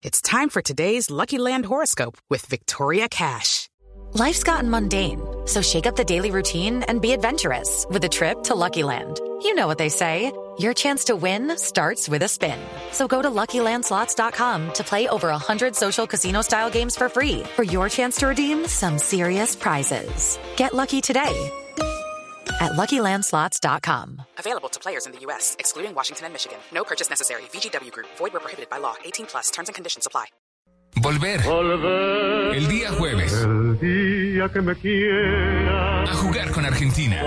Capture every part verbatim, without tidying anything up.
It's time for today's Lucky Land horoscope with Victoria Cash. Life's gotten mundane, so shake up the daily routine and be adventurous with a trip to Lucky Land. You know what they say, your chance to win starts with a spin. So go to Lucky Land Slots dot com to play over one hundred social casino-style games for free for your chance to redeem some serious prizes. Get lucky today at Lucky Land Slots dot com. Available to players in the U S, excluding Washington and Michigan. No purchase necessary. V G W Group. Void where prohibited by law. eighteen plus. Terms and conditions apply. Volver. Volver. El día jueves. El día que me quiera. A jugar con Argentina.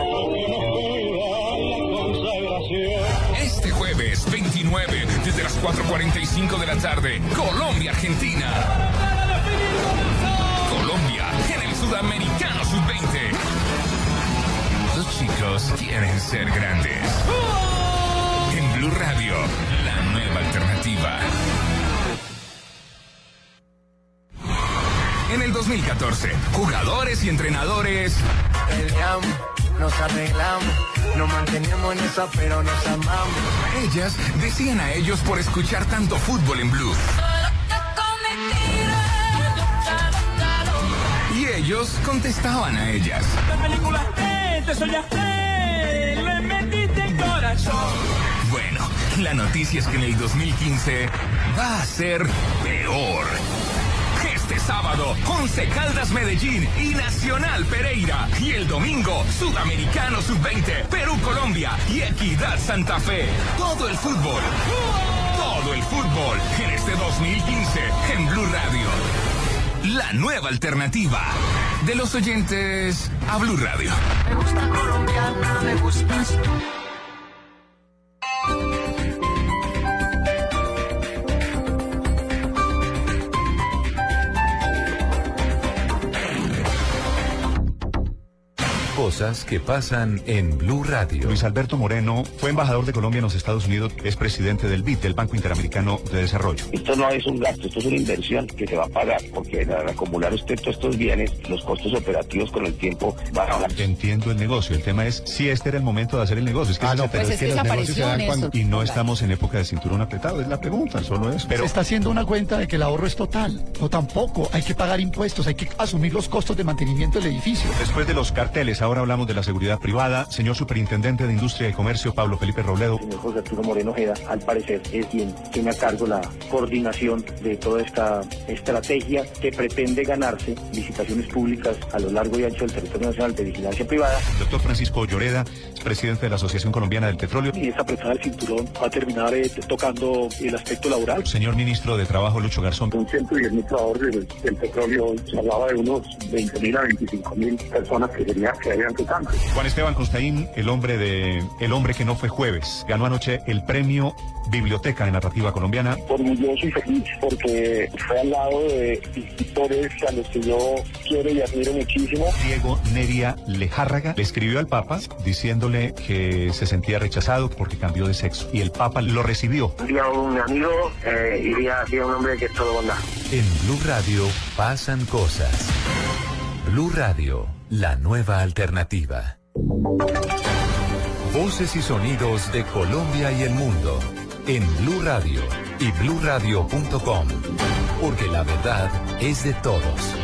Este jueves veintinueve, desde las cuatro cuarenta y cinco de la tarde, Colombia-Argentina. Colombia en el Sudamericano sub veinte. Los chicos quieren ser grandes. En Blue Radio, la nueva alternativa. En el dos mil catorce, jugadores y entrenadores peleamos, nos arreglamos, nos mantenemos en esa, pero nos amamos. Ellas decían a ellos por escuchar tanto fútbol en Blue. Y ellos contestaban a ellas. La película es, te soñaste, le metiste el corazón. Bueno, la noticia es que en el dos mil quince va a ser peor. Este sábado, Once Caldas Medellín y Nacional Pereira. Y el domingo, Sudamericano sub veinte, Perú-Colombia y Equidad Santa Fe. Todo el fútbol. Todo el fútbol en este dos mil quince en Blue Radio. La nueva alternativa. De los oyentes a Blue Radio. Me gusta colombiana, me gustas tú. Cosas que pasan en Blue Radio. Luis Alberto Moreno fue embajador de Colombia en los Estados Unidos, es presidente del B I D, del Banco Interamericano de Desarrollo. Esto no es un gasto, esto es una inversión que se va a pagar, porque al acumular usted todos estos bienes, los costos operativos con el tiempo van a bajar. Entiendo el negocio, el tema es si este era el momento de hacer el negocio. Es que ah, no, no, pues es que, que los negocios se dan cuando... Y no estamos en época de cinturón apretado, es la pregunta, solo es. Pero se está haciendo una cuenta de que el ahorro es total. No, tampoco, hay que pagar impuestos, hay que asumir los costos de mantenimiento del edificio. Después de los carteles, ahora hablamos de la seguridad privada. Señor Superintendente de Industria y Comercio, Pablo Felipe Robledo. Señor José Arturo Moreno Ojeda, al parecer es quien tiene a cargo la coordinación de toda esta estrategia que pretende ganarse licitaciones públicas a lo largo y ancho del territorio nacional de vigilancia privada. Doctor Francisco Lloreda, presidente de la Asociación Colombiana del Petróleo. Y esa apretada del cinturón va a terminar eh, tocando el aspecto laboral. Señor Ministro de Trabajo, Lucho Garzón. Un ciento diez mil trabajadores del, del petróleo, se hablaba de unos veinte mil a veinticinco mil personas que serían que harían que tanto. Juan Esteban Costaín, el hombre de el hombre que no fue jueves, ganó anoche el premio Biblioteca de Narrativa Colombiana. Orgulloso y feliz porque fue al lado de escritores a los que yo quiero y admiro muchísimo. Diego Neria Lejárraga le escribió al Papa diciéndole que se sentía rechazado porque cambió de sexo y el Papa lo recibió. Día un amigo eh, y día, día un hombre que es todo bondad. En Blue Radio pasan cosas. Blue Radio, la nueva alternativa. Voces y sonidos de Colombia y el mundo en Blue Radio y blue radio punto com, porque la verdad es de todos.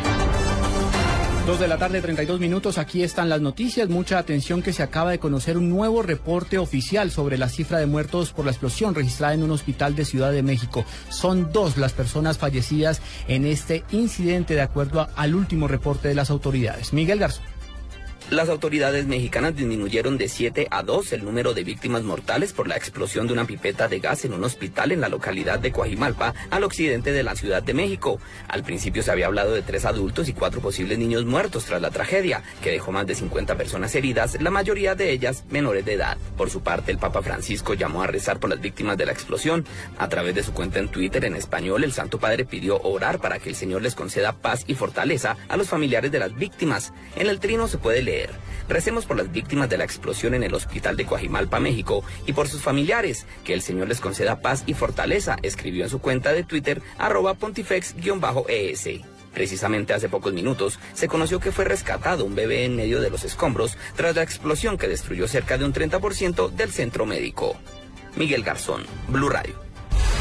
Dos de la tarde, treinta y dos minutos, aquí están las noticias. Mucha atención que se acaba de conocer un nuevo reporte oficial sobre la cifra de muertos por la explosión registrada en un hospital de Ciudad de México. Son dos las personas fallecidas en este incidente de acuerdo a, al último reporte de las autoridades. Miguel Garzón. Las autoridades mexicanas disminuyeron de siete a dos el número de víctimas mortales por la explosión de una pipeta de gas en un hospital en la localidad de Coajimalpa, al occidente de la Ciudad de México. Al principio se había hablado de tres adultos y cuatro posibles niños muertos tras la tragedia, que dejó más de cincuenta personas heridas, la mayoría de ellas menores de edad. Por su parte, el Papa Francisco llamó a rezar por las víctimas de la explosión. A través de su cuenta en Twitter en español, el Santo Padre pidió orar para que el Señor les conceda paz y fortaleza a los familiares de las víctimas. En el trino se puede leer: recemos por las víctimas de la explosión en el hospital de Coajimalpa, México, y por sus familiares, que el Señor les conceda paz y fortaleza, escribió en su cuenta de Twitter, arroba pontifex-es. Precisamente hace pocos minutos se conoció que fue rescatado un bebé en medio de los escombros tras la explosión que destruyó cerca de un treinta por ciento del centro médico. Miguel Garzón, Blue Radio.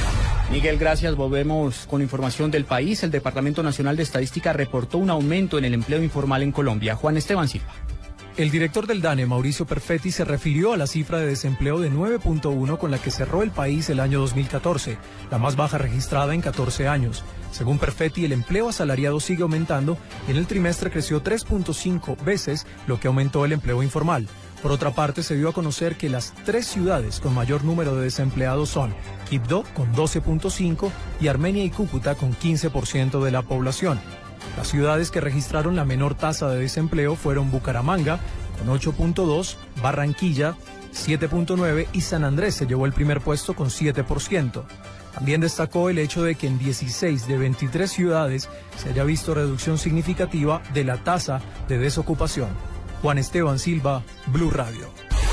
Miguel, gracias. Volvemos con información del país. El Departamento Nacional de Estadística reportó un aumento en el empleo informal en Colombia. Juan Esteban Silva. El director del DANE, Mauricio Perfetti, se refirió a la cifra de desempleo de nueve punto uno con la que cerró el país el año dos mil catorce, la más baja registrada en catorce años. Según Perfetti, el empleo asalariado sigue aumentando y en el trimestre creció tres punto cinco veces lo que aumentó el empleo informal. Por otra parte, se dio a conocer que las tres ciudades con mayor número de desempleados son Quibdó con doce punto cinco y Armenia y Cúcuta con quince por ciento de la población. Las ciudades que registraron la menor tasa de desempleo fueron Bucaramanga, con ocho punto dos, Barranquilla, siete punto nueve y San Andrés se llevó el primer puesto con siete por ciento. También destacó el hecho de que en dieciséis de veintitrés ciudades se haya visto reducción significativa de la tasa de desocupación. Juan Esteban Silva, Blue Radio.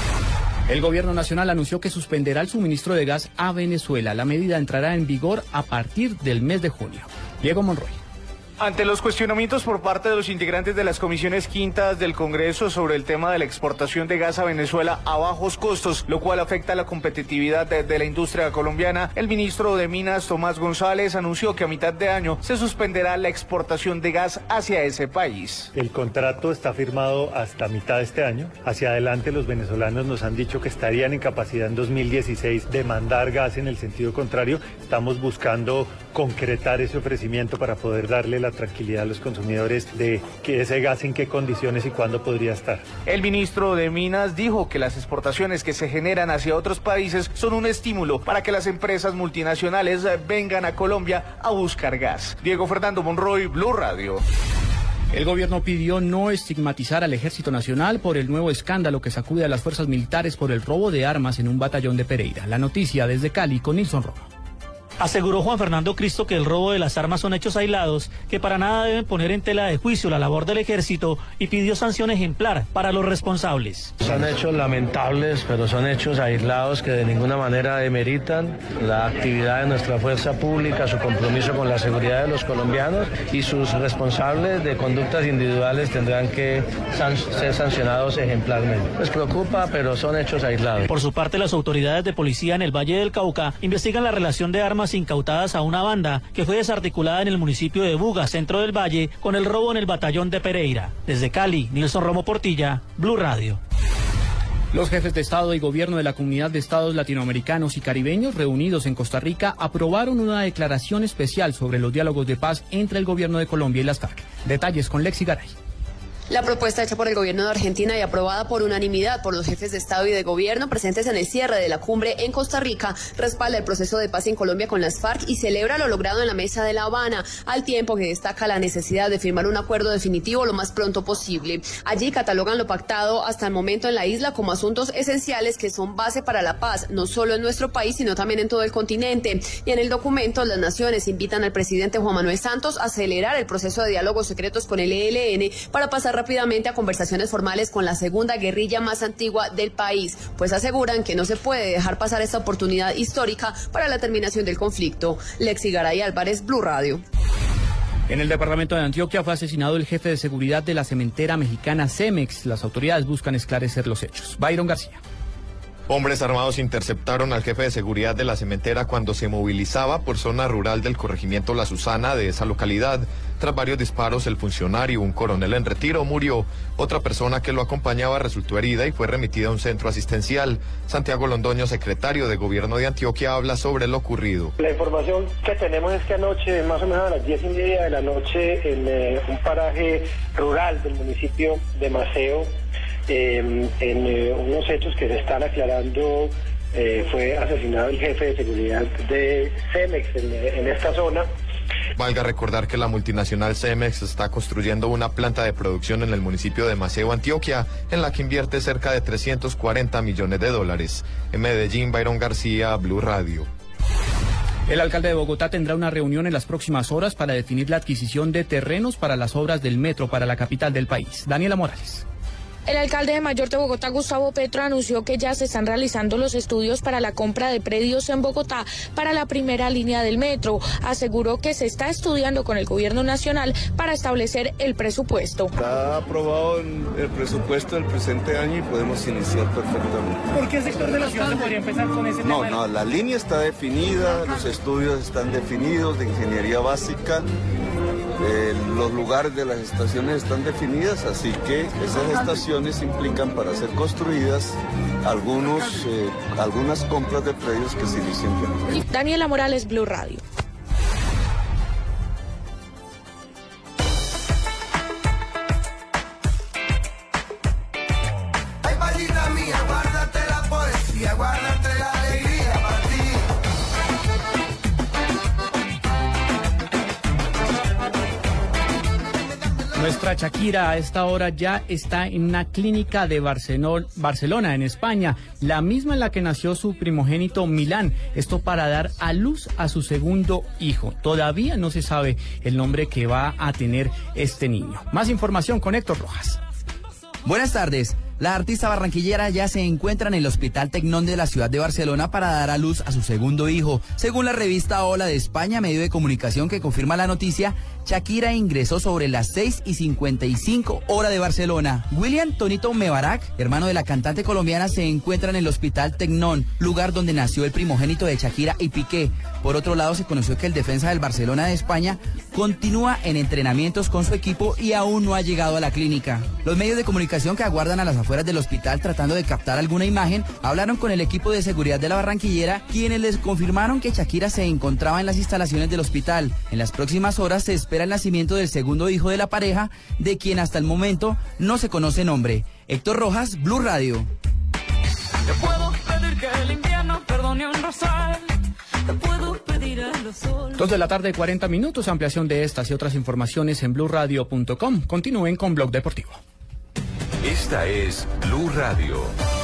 El gobierno nacional anunció que suspenderá el suministro de gas a Venezuela. La medida entrará en vigor a partir del mes de junio. Diego Monroy. Ante los cuestionamientos por parte de los integrantes de las comisiones quintas del Congreso sobre el tema de la exportación de gas a Venezuela a bajos costos, lo cual afecta a la competitividad de, de la industria colombiana, el ministro de Minas, Tomás González, anunció que a mitad de año se suspenderá la exportación de gas hacia ese país. El contrato está firmado hasta mitad de este año. Hacia adelante los venezolanos nos han dicho que estarían en capacidad en dos mil dieciséis de mandar gas en el sentido contrario. Estamos buscando concretar ese ofrecimiento para poder darle la tranquilidad a los consumidores de que ese gas en qué condiciones y cuándo podría estar. El ministro de Minas dijo que las exportaciones que se generan hacia otros países son un estímulo para que las empresas multinacionales vengan a Colombia a buscar gas. Diego Fernando Monroy, Blue Radio. El gobierno pidió no estigmatizar al Ejército Nacional por el nuevo escándalo que sacude a las fuerzas militares por el robo de armas en un batallón de Pereira. La noticia desde Cali con Nilson Rojo. Aseguró Juan Fernando Cristo que el robo de las armas son hechos aislados, que para nada deben poner en tela de juicio la labor del ejército y pidió sanción ejemplar para los responsables. Son hechos lamentables, pero son hechos aislados que de ninguna manera demeritan la actividad de nuestra fuerza pública, su compromiso con la seguridad de los colombianos, y sus responsables de conductas individuales tendrán que san- ser sancionados ejemplarmente. Les preocupa, pero son hechos aislados. Por su parte, las autoridades de policía en el Valle del Cauca investigan la relación de armas incautadas a una banda que fue desarticulada en el municipio de Buga, centro del Valle, con el robo en el batallón de Pereira. Desde Cali, Nilson Romo Portilla, Blue Radio. Los jefes de Estado y Gobierno de la Comunidad de Estados Latinoamericanos y Caribeños reunidos en Costa Rica aprobaron una declaración especial sobre los diálogos de paz entre el Gobierno de Colombia y las FARC. Detalles con Lexi Garay. La propuesta hecha por el gobierno de Argentina y aprobada por unanimidad por los jefes de Estado y de Gobierno presentes en el cierre de la cumbre en Costa Rica respalda el proceso de paz en Colombia con las FARC y celebra lo logrado en la mesa de La Habana, al tiempo que destaca la necesidad de firmar un acuerdo definitivo lo más pronto posible. Allí catalogan lo pactado hasta el momento en la isla como asuntos esenciales que son base para la paz, no solo en nuestro país, sino también en todo el continente. Y en el documento, las naciones invitan al presidente Juan Manuel Santos a acelerar el proceso de diálogos secretos con el E L N para pasar rápidamente a conversaciones formales con la segunda guerrilla más antigua del país, pues aseguran que no se puede dejar pasar esta oportunidad histórica para la terminación del conflicto. Lexi Garay Álvarez, Blue Radio. En el departamento de Antioquia fue asesinado el jefe de seguridad de la cementera mexicana Cemex. Las autoridades buscan esclarecer los hechos. Byron García. Hombres armados interceptaron al jefe de seguridad de la cementera cuando se movilizaba por zona rural del corregimiento La Susana de esa localidad. Tras varios disparos, el funcionario, un coronel en retiro, murió. Otra persona que lo acompañaba resultó herida y fue remitida a un centro asistencial. Santiago Londoño, secretario de Gobierno de Antioquia, habla sobre lo ocurrido. La información que tenemos es que anoche, más o menos a las diez y media de la noche, en eh, un paraje rural del municipio de Maceo, Eh, en eh, unos hechos que se están aclarando, eh, fue asesinado el jefe de seguridad de Cemex en, en esta zona. Valga recordar que la multinacional Cemex está construyendo una planta de producción en el municipio de Maceo, Antioquia, en la que invierte cerca de trescientos cuarenta millones de dólares. En Medellín, Byron García, Blue Radio. El alcalde de Bogotá tendrá una reunión en las próximas horas para definir la adquisición de terrenos para las obras del metro para la capital del país. Daniela Morales. El alcalde de Mayor de Bogotá, Gustavo Petro, anunció que ya se están realizando los estudios para la compra de predios en Bogotá para la primera línea del metro. Aseguró que se está estudiando con el gobierno nacional para establecer el presupuesto. Está aprobado el presupuesto del presente año y podemos iniciar perfectamente. ¿Por qué sector de la ciudad se podría empezar con ese tema? No, no, la línea está definida, los estudios están definidos de ingeniería básica. Eh, los lugares de las estaciones están definidas, así que esas estaciones implican para ser construidas algunos, eh, algunas compras de predios que se inician ya. Daniela Morales, Blue Radio. Ay, maldita mía, guárdate la poesía, guárdate la alegría para ti. Nuestra Shakira a esta hora ya está en una clínica de Barcelona, en España, la misma en la que nació su primogénito Milán, esto para dar a luz a su segundo hijo. Todavía no se sabe el nombre que va a tener este niño. Más información con Héctor Rojas. Buenas tardes. La artista barranquillera ya se encuentra en el Hospital Tecnón de la ciudad de Barcelona para dar a luz a su segundo hijo. Según la revista Hola de España, medio de comunicación que confirma la noticia, Shakira ingresó sobre las seis y cincuenta y cinco hora de Barcelona. William Tonito Mebarak, hermano de la cantante colombiana, se encuentra en el Hospital Tecnón, lugar donde nació el primogénito de Shakira y Piqué. Por otro lado, se conoció que el defensa del Barcelona de España continúa en entrenamientos con su equipo y aún no ha llegado a la clínica. Los medios de comunicación que aguardan a las afueras del hospital tratando de captar alguna imagen hablaron con el equipo de seguridad de la barranquillera, quienes les confirmaron que Shakira se encontraba en las instalaciones del hospital. En las próximas horas se espera el nacimiento del segundo hijo de la pareja, de quien hasta el momento no se conoce nombre. Héctor Rojas, Blue Radio. Te puedo pedir que el invierno perdone un rosal. Te puedo pedir a los soles. Dos de la tarde, cuarenta minutos. Ampliación de estas y otras informaciones en blue radio punto com. Continúen con Blog Deportivo. Esta es Blue Radio.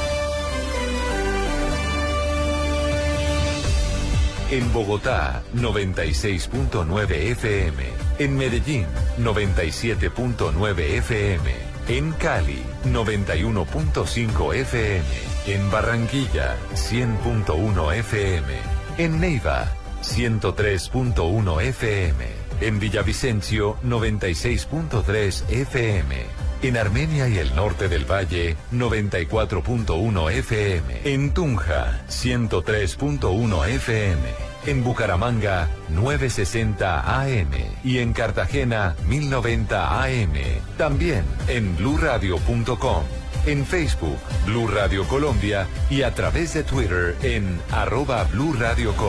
En Bogotá, noventa y seis punto nueve F M. En Medellín, noventa y siete punto nueve F M. En Cali, noventa y uno punto cinco F M. En Barranquilla, cien punto uno F M. En Neiva, ciento tres punto uno F M. En Villavicencio, noventa y seis punto tres F M. En Armenia y el norte del Valle, noventa y cuatro punto uno F M. En Tunja, ciento tres punto uno F M. En Bucaramanga, novecientos sesenta A M. Y en Cartagena, mil noventa A M. También en blue radio punto com. En Facebook, Blue Radio Colombia y a través de Twitter en arroba Blue Radio Co.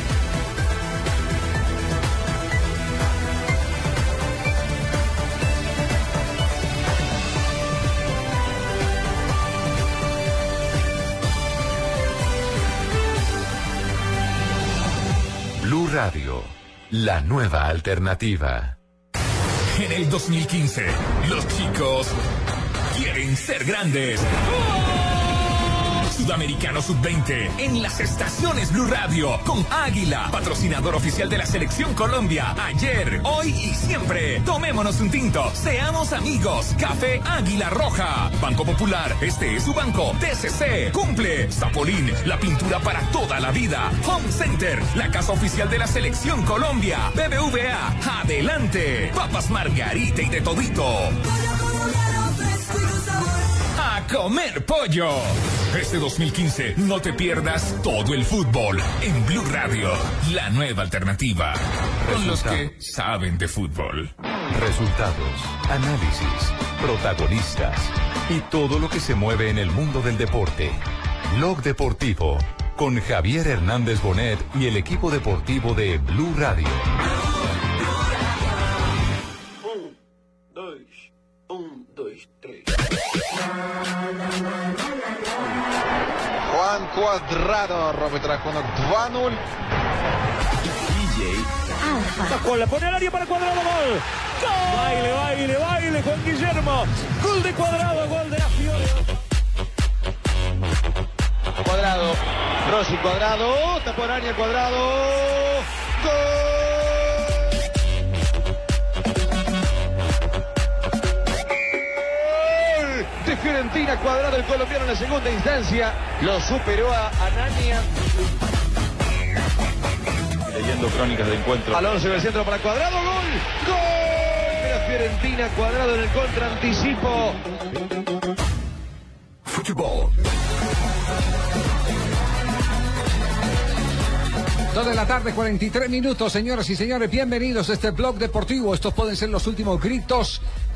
Blue Radio, la nueva alternativa. En el dos mil quince, los chicos quieren ser grandes. Sudamericano sub veinte en las estaciones Blue Radio con Águila, patrocinador oficial de la Selección Colombia. Ayer, hoy y siempre. Tomémonos un tinto, seamos amigos. Café Águila Roja. Banco Popular, este es su banco. T C C, cumple. Zapolín, la pintura para toda la vida. Home Center, la casa oficial de la Selección Colombia. B B V A, adelante. Papas Margarita y de todito. A comer pollo. Este dos mil quince no te pierdas todo el fútbol en Blue Radio, la nueva alternativa, con los que saben de fútbol. Resultados, análisis, protagonistas y todo lo que se mueve en el mundo del deporte. Blog Deportivo con Javier Hernández Bonet y el equipo deportivo de Blue Radio. Un, dos, un, dos, tres. Juan Cuadrado arbitra con два ноль. D J Alfa. Le pone al área para Cuadrado, gol. ¡Gol! Baile, baile, baile, Juan Guillermo. Gol de Cuadrado, gol de la Fiore. Cuadrado, Rossi Cuadrado, tapó en área Cuadrado. ¡Gol! Diferente Fiorentina. Cuadrado, el colombiano, en la segunda instancia lo superó a Anania. Leyendo crónicas de encuentro. Alonso en el centro para Cuadrado. Gol. Gol de la Fiorentina. Cuadrado en el contraanticipo. Fútbol. Dos de la tarde, cuarenta y tres minutos, señoras y señores, bienvenidos a este blog deportivo. Estos pueden ser los últimos gritos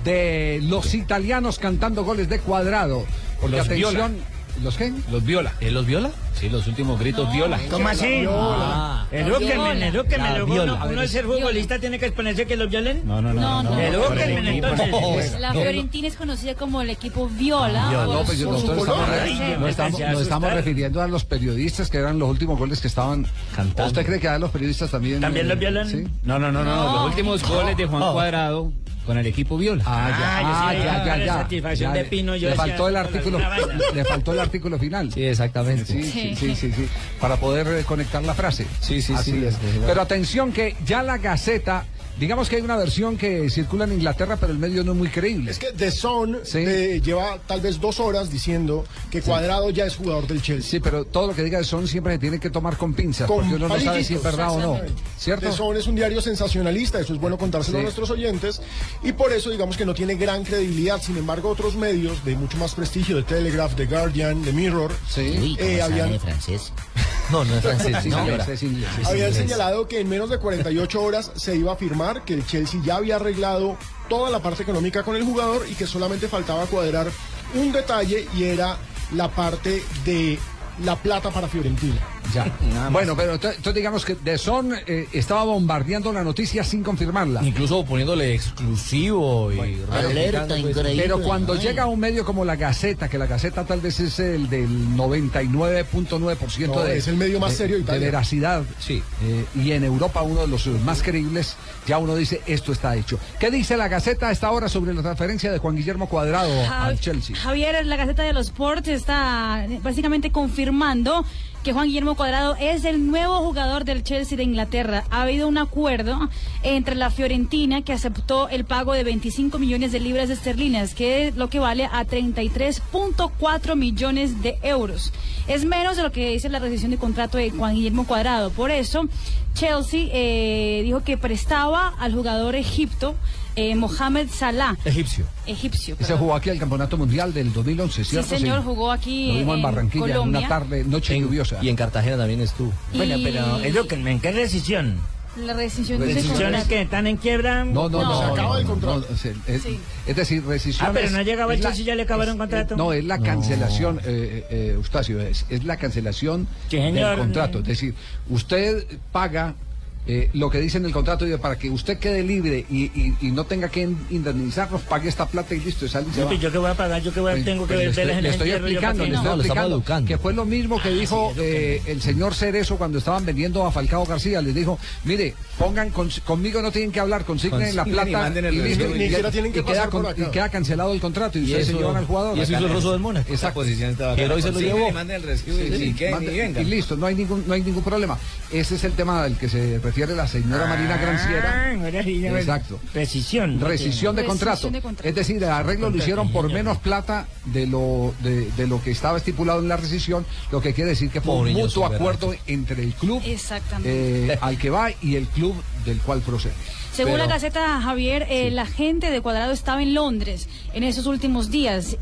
de los italianos cantando goles de Cuadrado. Porque Los atención, Viola. ¿los qué? Los Viola. ¿Eh, los Viola? Sí, los últimos gritos No, Viola. ¿cómo así? Ah, Edúquenme, edúquenme. La Luego Viola. uno, uno al ser futbolista tiene que exponerse que los violen. No, no, no. No, no. Edúquenme entonces. La Fiorentina es conocida como el equipo Viola. No, no, pues por nosotros su estamos, color. re- no estamos, nos estamos refiriendo a los periodistas que eran los últimos goles que estaban cantando. ¿Usted cree que a los periodistas también? ¿También los violan? ¿Sí? No, no, no, no, No. los últimos goles de Juan Cuadrado con el equipo Viola. Ah, ya, Ah, yo ah, sí, ya, ah, ya, la ya. satisfacción Ya, de Pino, yo le decía, faltó el con artículo, alguna vaina. le faltó el artículo final. Sí, exactamente. Sí, sí, sí, sí, sí, para poder eh, conectar la frase. Sí, sí, Así sí. es. sí, sí. Pero atención que ya la Gaceta, digamos que hay una versión que circula en Inglaterra, pero el medio no es muy creíble. Es que The Sun Sí. eh, lleva tal vez dos horas diciendo que Cuadrado ya es jugador del Chelsea. Sí, pero todo lo que diga de Son siempre se tiene que tomar con pinzas, Con porque uno no sabe palillitos. si es verdad o no. ¿Cierto? The Sun es un diario sensacionalista, eso es bueno contárselo Sí. a nuestros oyentes, y por eso digamos que no tiene gran credibilidad. Sin embargo, otros medios de mucho más prestigio, The Telegraph, The Guardian, The Mirror, Sí. eh, habían, francés? No, no es francés, Sí, señora. es inglés. Es habían inglés. señalado que en menos de cuarenta y ocho horas se iba a afirmar que el Chelsea ya había arreglado toda la parte económica con el jugador y que solamente faltaba cuadrar un detalle, y era la parte de la plata para Fiorentina. Ya. Bueno, pero entonces digamos que The Sun eh, estaba bombardeando la noticia sin confirmarla. Incluso poniéndole exclusivo y alerta, ratificando, pues, increíble. Pero cuando Ay. llega a un medio como La Gaceta, que La Gaceta tal vez es el del noventa y nueve punto nueve por ciento No, de, es el medio más de- serio de de Italia. veracidad, Sí. eh, y en Europa uno de los más creíbles, ya uno dice, esto está hecho. ¿Qué dice La Gaceta a esta hora sobre la transferencia de Juan Guillermo Cuadrado Ja- al Chelsea? Javier, la Gaceta de los Sports está básicamente confirmando que Juan Guillermo Cuadrado es el nuevo jugador del Chelsea de Inglaterra. Ha habido un acuerdo entre la Fiorentina, que aceptó el pago de veinticinco millones de libras esterlinas, que es lo que vale a treinta y tres punto cuatro millones de euros. Es menos de lo que dice la rescisión de contrato de Juan Guillermo Cuadrado. Por eso, Chelsea eh, dijo que prestaba al jugador egipto eh, Mohamed Salah. Egipcio. Egipcio. Ese perdón. jugó aquí al Campeonato Mundial del dos mil once, Sí, ¿cierto? señor, jugó aquí Lo vimos en en Barranquilla Colombia. en una tarde, noche lluviosa. Y en Cartagena también estuvo. Bueno, pero Edúquenme, ¿en qué rescisión? La rescisión de ese ¿Rescisiones contrato. que están en quiebra? No, no, no. No. Se acaba el no, contrato. no, es, es- Sí. es decir, rescisión. Ah, pero es- no ha llegado es el la- Chelsea, ya le acabaron es- contrato. No, es la cancelación, eh, eh, Eustacio, es, es la cancelación Sí, señor. del contrato. Es decir, usted paga eh, lo que dice en el contrato, y para que usted quede libre y, y- y no tenga que indemnizarnos, pague esta plata y listo. Sale y se No, va. pues yo que voy a pagar, yo que voy a, Pues, tengo que pues le verlas estoy, en le el estoy entierro, yo explicando, para le qué. estoy No, lo estamos explicando educando. que fue lo mismo que dijo eh, el señor Cerezo cuando estaban vendiendo a Falcao García. Les dijo, mire, pongan con- conmigo, no tienen que hablar, consignen la Consignen y plata manden el y listo, recibo. y, Ni siquiera tienen que y queda, pasar por con- acá. y queda cancelado el contrato y, Y ustedes se eso- llevan al jugador. y eso hizo el ruso del Mónaco. Exacto. Esa posición estaba Pero hoy se lo Consignen llevó. y manden el recibo Sí, y sí, queden y mande- vengan. y listo, no hay ningún no hay ningún problema. Ese es el tema al que se refiere la señora Marina Granciera. Ah, ahora sí, ya ves. Exacto. Rescisión. Rescisión de Rescisión contrato. de contrato. Es decir, el arreglo lo hicieron por menos plata de lo de, de lo que estaba estipulado en la rescisión, lo que quiere decir que fue un Pobre niño mutuo soberano. acuerdo entre el club Exactamente. eh, al que va y el club del cual procede. Según Pero- la Gaceta, Javier, eh, la gente de Cuadrado estaba en Londres en esos últimos días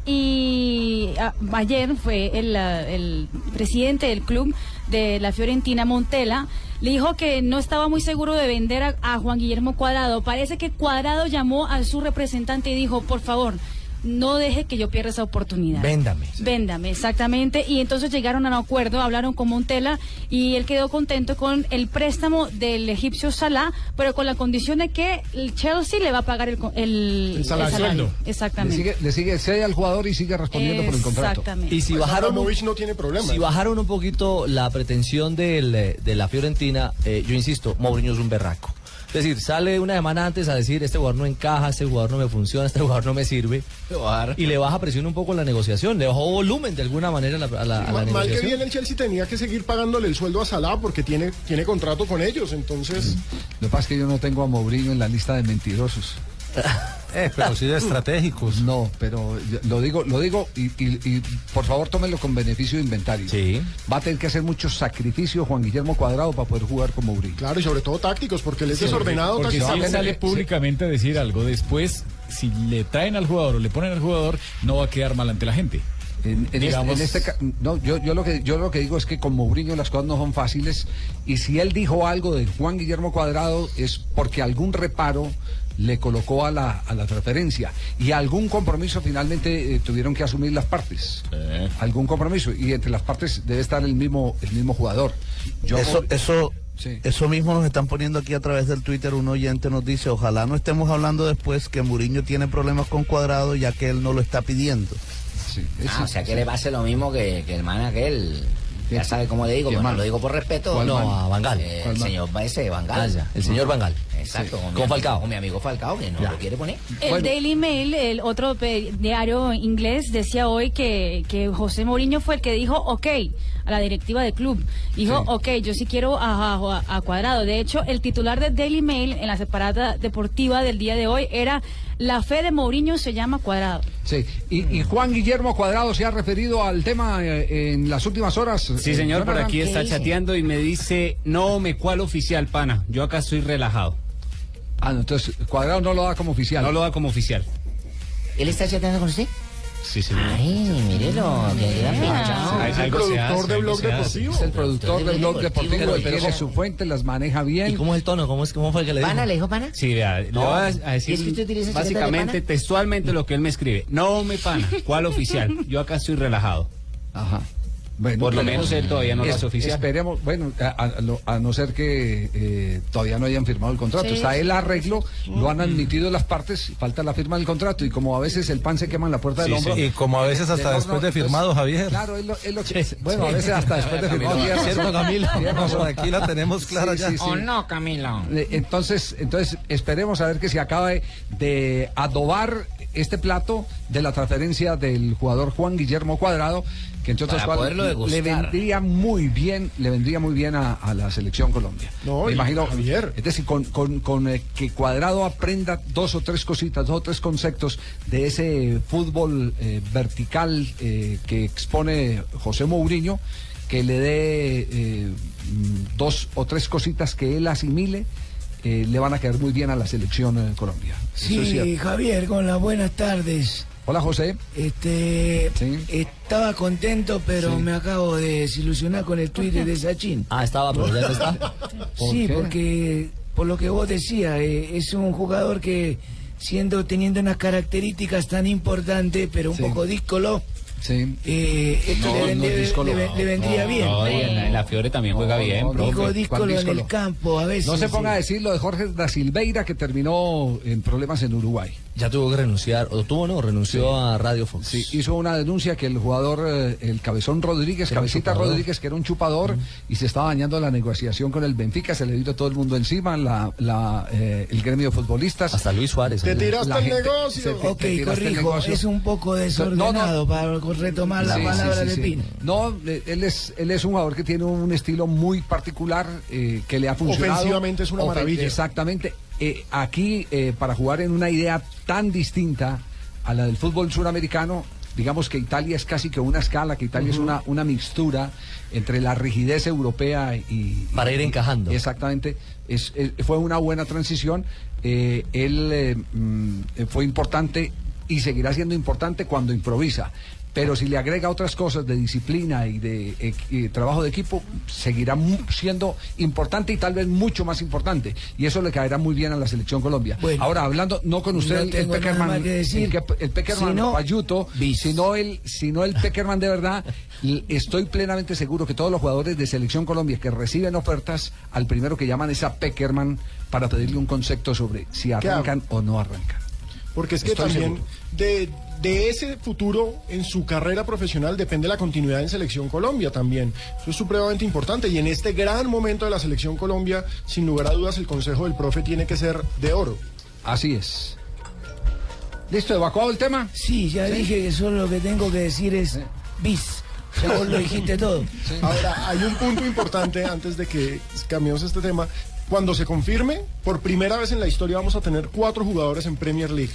y a- ayer fue el, ah, el presidente del club de la Fiorentina, Montella, le dijo que no estaba muy seguro de vender a, a Juan Guillermo Cuadrado. Parece que Cuadrado llamó a su representante y dijo, por favor, no deje que yo pierda esa oportunidad. Véndame. Véndame, exactamente. Y entonces llegaron a un acuerdo, hablaron con Montella y él quedó contento con el préstamo del egipcio Salah, pero con la condición de que el Chelsea le va a pagar el, co- el, El salario. el salario. Le Exactamente. sigue, le sigue cede al jugador y sigue respondiendo por el contrato. Exactamente. Y si Pues bajaron, un- Abramovich no tiene problema. si bajaron un poquito la pretensión del, eh, de la Fiorentina, eh, yo insisto, Mourinho es un berraco. Es decir, sale una semana antes a decir, este jugador no encaja, este jugador no me funciona, este jugador no me sirve, y le baja presión un poco en la negociación, le bajó volumen de alguna manera a la, a la- a la Mal, mal que negociación. bien el Chelsea tenía que seguir pagándole el sueldo a Salah porque tiene, tiene contrato con ellos, entonces... Lo que pasa es que yo no tengo a Mourinho en la lista de mentirosos. Eh, pero sí de estratégicos. No, pero lo digo, lo digo y, y, y por favor tómenlo con beneficio de inventario. Sí. Va a tener que hacer muchos sacrificios Juan Guillermo Cuadrado para poder jugar con Mourinho. Claro, y sobre todo tácticos, porque él es desordenado. Porque si táctico. él sale públicamente a decir algo, después, si le traen al jugador o le ponen al jugador, no va a quedar mal ante la gente. En, en, Digamos, este, en este no, yo, yo lo que yo lo que digo es que con Mourinho las cosas no son fáciles, y si él dijo algo de Juan Guillermo Cuadrado es porque algún reparo le colocó a la, a la transferencia y algún compromiso finalmente eh, tuvieron que asumir las partes. Eh. Algún compromiso, y entre las partes debe estar el mismo el mismo jugador. Yo eso voy... eso sí. Eso mismo nos están poniendo aquí a través del Twitter. Un oyente nos dice, ojalá no estemos hablando después que Mourinho tiene problemas con Cuadrado, ya que él no lo está pidiendo. Sí, ah, o sea que sí. Le pase lo mismo que, que el man aquel. Ya sabe cómo le digo, bueno, lo digo por respeto. No, a Van Gaal. Eh, el señor ese Van Gaal. Ah, ya, el señor Van Gaal. Exacto. Sí. Con, con Falcao. Con mi amigo Falcao, que no ya. Lo quiere poner. El bueno. Daily Mail, el otro diario inglés, decía hoy que, que José Mourinho fue el que dijo, ok, a la directiva del club. Dijo, sí. ok, yo sí quiero a, a, a Cuadrado. De hecho, el titular del Daily Mail en la separata deportiva del día de hoy era, la fe de Mourinho se llama Cuadrado. Sí, y, y Juan Guillermo Cuadrado se ha referido al tema eh, en las últimas horas. Sí, señor, eh, por aquí está dice? chateando y me dice, no me cual oficial, pana, yo acá estoy relajado. Ah, no, entonces Cuadrado no lo da como oficial. No lo da como oficial. ¿Él está chateando con usted? Sí, señor. Ay, mírelo, que gran pinchado. Es el productor de Blog Deportivo. Es el productor de Blog Deportivo, él tiene su fuente, las maneja bien. ¿Y cómo es el tono? ¿Cómo, es, cómo fue el que le dijo? ¿Pana? ¿Le dijo pana? Sí, vea, le voy a decir ¿Y es que usted utiliza básicamente, textualmente lo que él me escribe. No me pana, ¿cuál oficial? Yo acá estoy relajado. Ajá. Bueno, por lo menos él todavía no es, lo hace oficial. Esperemos, bueno, a, a, a no ser que eh, todavía no hayan firmado el contrato. Sí. Está el arreglo, lo han admitido las partes, falta la firma del contrato, y como a veces el pan se quema en la puerta sí, del hombro. Sí. Y como a veces hasta de, después de firmado, entonces, Javier. Claro, es lo, es lo que, sí. bueno, a veces hasta después de firmado. ¿Cierto, Camilo? No, aquí la tenemos clara sí, ya. Sí, sí. ¿O no, Camilo? Entonces, entonces, esperemos a ver que se acabe de adobar este plato de la transferencia del jugador Juan Guillermo Cuadrado, que entre otras cosas le vendría muy bien, le vendría muy bien a, a la selección Colombia. No, me imagino, Javier. Es decir, con, con, con eh, que Cuadrado aprenda dos o tres cositas, dos o tres conceptos de ese fútbol eh, vertical eh, que expone José Mourinho, que le dé eh, dos o tres cositas que él asimile. Eh, le van a caer muy bien a la selección eh, Colombia. Sí, Javier, con las buenas tardes. Hola, José. Este, sí. Estaba contento, pero sí. me acabo de desilusionar con el Twitter de Sachin. Ah, estaba, pero ya no está. Sí, ¿por porque por lo que vos decías, eh, es un jugador que siendo teniendo unas características tan importantes, pero un sí. poco díscolo. Sí. Eh, esto no, le, vendría, no, le, le vendría no, bien. No, en, la, en la Fiore también juega no, bien. No, digo díscolo en el campo, a veces. No se ponga sí. a decir lo de Jorge da Silveira, que terminó en problemas en Uruguay. Ya tuvo que renunciar, o tuvo no, renunció sí. a Radio Fox. Sí, hizo una denuncia que el jugador, el Cabezón Rodríguez, Cabecita Rodríguez, que era un chupador, mm. y se estaba dañando la negociación con el Benfica, se le vino todo el mundo encima, la, la, eh, el gremio de futbolistas. Hasta Luis Suárez. Te tiraste el gente, negocio. Se, ok, corrijo, el negocio. Es un poco desordenado no, no, para retomar la sí, palabra sí, sí, de Pino. Sí. No, él es, él es un jugador que tiene un estilo muy particular, eh, que le ha funcionado. Ofensivamente es una maravilla. Exactamente. Eh, aquí, eh, para jugar en una idea tan distinta a la del fútbol suramericano, digamos que Italia es casi que una escala, que Italia uh-huh. es una, una mixtura entre la rigidez europea y... Para y, ir encajando. Y, exactamente. Es, es, fue una buena transición. Eh, él eh, mm, fue importante y seguirá siendo importante cuando improvisa. Pero si le agrega otras cosas de disciplina y de eh, y trabajo de equipo, seguirá siendo importante y tal vez mucho más importante. Y eso le caerá muy bien a la selección Colombia. Bueno, ahora, hablando no con usted, no el, el Peckerman, el, el Peckerman si no, Payuto, sino el, sino el Peckerman de verdad, estoy plenamente seguro que todos los jugadores de selección Colombia que reciben ofertas, al primero que llaman es a Peckerman para pedirle un concepto sobre si arrancan o no arrancan. Porque es que estoy también de... De ese futuro en su carrera profesional depende la continuidad en Selección Colombia también. Eso es supremamente importante y en este gran momento de la Selección Colombia, sin lugar a dudas, el consejo del profe tiene que ser de oro. Así es. ¿Listo? ¿Evacuado el tema? Sí, ya ¿Sí? dije que solo lo que tengo que decir es ¿Sí? bis. Ya vos lo dijiste todo. ¿Sí? Ahora, hay un punto importante antes de que cambiemos este tema. Cuando se confirme, por primera vez en la historia vamos a tener cuatro jugadores en Premier League.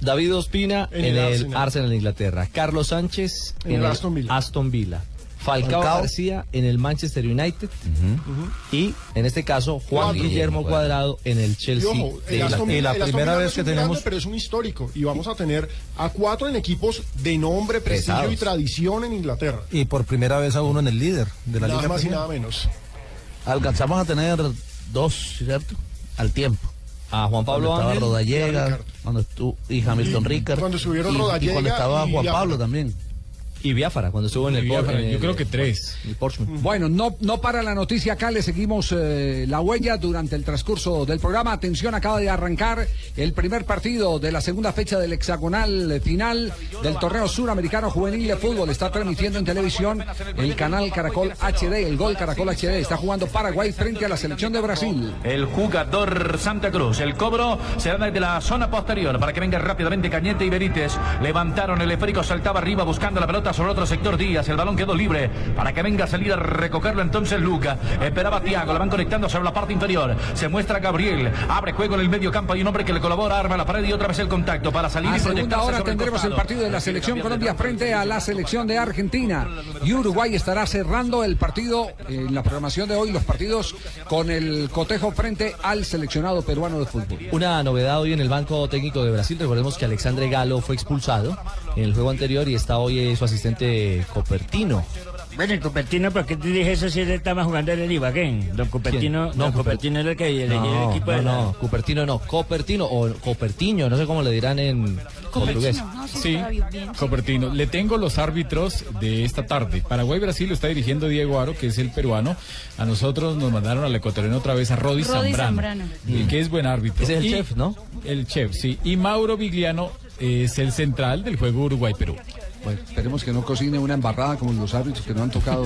David Ospina en, En el, el Arsenal. Arsenal. Arsenal de Inglaterra. Carlos Sánchez En en, el el Aston Villa. Aston Villa. Falcao, Falcao. García en el Manchester United. Ujú. Y en este caso, Juan Cuatro. Guillermo Cuadrado en el Y Chelsea. ojo, de el Aston Inglaterra. Villa- Y la el Aston primera Villa vez no es que un tenemos- grande, pero es un histórico. Y vamos a tener a cuatro en equipos de nombre, prestigio Pesados. y tradición en Inglaterra. Y por primera vez a uno en el líder de la Nada Liga más y Premier. nada menos. Alcanzamos a tener dos, ¿cierto? Al tiempo. A Juan Pablo Cuando estaba Ángel. Rodallega, Ricardo. cuando estuvo, y Hamilton Y Ricard. cuando estuvieron y, y Rodallega cuando estaba y Juan Biafra. Pablo también. Y Biafara, cuando estuvo en el, Y Por- Biafra, en yo el- creo que tres. el Portsmouth. Bueno, no, no para la noticia acá, le seguimos eh, la huella durante el transcurso del programa. Atención, acaba de arrancar el primer partido de la segunda fecha del hexagonal final del torneo suramericano juvenil de fútbol. Está transmitiendo en televisión el canal Caracol H D, el Gol Caracol H D. Está jugando Paraguay frente a la selección de Brasil. El jugador Santa Cruz. El cobro será desde la zona posterior para que venga rápidamente Cañete y Benítez. Levantaron el esférico, saltaba arriba buscando la pelota sobre otro sector Díaz. El balón quedó libre para que venga a salir a recogerlo entonces Luca. Esperaba a Thiago, la van conectando sobre la parte inferior. Se muestra Gabriel. Abre juego en el medio campo. Hay un hombre que le colabora, arma la pared y otra vez el contacto para salir A y segunda proyectarse hora sobre el tendremos el costado. partido de la selección Colombia frente a la selección de Argentina. Y Uruguay estará cerrando el partido en la programación de hoy, los partidos con el cotejo frente al seleccionado peruano de fútbol. Una novedad hoy en el banco técnico de Brasil. Recordemos que Alexandre Galo fue expulsado en el juego anterior y está hoy eh, su asistente Copertino. Bueno, el Cupertino, ¿por qué te dije eso si él estaba jugando en el Ibaguén? Don Cupertino, ¿Quién? No, don Cuper- Cupertino era el que elegía No, el equipo no, de la... no, Cupertino no, Copertino o Copertiño, no sé cómo le dirán en portugués. Sí, Copertino. Le tengo los árbitros de esta tarde. Paraguay-Brasil lo está dirigiendo Diego Aro, que es el peruano. A nosotros nos mandaron al ecuatoriano otra vez a Rodi, Rodi Zambrano, Zambrano. eh, que es buen árbitro. Ese es el Y chef, ¿no? El chef, sí. Y Mauro Vigliano es el central del juego Uruguay-Perú. Bueno, esperemos que no cocine una embarrada como los árbitros que no han tocado.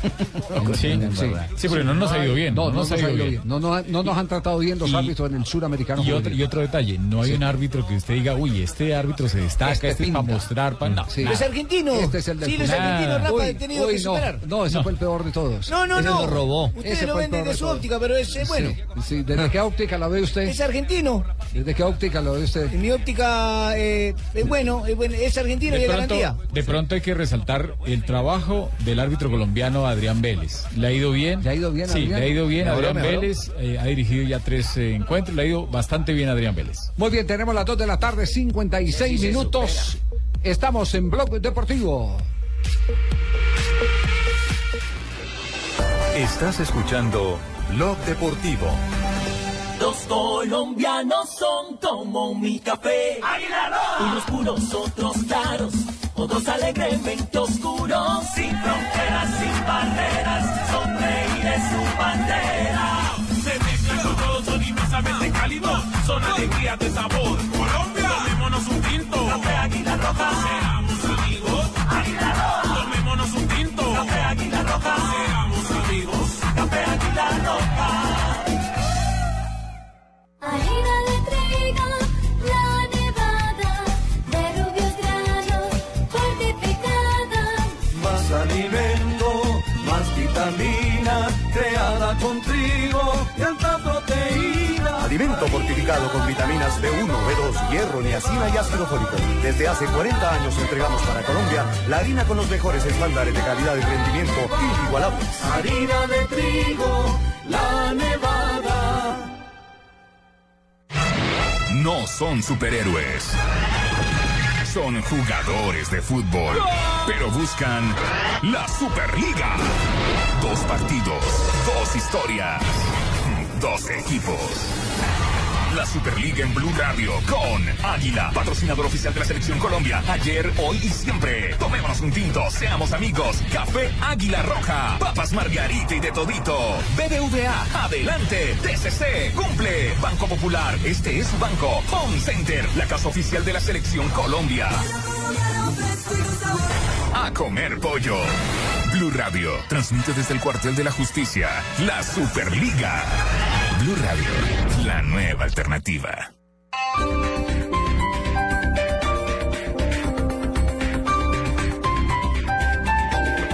Sí, sí, sí, pero no nos ha ido bien. No, no, nos ha ido bien. No, no, no nos han tratado bien los Y- árbitros en el suramericano. Y otro, juvenil. y otro detalle, no hay Sí. un árbitro que usted diga, uy, este árbitro se destaca, Este este, es para pinta. mostrar, para... No, Sí. nada. Es argentino. Este es el del Sí, él es fútbol. argentino, Rafa, Uy, he tenido uy, que no, superar. no, ese No. fue el peor de todos. No, no, Ese no. lo robó. Ustedes Ese lo fue el ven peor desde de su todos. óptica, pero es eh, bueno. Sí, sí, ¿desde qué óptica la ve usted? Es argentino. ¿Desde qué óptica lo ve usted? En mi óptica eh, es bueno, es bueno, es argentino y De es pronto, garantía. de pronto hay que resaltar el trabajo del árbitro colombiano Adrián Vélez. Le ha ido bien. ¿Le ha ido bien, Sí, Adrián? le ha ido bien. Mejoró, Adrián mejoró. Vélez eh, ha dirigido ya tres eh, encuentros. Le ha ido bastante bien a Adrián Vélez. Muy bien, tenemos las dos de la tarde, cincuenta y seis minutos. Estamos en Blog Deportivo. Estás escuchando Blog Deportivo. Los colombianos son como mi café. Unos puros, otros claros, otros alegremente oscuros. Sin fronteras, sin barreras, sonreír es su bandera. Se mezclan con todos, son inmensamente cálidos, son alegrías de sabor. Colombia, tomémonos un tinto. Café Águila Roja. Seamos amigos. Águila Roja. Tomémonos un tinto. Café Águila Roja. Seamos amigos. Café Águila Roja. Harina de trigo, la nevada, de rubios granos, fortificada. Más alimento, más vitamina, creada con trigo y alta proteína. Alimento fortificado con vitaminas B uno, B dos, hierro, niacina y ácido fólico. Desde hace cuarenta años entregamos para Colombia la harina con los mejores estándares de calidad y rendimiento inigualables. Harina de trigo, la nevada. No son superhéroes. Son jugadores de fútbol. Pero buscan la Superliga. Dos partidos, dos historias, dos equipos. La Superliga en Blue Radio con Águila, patrocinador oficial de la Selección Colombia. Ayer, hoy y siempre. Tomémonos un tinto, seamos amigos. Café Águila Roja, papas Margarita y de todito. B B V A, adelante. T C C, cumple. Banco Popular, este es su banco. Home Center, la casa oficial de la Selección Colombia. A comer pollo. Blue Radio transmite desde el cuartel de la justicia la Superliga. Blue Radio, la nueva alternativa.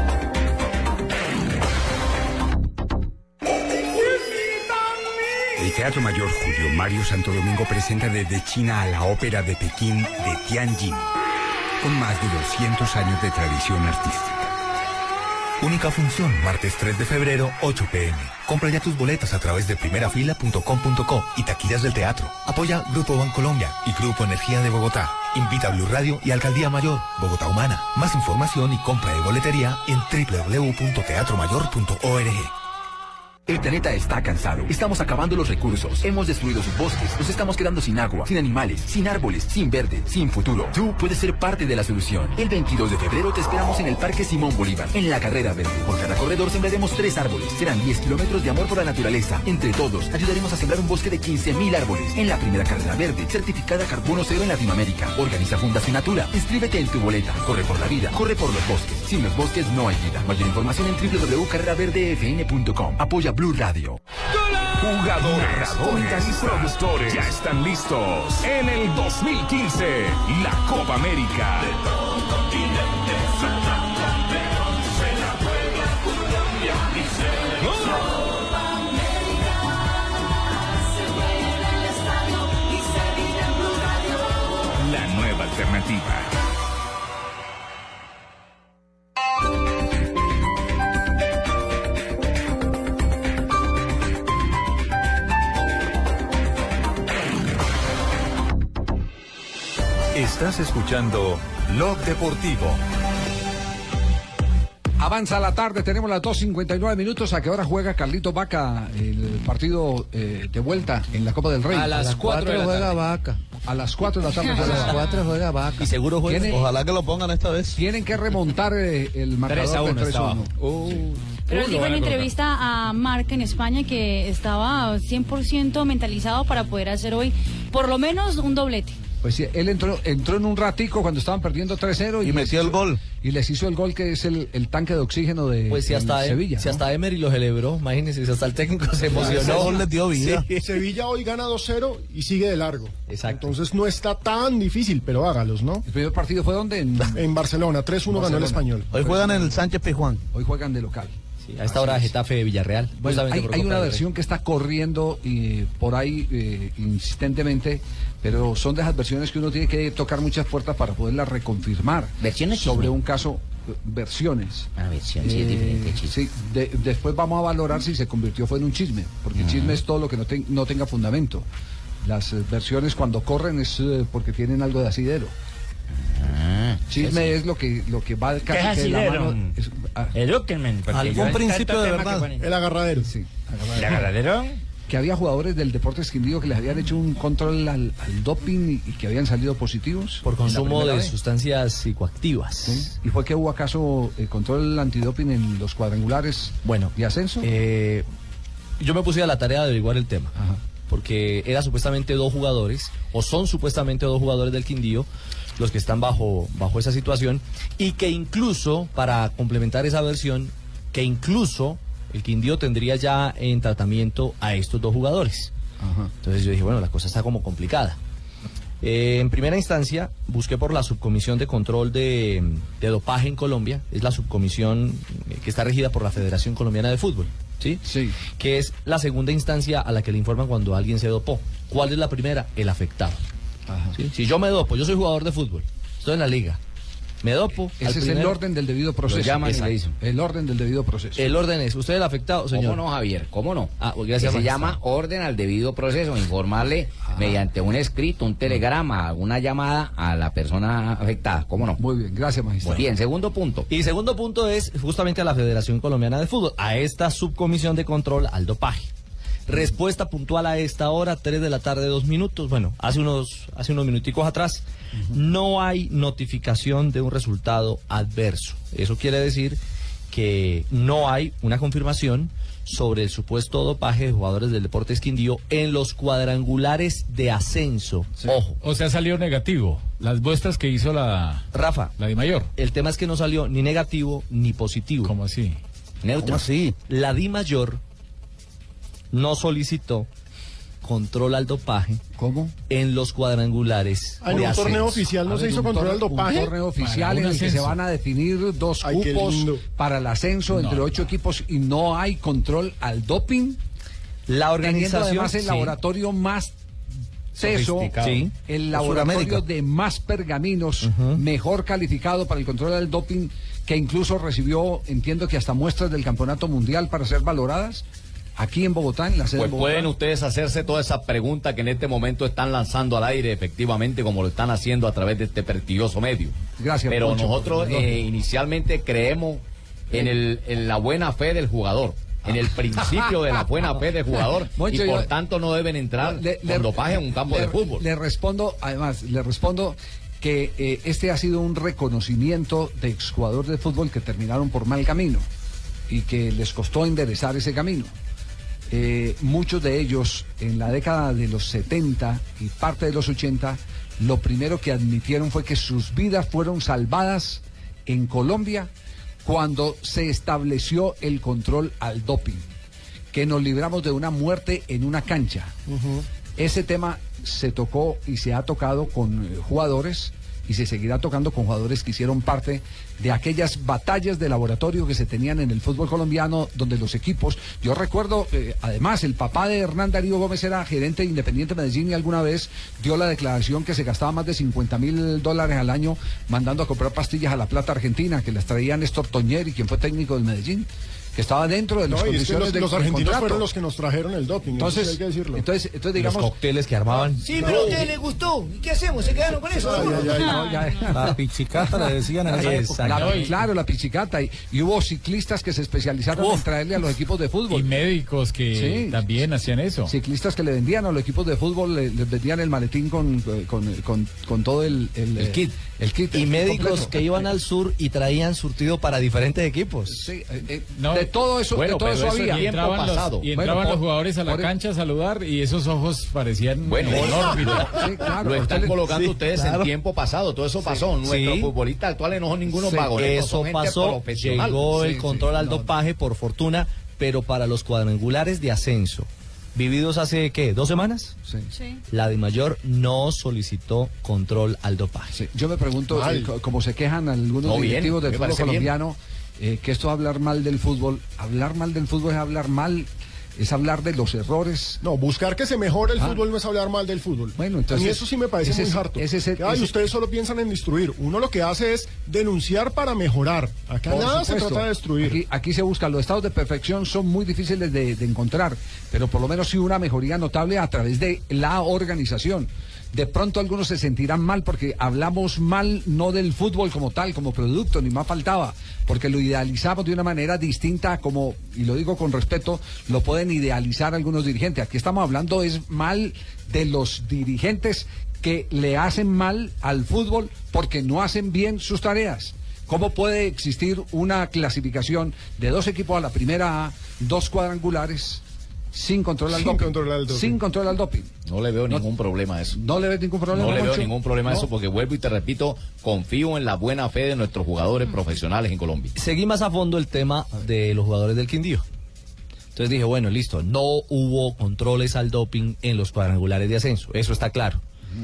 El Teatro Mayor Julio Mario Santo Domingo presenta desde China a la ópera de Pekín de Tianjin, con más de doscientos años de tradición artística. Única función, martes tres de febrero, ocho p m Compra ya tus boletas a través de primerafila punto com punto co y taquillas del teatro. Apoya Grupo Bancolombia y Grupo Energía de Bogotá. Invita a Blue Radio y Alcaldía Mayor, Bogotá Humana. Más información y compra de boletería en doble u doble u doble u punto teatro mayor punto org. El planeta está cansado. Estamos acabando los recursos. Hemos destruido sus bosques. Nos estamos quedando sin agua, sin animales, sin árboles, sin verde, sin futuro. Tú puedes ser parte de la solución. El veintidós de febrero te esperamos en el Parque Simón Bolívar, en la carrera verde. Por cada corredor sembraremos tres árboles. Serán diez kilómetros de amor por la naturaleza. Entre todos, ayudaremos a sembrar un bosque de quince mil árboles. En la primera carrera verde, certificada Carbono Cero en Latinoamérica. Organiza Fundación Natura. Inscríbete en tu boleta. Corre por la vida. Corre por los bosques. Sin los bosques no hay vida. Mayor información en doble u doble u doble u punto carrera verde f n punto com. Apoya Blue Radio. Jugadores, cuentas y productores ya están listos en el dos mil quince, la Copa América. La nueva alternativa. Estás escuchando Blog Deportivo. Avanza la tarde, tenemos las dos cincuenta y nueve minutos. ¿A qué hora juega Carlito Vaca el partido eh, de vuelta en la Copa del Rey? A las cuatro juega Vaca. A las cuatro de la tarde. A las cuatro juega Vaca. Y seguro juega. ¿Tiene? Ojalá que lo pongan esta vez. Tienen que remontar eh, el marcador de tres a uno. Uh, Pero él dijo en entrevista a Marca en España que estaba cien por ciento mentalizado para poder hacer hoy por lo menos un doblete. Pues sí, él entró, entró en un ratico cuando estaban perdiendo tres cero y, y metió el gol. Y les hizo el gol que es el, el tanque de oxígeno de, pues si hasta de Sevilla. Si ¿no? hasta Emery lo celebró, imagínense, si hasta el técnico se emocionó. Ese gol les dio vida. Sí. Sevilla hoy gana dos cero y sigue de largo. Exacto. Entonces no está tan difícil, pero hágalos, ¿no? ¿El primer partido fue dónde? En, en Barcelona, tres uno ganó el Español. Hoy juegan en el Sánchez Pizjuán. Hoy juegan de local. Sí, a esta hora Getafe de Villarreal. Bueno, hay, hay una versión que está corriendo y por ahí eh, insistentemente, pero son de esas versiones que uno tiene que tocar muchas puertas para poderlas reconfirmar. ¿Versiones? Sobre chisme? un caso, versiones. Una versión, sí, es diferente. Eh, sí, de, después vamos a valorar si se convirtió fue en un chisme, porque uh-huh. chisme es todo lo que no, te, no tenga fundamento. Las eh, versiones cuando corren es eh, porque tienen algo de asidero. Ah, chisme sí, sí. es lo que lo que va casi que de la mano. Es, ah, Edúquenme. Algún principio de verdad. El agarradero. Sí, agarradero. ¿El agarradero? Que había jugadores del Deportes Quindío que les habían hecho un control al, al doping y, y que habían salido positivos. Por consumo de vez. sustancias psicoactivas. ¿Sí? ¿Y fue que hubo acaso eh, control antidoping en los cuadrangulares bueno, de ascenso? Eh, yo me puse a la tarea de averiguar el tema. Ajá. Porque era supuestamente dos jugadores, o son supuestamente dos jugadores del Quindío, los que están bajo, bajo esa situación, y que incluso, para complementar esa versión, que incluso el Quindío tendría ya en tratamiento a estos dos jugadores. Ajá. Entonces yo dije, bueno, la cosa está como complicada. Eh, en primera instancia, busqué por la Subcomisión de Control de, de Dopaje en Colombia, es la subcomisión que está regida por la Federación Colombiana de Fútbol, ¿sí? Sí. Que es la segunda instancia a la que le informan cuando alguien se dopó. ¿Cuál es la primera? El afectado. ¿Sí? Si yo me dopo, yo soy jugador de fútbol, estoy en la liga, me dopo. Ese es primero, el orden del debido proceso. Lo llaman y le dicen. El orden del debido proceso. El orden es, usted es el afectado, señor. ¿Cómo no, Javier? ¿Cómo no? Ah, pues gracias. Se llama orden al debido proceso, informarle Ajá. mediante un escrito, un telegrama, alguna llamada a la persona afectada. ¿Cómo no? Muy bien, gracias, magistrado. Bien, segundo punto. Y segundo punto es justamente a la Federación Colombiana de Fútbol, a esta subcomisión de control al dopaje. Respuesta puntual a esta hora, tres de la tarde, dos minutos. Bueno, hace unos, hace unos minuticos atrás, uh-huh. no hay notificación de un resultado adverso. Eso quiere decir que no hay una confirmación sobre el supuesto dopaje de jugadores del Deportes Quindío en los cuadrangulares de ascenso. Sí. Ojo. O sea, salió negativo. Las vuestras que hizo la... Rafa. La Di Mayor. El tema es que no salió ni negativo ni positivo. ¿Cómo así? Neutro. ¿Cómo así? La Di Mayor no solicitó control al dopaje. ¿Cómo? En los cuadrangulares. Ah, en un ascenso. torneo oficial no se hizo control al dopaje. Un torneo oficial en el que se van a definir dos Ay, cupos para el ascenso no, entre ocho no. equipos y no hay control al doping. La organización, teniendo además el sí. laboratorio más teso, Sí. el laboratorio Sudamérica. de más pergaminos, mejor calificado para el control del doping, que incluso recibió, entiendo que hasta muestras del campeonato mundial para ser valoradas, aquí en Bogotá, en la sede Pues de Bogotá. pueden ustedes hacerse todas esas preguntas que en este momento están lanzando al aire, efectivamente, como lo están haciendo a través de este prestigioso medio. Gracias, Pero Poncho, nosotros por el eh, elogio. inicialmente creemos en, el, en la buena fe del jugador. En el principio de la buena fe del jugador. Moncho, y por yo- tanto no deben entrar Le- le- con dopaje en un campo le- de fútbol. Le respondo, además, le respondo que eh, este ha sido un reconocimiento de exjugadores de fútbol que terminaron por mal camino y que les costó enderezar ese camino. Eh, muchos de ellos en la década de los setenta y parte de los ochenta, lo primero que admitieron fue que sus vidas fueron salvadas en Colombia cuando se estableció el control al doping, que nos libramos de una muerte en una cancha. Ese tema se tocó y se ha tocado con eh, jugadores y se seguirá tocando con jugadores que hicieron parte de aquellas batallas de laboratorio que se tenían en el fútbol colombiano, donde los equipos, yo recuerdo, eh, además, el papá de Hernán Darío Gómez era gerente de Independiente Medellín y alguna vez dio la declaración que se gastaba más de cincuenta mil dólares al año mandando a comprar pastillas a La Plata, Argentina, que las traía Néstor Toñeri, quien fue técnico del Medellín, que estaba dentro de las No, y es que condiciones los, del- los del argentinos contrato. fueron los que nos trajeron el doping. Entonces, eso sí hay que decirlo. entonces, entonces digamos... Los cócteles que armaban. Sí, pero a ustedes les gustó. ¿Y qué hacemos? ¿Se quedaron con eso? Ay, seguro? ay, ay, no, ya- La pichicata le decían en esa época. La- claro, la pichicata. Y, y hubo ciclistas que se especializaron en traerle a los equipos de fútbol. Y médicos que también hacían eso. Ciclistas que le vendían a los equipos de fútbol, le- les vendían el maletín con, con, con, con todo el, el, El eh, kit. El kit. Y el kit médicos completo. que iban al sur y traían surtido para diferentes equipos. Sí, eh, eh, de todo eso, Bueno, de todo pero eso eso había. y entraban, los, y entraban Bueno, los por- jugadores a la por- cancha a saludar y esos ojos parecían Bueno, en órbita. Sí, claro, lo están ustedes- colocando sí, ustedes claro. en tiempo pasado, todo eso pasó. Nuestros Sí. futbolistas actuales no son ningunos Sí, vagonetos, eso son gente pasó, profesional. llegó el Sí, control sí, al no, dopaje por fortuna, pero para los cuadrangulares de ascenso, vividos hace, ¿qué? ¿Dos semanas? Sí. Sí. La de mayor no solicitó control al dopaje. Yo me pregunto, Mal. eh, co- como se quejan algunos No, bien, directivos del me fútbol parece bien. colombiano, eh, que esto es hablar mal del fútbol. Hablar mal del fútbol es hablar mal, es hablar de los errores. No, buscar que se mejore el Ah. fútbol no es hablar mal del fútbol. Bueno, A entonces, mí eso sí me parece ese muy es- harto. ese es el- Ay, ese- ustedes solo piensan en destruir. Uno lo que hace es denunciar para mejorar. Acá Por nada se supuesto. trata de destruir. Aquí, aquí se busca, los estados de perfección son muy difíciles de, de encontrar, pero por lo menos sí una mejoría notable a través de la organización. De pronto algunos se sentirán mal porque hablamos mal no del fútbol como tal, como producto, ni más faltaba, porque lo idealizamos de una manera distinta a como, y lo digo con respeto, lo pueden idealizar algunos dirigentes. Aquí estamos hablando es mal de los dirigentes que le hacen mal al fútbol porque no hacen bien sus tareas. ¿Cómo puede existir una clasificación de dos equipos a la primera A, dos cuadrangulares, sin control al Sin doping? control al doping. Sin control al doping. No le veo ningún problema a eso. ¿No le ves ningún problema? No le veo Moncho? ningún problema a ¿No? eso porque vuelvo y te repito, confío en la buena fe de nuestros jugadores profesionales en Colombia. Seguí más a fondo el tema de los jugadores del Quindío. Entonces dije, bueno, listo, no hubo controles al doping en los cuadrangulares de ascenso, eso está claro.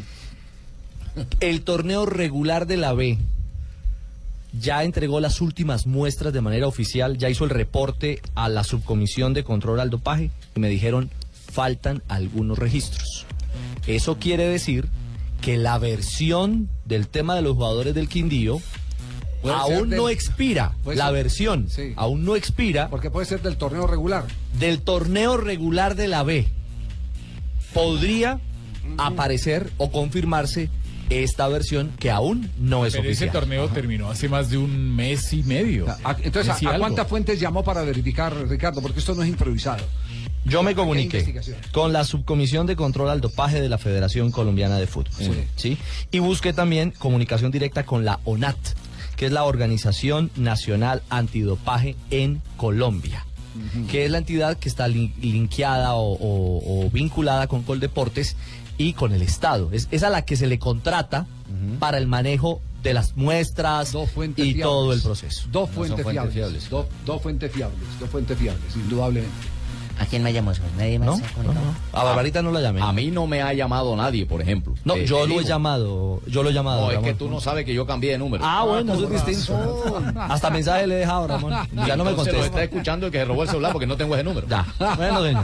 El torneo regular de la B ya entregó las últimas muestras de manera oficial, ya hizo el reporte a la subcomisión de control al dopaje y me dijeron, faltan algunos registros. Eso quiere decir que la versión del tema de los jugadores del Quindío Puede ser aún del- no expira, puede la ser- versión sí. aún no expira. Porque puede ser del torneo regular. Del torneo regular de la B podría aparecer o confirmarse esta versión que aún no es Pero ese oficial. torneo terminó hace más de un mes y medio. A- Entonces, Mes y ¿a, a algo. cuántas fuentes llamó para verificar, Ricardo? Porque esto no es improvisado. Yo me Aquí hay comuniqué investigación. con la subcomisión de control al dopaje de la Federación Colombiana de Fútbol. Sí. ¿Sí? Y busqué también comunicación directa con la O N A T, que es la Organización Nacional Antidopaje en Colombia, que es la entidad que está lin- linkeada o, o- o vinculada con Coldeportes y con el Estado. Es, es a la que se le contrata para el manejo de las muestras Fuentes y fiables. todo el proceso. Dos No fuentes, son fuentes fiables. fiables. Dos, dos fuentes fiables. Dos fuentes fiables, indudablemente. ¿A quién me llamó? Nadie más ¿No? se ha comunicado. A Barbarita no la llamé. A mí no me ha llamado nadie, por ejemplo. No, Eh, yo te lo he digo. llamado, yo lo he llamado. No, es que Ramón. tú no sabes que yo cambié de número. Ah, bueno, eso es distinto. Hasta mensaje le he dejado, Ramón. Ya no me Entonces lo contesta. está escuchando el que se robó el celular porque no tengo ese número. Ya. Bueno, señor.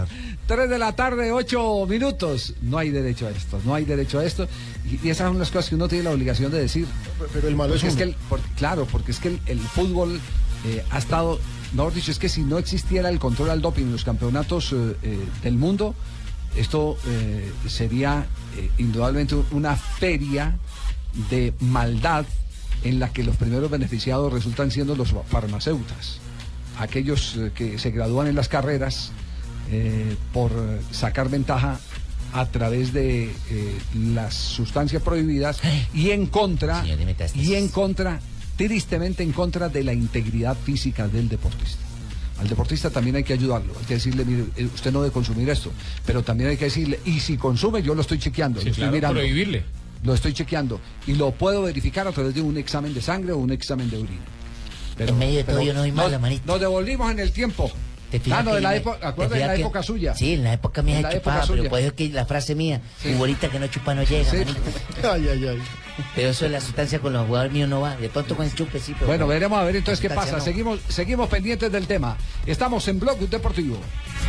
tres de la tarde, ocho minutos. No hay derecho a esto, no hay derecho a esto. Y, y esas son las cosas que uno tiene la obligación de decir. Pero el malo es, es que el, por, claro, porque es que el, el fútbol eh, ha estado, mejor dicho, es que si no existiera el control al doping en los campeonatos eh, eh, del mundo, esto eh, sería eh, indudablemente una feria de maldad en la que los primeros beneficiados resultan siendo los farmacéuticos, aquellos eh, que se gradúan en las carreras eh, por sacar ventaja a través de eh, las sustancias prohibidas y en contra y en contra tristemente en contra de la integridad física del deportista. Al deportista también hay que ayudarlo, hay que decirle, mire, usted no debe consumir esto, pero también hay que decirle, y si consume, yo lo estoy chequeando, Sí, lo estoy claro, mirando. prohibirle. Lo estoy chequeando y lo puedo verificar a través de un examen de sangre o un examen de orina. Pero, en medio de pero todo yo no doy mal nos, la manita. nos devolvimos en el tiempo. ¿Te fijas Claro, que de la me- época, te acuérdate de fijas la que- época suya. Sí, en la época mía En se la época chupaba, pero suya. por eso que la frase mía, Sí. futbolista que no chupa no llega, Sí. manito. Ay, ay, ay. Pero eso de la sustancia con los jugadores míos no va. De pronto con el chupe sí, pero... Bueno, con- veremos a ver entonces qué la pasa. sustancia no. Seguimos, seguimos pendientes del tema. Estamos en Blog Deportivo.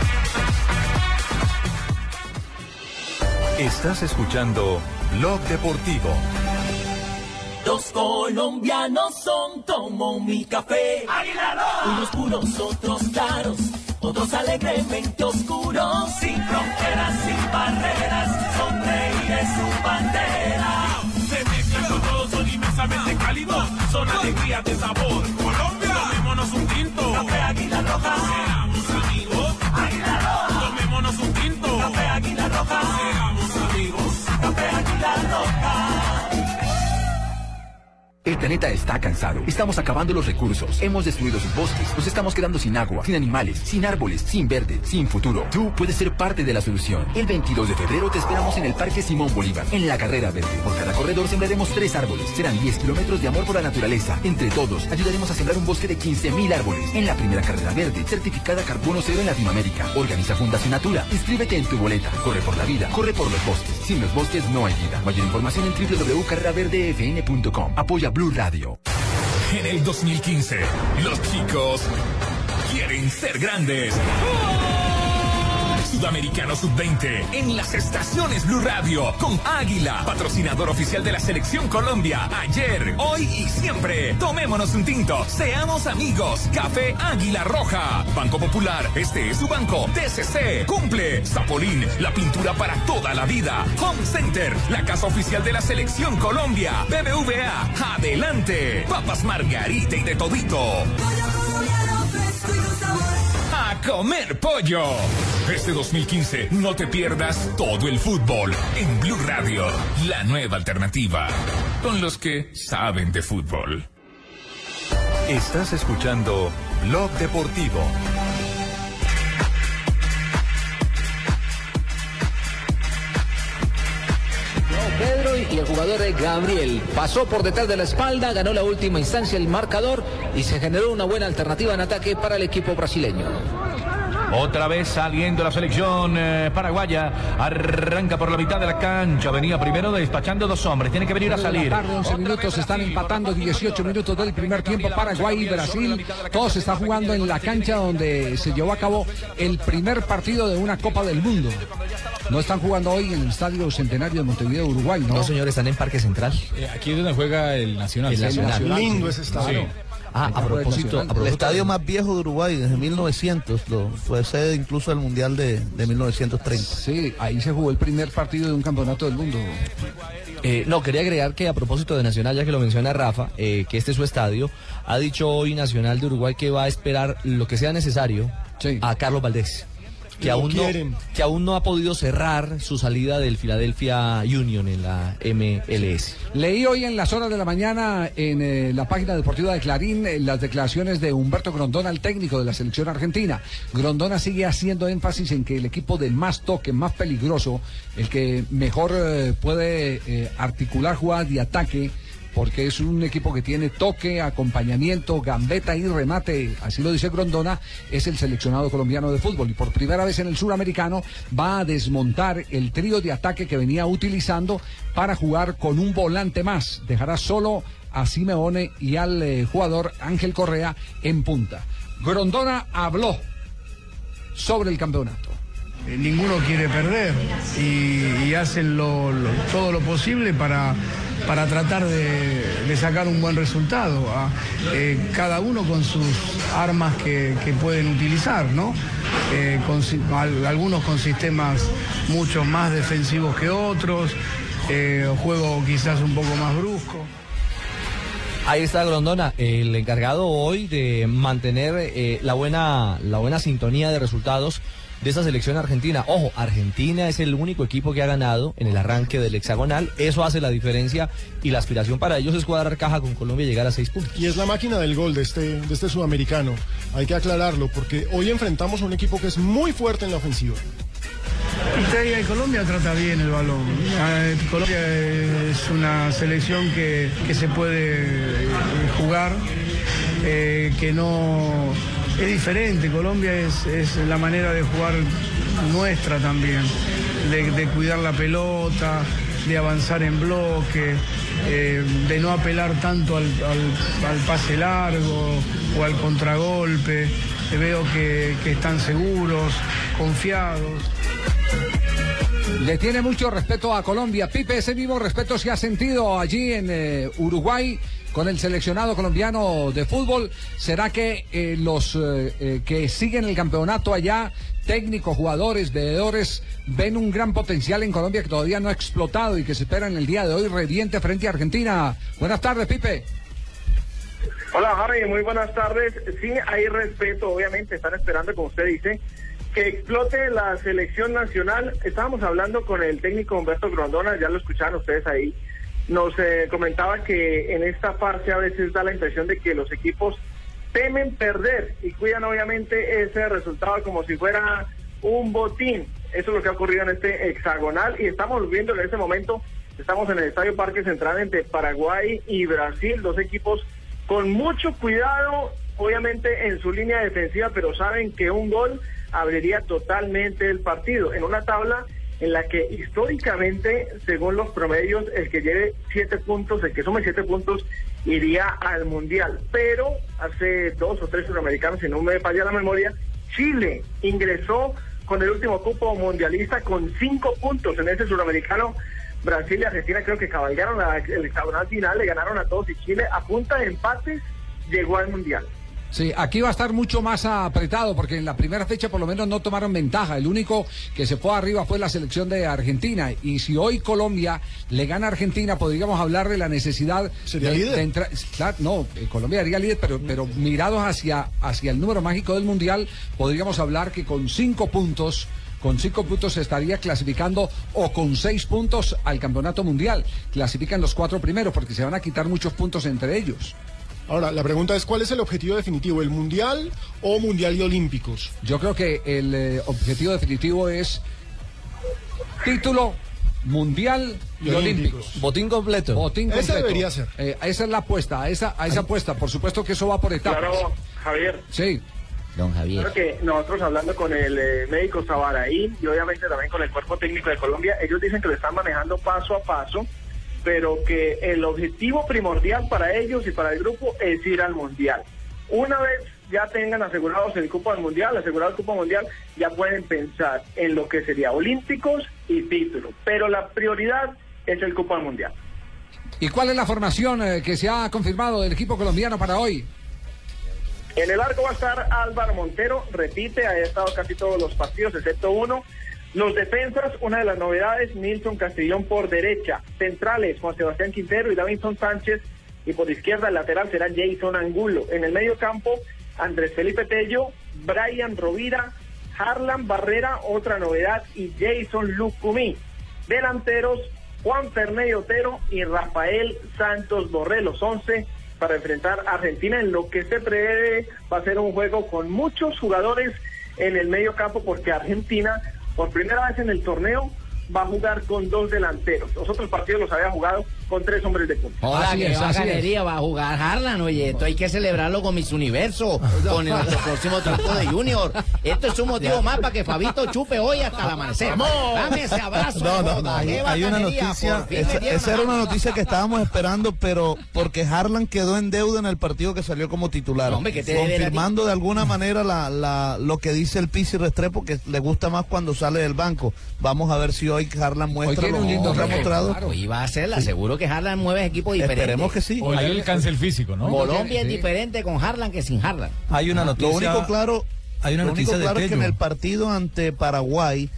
Estás escuchando Blog Deportivo. Dos colombianos son como mi café. Unos puros, otros claros, otros alegremente oscuros. Sin fronteras, sin barreras, sonreír es su bandera. Se mezclan los todos, son inmensamente cálidos, son alegrías de sabor. Colombia, tomémonos un tinto. Café Águila Roja. Seamos amigos. Águila Roja. Tomémonos un tinto. Café Águila Roja. Seamos amigos. Café Águila Roja. El planeta está cansado. Estamos acabando los recursos. Hemos destruido sus bosques. Nos estamos quedando sin agua, sin animales, sin árboles, sin verde, sin futuro. Tú puedes ser parte de la solución. El veintidós de febrero te esperamos en el Parque Simón Bolívar, en la Carrera Verde. Por cada corredor sembraremos tres árboles. Serán diez kilómetros de amor por la naturaleza. Entre todos, ayudaremos a sembrar un bosque de quince mil árboles. En la primera Carrera Verde, certificada Carbono Cero en Latinoamérica. Organiza Fundación Natura. Inscríbete en tu boleta. Corre por la vida. Corre por los bosques. Sin los bosques no hay vida. Mayor información en doble u doble u doble u punto carrera verde f n punto com. Apoya Blue Radio. En el dos mil quince, los chicos quieren ser grandes. Sudamericano sub veinte en las estaciones Blue Radio con Águila, patrocinador oficial de la Selección Colombia. Ayer, hoy y siempre. Tomémonos un tinto, seamos amigos. Café Águila Roja. Banco Popular, este es su banco. T C C, cumple. Zapolín, la pintura para toda la vida. Home Center, la casa oficial de la Selección Colombia. B B V A, adelante. Papas Margarita y de todito. A comer pollo. Este dos mil quince no te pierdas todo el fútbol en Blue Radio, la nueva alternativa, con los que saben de fútbol. Estás escuchando Blog Deportivo. Pedro y el jugador Gabriel pasó por detrás de la espalda, ganó la última instancia el marcador y se generó una buena alternativa en ataque para el equipo brasileño. Otra vez saliendo la selección eh, paraguaya, arranca por la mitad de la cancha, venía primero despachando dos hombres, tiene que venir a salir. Tarde, once minutos, están empatando dieciocho minutos del primer tiempo Paraguay y Brasil. Todo se está jugando en la cancha donde se llevó a cabo el primer partido de una Copa del Mundo. No están jugando hoy en el Estadio Centenario de Montevideo, Uruguay, ¿no? No, señores, están en Parque Central. Eh, aquí es donde juega el Nacional. El Nacional. Lindo ese estadio. Sí. Ah, a propósito, a El propósito estadio más viejo de Uruguay, desde mil novecientos, lo, fue sede incluso del Mundial de, de mil novecientos treinta. Sí, ahí se jugó el primer partido de un campeonato del mundo. Eh, no, quería agregar que a propósito de Nacional, ya que lo menciona Rafa, eh, que este es su estadio, ha dicho hoy Nacional de Uruguay que va a esperar lo que sea necesario a Carlos Valdés. Que Lo aún, no, quieren. que aún no ha podido cerrar su salida del Philadelphia Union en la M L S. Leí hoy en las horas de la mañana en eh, la página deportiva de Clarín eh, las declaraciones de Humberto Grondona, el técnico de la selección argentina. Grondona sigue haciendo énfasis en que el equipo de más toque, más peligroso, el que mejor eh, puede eh, articular jugadas de ataque, porque es un equipo que tiene toque, acompañamiento, gambeta y remate, así lo dice Grondona, es el seleccionado colombiano de fútbol. Y por primera vez en el suramericano va a desmontar el trío de ataque que venía utilizando para jugar con un volante más. Dejará solo a Simeone y al eh, jugador Ángel Correa en punta. Grondona habló sobre el campeonato. eh, ninguno quiere perder y, y hacen lo, lo, todo lo posible para, para tratar de, de sacar un buen resultado, ¿ah? eh, cada uno con sus armas que, que pueden utilizar, ¿no? Eh, con, algunos con sistemas mucho más defensivos que otros, eh, juego quizás un poco más brusco. Ahí está Grondona, el encargado hoy de mantener eh, la buena la buena sintonía de resultados de esta selección argentina. Ojo, Argentina es el único equipo que ha ganado en el arranque del hexagonal. Eso hace la diferencia y la aspiración para ellos es cuadrar caja con Colombia y llegar a seis puntos. Y es la máquina del gol de este, de este sudamericano. Hay que aclararlo porque hoy enfrentamos a un equipo que es muy fuerte en la ofensiva. Y Colombia trata bien el balón. Colombia es una selección que, que se puede jugar, eh, que no... Es diferente, Colombia es, es la manera de jugar nuestra también, de, de cuidar la pelota, de avanzar en bloque, eh, de no apelar tanto al, al, al pase largo o al contragolpe. Eh, veo que, que están seguros, confiados. Le tiene mucho respeto a Colombia. Pipe, ese mismo respeto se ha sentido allí en eh, Uruguay con el seleccionado colombiano de fútbol. ¿Será que eh, los eh, eh, que siguen el campeonato allá, técnicos, jugadores, veedores, ven un gran potencial en Colombia que todavía no ha explotado y que se espera en el día de hoy reviente frente a Argentina? Buenas tardes, Pipe. Hola, Javi, muy buenas tardes. Sí, hay respeto, obviamente, están esperando, como usted dice, que explote la selección nacional. Estábamos hablando con el técnico Humberto Grondona, ya lo escucharon ustedes ahí. Nos eh, comentaba que en esta fase a veces da la impresión de que los equipos temen perder y cuidan obviamente ese resultado como si fuera un botín. Eso es lo que ha ocurrido en este hexagonal y estamos viendo en este momento, estamos en el Estadio Parque Central entre Paraguay y Brasil, dos equipos con mucho cuidado, obviamente en su línea defensiva, pero saben que un gol abriría totalmente el partido en una tabla en la que históricamente, según los promedios, el que lleve siete puntos, el que sume siete puntos, iría al Mundial. Pero hace dos o tres sudamericanos, si no me falla la memoria, Chile ingresó con el último cupo mundialista con cinco puntos en ese sudamericano. Brasil y Argentina creo que cabalgaron la, el hexagonal final, le ganaron a todos y Chile a punta de empates llegó al Mundial. Sí, aquí va a estar mucho más apretado porque en la primera fecha por lo menos no tomaron ventaja. El único que se fue arriba fue la selección de Argentina. Y si hoy Colombia le gana a Argentina, podríamos hablar de la necesidad ¿Sería de, líder? de entrar. Claro, no, Colombia sería líder, pero, pero mirados hacia, hacia el número mágico del Mundial, podríamos hablar que con cinco puntos... Con cinco puntos se estaría clasificando o con seis puntos al campeonato mundial. Clasifican los cuatro primeros porque se van a quitar muchos puntos entre ellos. Ahora, la pregunta es, ¿cuál es el objetivo definitivo? ¿El Mundial o Mundial y Olímpicos? Yo creo que el eh, objetivo definitivo es título, Mundial y, y Olímpicos. Olímpicos. Botín completo. Botín completo. Esa debería ser. Eh, esa es la apuesta, a esa, a esa apuesta. Por supuesto que eso va por etapas. Claro, Javier. Sí. Don Javier. Creo que nosotros hablando con el eh, médico Sabaraí y obviamente también con el cuerpo técnico de Colombia, ellos dicen que lo están manejando paso a paso, pero que el objetivo primordial para ellos y para el grupo es ir al Mundial. Una vez ya tengan asegurados el cupo al Mundial, asegurado el cupo mundial, ya pueden pensar en lo que sería Olímpicos y título, pero la prioridad es el cupo al Mundial. ¿Y cuál es la formación eh, que se ha confirmado del equipo colombiano para hoy? En el arco va a estar Álvaro Montero, repite, ha estado casi todos los partidos, excepto uno. Los defensas, una de las novedades, Nilson Castellón por derecha. Centrales, Juan Sebastián Quintero y Davinson Sánchez. Y por izquierda, el lateral será Jason Angulo. En el medio campo, Andrés Felipe Tello, Brian Rovira, Harlan Barrera, otra novedad, y Jason Lucumí. Delanteros, Juan Ferney Otero y Rafael Santos Borré, los once para enfrentar a Argentina en lo que se prevé va a ser un juego con muchos jugadores en el medio campo porque Argentina por primera vez en el torneo va a jugar con dos delanteros. Los otros partidos los había jugado con tres hombres de punta. Hola, que va a galería, va a jugar Harlan, oye, esto hay que celebrarlo con Miss Universo, con nuestro próximo triunfo de Junior. Esto es un motivo más para que Fabito chupe hoy hasta el amanecer. Dame ese abazo. No, no, no. Hay, hay una noticia, esa, esa era una noticia que estábamos esperando, pero porque Harlan quedó en deuda en el partido que salió como titular. No, hombre, que te confirmando de alguna manera la, la, lo que dice el Pizzi Restrepo, que le gusta más cuando sale del banco. Vamos a ver si hoy Harlan muestra lo que ha mostrado. Claro, y va a ser, seguro que Harlan mueve equipo diferente. Esperemos que sí. O hay el cáncer físico, ¿no? Colombia sí. es diferente con Harlan que sin Harlan. Hay una noticia. Lo único claro, hay una lo noticia único claro de es que en el partido ante Paraguay,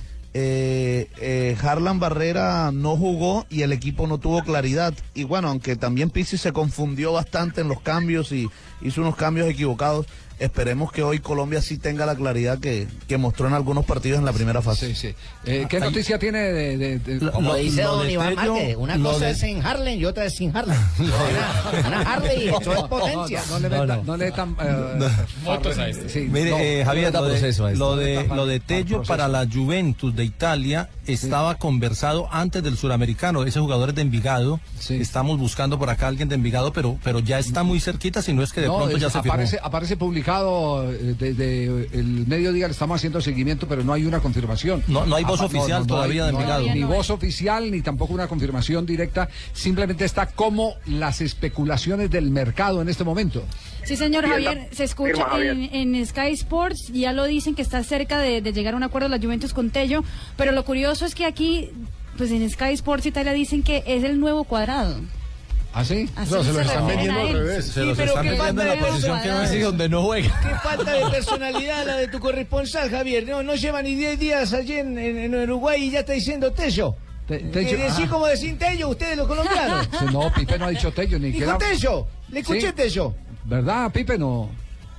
eh, eh, Harlan Barrera no jugó y el equipo no tuvo claridad. Y bueno, aunque también Pizzi se confundió bastante en los cambios y hizo unos cambios equivocados, esperemos que hoy Colombia sí tenga la claridad que, que mostró en algunos partidos en la primera fase. Sí, sí. Eh, ¿Qué noticia Ay, tiene de, de, de... Como lo, dice lo don Iván Márquez, una cosa de... es en Harlem y otra es sin Harlem. Una, una Harley, eso es potencia. No, no, no, no, no, no le tan... Uh, motos a este. Sí, Mire, no, eh, Javier, no lo de, proceso lo de, lo de Tello para la Juventus de Italia estaba sí. conversado antes del suramericano. Ese jugador es de Envigado. Sí. Estamos buscando por acá a alguien de Envigado, pero, pero ya está muy cerquita, si no es que de no, pronto es, ya se aparece, firmó. Aparece publicado desde el mediodía, le estamos haciendo seguimiento, pero no hay una confirmación. No, no hay voz ah, oficial no, no, todavía no hay, de Envigado. No, ni voz oficial, ni tampoco una confirmación directa. Simplemente está como las especulaciones del mercado en este momento. Sí, señor Javier, se escucha en, en Sky Sports, ya lo dicen que está cerca de, de llegar a un acuerdo la Juventus con Tello, pero lo curioso es que aquí, pues en Sky Sports Italia dicen que es el nuevo Cuadrado. ¿Ah, sí? Así no, se, se lo están vendiendo al revés. Se sí, los están vendiendo en la posición que no donde no juega. Qué falta de personalidad la de tu corresponsal, Javier. No, no lleva ni diez días allí en, en, en Uruguay y ya está diciendo Tello. Te, tello. Eh, decir ah. como decir Tello, ustedes los colombianos. Sí, no, Pipe no ha dicho Tello. Ni Dijo que Tello, le escuché ¿Sí? Tello. ¿Verdad, Pipe? No.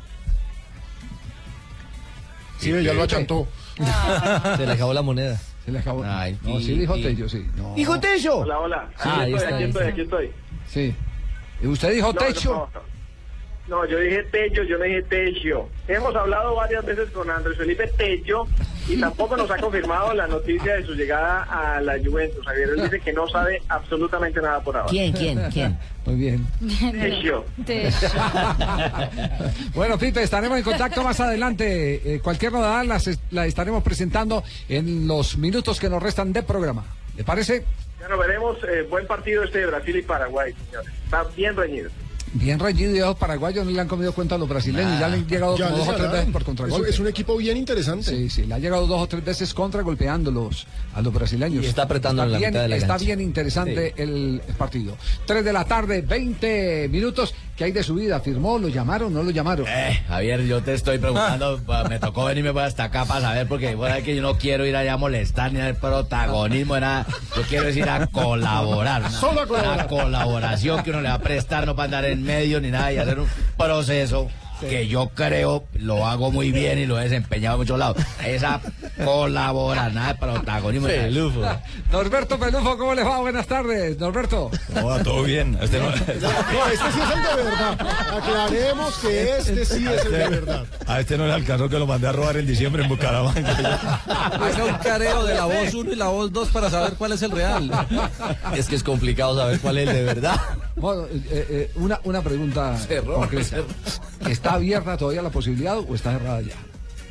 Sí, ya lo achantó. Ah. Se le acabó la moneda. Se le acabó. Ay, no, y, sí dijo y... Tello, sí. No. ¿Dijo Tello? Hola, hola. Sí, ah, aquí, estoy, aquí estoy, aquí estoy. Sí. ¿Y usted dijo no, Techo? No, no. No, yo dije Tello, yo no dije Tello. Hemos hablado varias veces con Andrés Felipe Tello y tampoco nos ha confirmado la noticia de su llegada a la Juventus. Javier, él dice que no sabe absolutamente nada por ahora. ¿Quién, quién, quién? Muy bien. Tello. Bueno, Pipe, estaremos en contacto más adelante. Eh, cualquier novedad las, la estaremos presentando en los minutos que nos restan de programa. ¿Le parece? Ya nos veremos. Eh, buen partido este de Brasil y Paraguay, señores. Está bien reñido. Bien reñido, y a los paraguayos no le han comido cuenta a los brasileños, nah. ya le han llegado ya como dos o tres veces por contragolpe. Es, es un equipo bien interesante. Sí, sí, le ha llegado dos o tres veces contra golpeándolos a los brasileños. Y está apretando está en la bien, mitad de la Está cancha. bien interesante sí. el partido. Tres de la tarde, veinte minutos. ¿Qué hay de su vida? ¿Firmó? ¿Lo llamaron? ¿No lo llamaron? Eh, Javier, yo te estoy preguntando, ah. me tocó venirme hasta acá para saber, porque bueno, es que yo no quiero ir allá a molestar ni al protagonismo, nada. Yo quiero decir a colaborar. Una, Solo a colaborar. Una colaboración que uno le va a prestar, no para andar en medio ni nada, y hacer un proceso sí. que yo creo lo hago muy bien y lo he desempeñado en muchos lados. Esa colaborar, nada de protagonismo. Pelufo. Norberto Pelufo, ¿cómo les va? Buenas tardes, Norberto. No, va todo bien. Este no... no, este sí es el de verdad. Aclaremos que este sí es el de verdad. A este no le alcanzó que lo mandé a robar en diciembre en Bucaramanga. Haga un careo de la voz uno y la voz dos para saber cuál es el real. Es que es complicado saber cuál es el de verdad. Bueno, eh, eh, una, una pregunta cerró, concreta. cerró. ¿Está abierta todavía la posibilidad o está cerrada ya?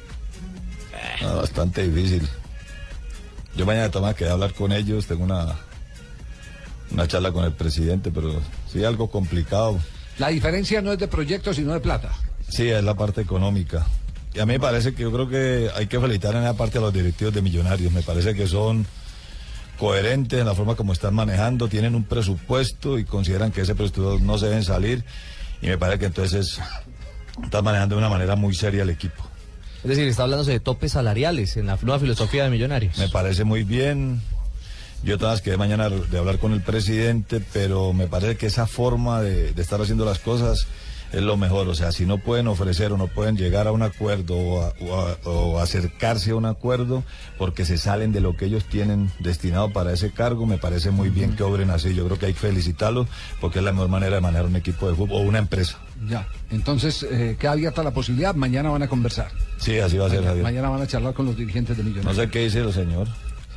No, bastante difícil. Yo mañana tengo que hablar con ellos, tengo una una charla con el presidente, pero sí algo complicado. La diferencia no es de proyectos, sino de plata. Sí, es la parte económica. Y a mí me parece que yo creo que hay que felicitar en esa parte a los directivos de Millonarios. Me parece que son coherentes en la forma como están manejando, tienen un presupuesto y consideran que ese presupuesto no se deben salir. Y me parece que entonces están manejando de una manera muy seria el equipo. Es decir, está hablándose de topes salariales en la nueva filosofía de Millonarios. Me parece muy bien. Yo todas quedé mañana de hablar con el presidente, pero me parece que esa forma de, de estar haciendo las cosas es lo mejor. O sea, si no pueden ofrecer o no pueden llegar a un acuerdo o, a, o, a, o acercarse a un acuerdo porque se salen de lo que ellos tienen destinado para ese cargo, me parece muy bien que obren así. Yo creo que hay que felicitarlos porque es la mejor manera de manejar un equipo de fútbol o una empresa. Ya, entonces eh, queda abierta la posibilidad, mañana van a conversar. Sí, así va a ser, mañana, Javier. Mañana van a charlar con los dirigentes de Millonarios. No sé qué dice el señor. Sí.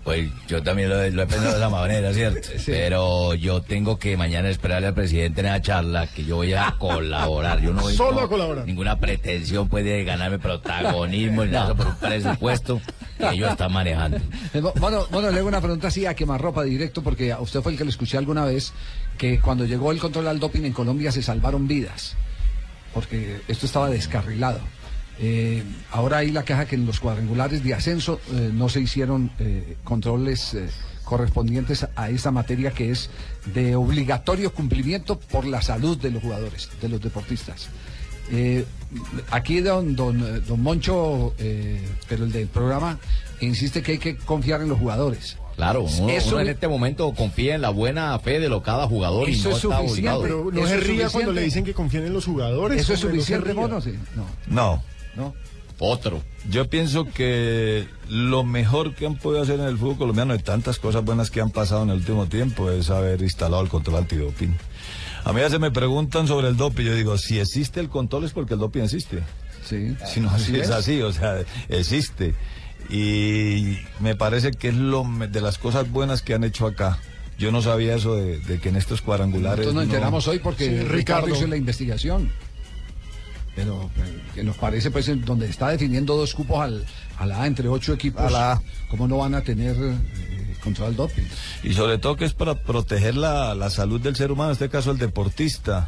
Pues yo también lo, lo he pensado de esa manera, ¿cierto? Sí. Pero yo tengo que mañana esperarle al presidente en esa charla, que yo voy a colaborar. Yo no voy Solo no, a colaborar. Ninguna pretensión puede ganarme protagonismo ni nada por un presupuesto que ellos están manejando. Bueno, bueno, le hago una pregunta así a quemarropa directo, porque a usted fue el que le escuché alguna vez que cuando llegó el control al doping en Colombia se salvaron vidas, porque esto estaba descarrilado. Eh, ahora hay la queja que en los cuadrangulares de ascenso eh, no se hicieron eh, controles eh, correspondientes a esta materia que es de obligatorio cumplimiento por la salud de los jugadores, de los deportistas. Eh, aquí don, don, don Moncho, eh, pero el del programa, insiste que hay que confiar en los jugadores. Claro, uno, eso, uno en este momento confía en la buena fe de lo cada jugador y no es está obligado. Pero no se ría cuando le dicen que confíen en los jugadores. ¿Eso es suficiente, Mono? Sí. No. No. No. Otro. Yo pienso que lo mejor que han podido hacer en el fútbol colombiano, de tantas cosas buenas que han pasado en el último tiempo, es haber instalado el control antidoping. A mí a veces me preguntan sobre el doping, yo digo, si existe el control es porque el doping existe. Sí. Si no, así es así, o sea, existe. Y me parece que es lo de las cosas buenas que han hecho acá. Yo no sabía eso de, de que en estos cuadrangulares... Nosotros nos enteramos no... hoy porque sí, Ricardo. Ricardo hizo la investigación. Pero que nos parece, pues, donde está definiendo dos cupos al, a la A entre ocho equipos, a la A. ¿Cómo no van a tener eh, control del doping? Y sobre todo que es para proteger la, la salud del ser humano, en este caso el deportista.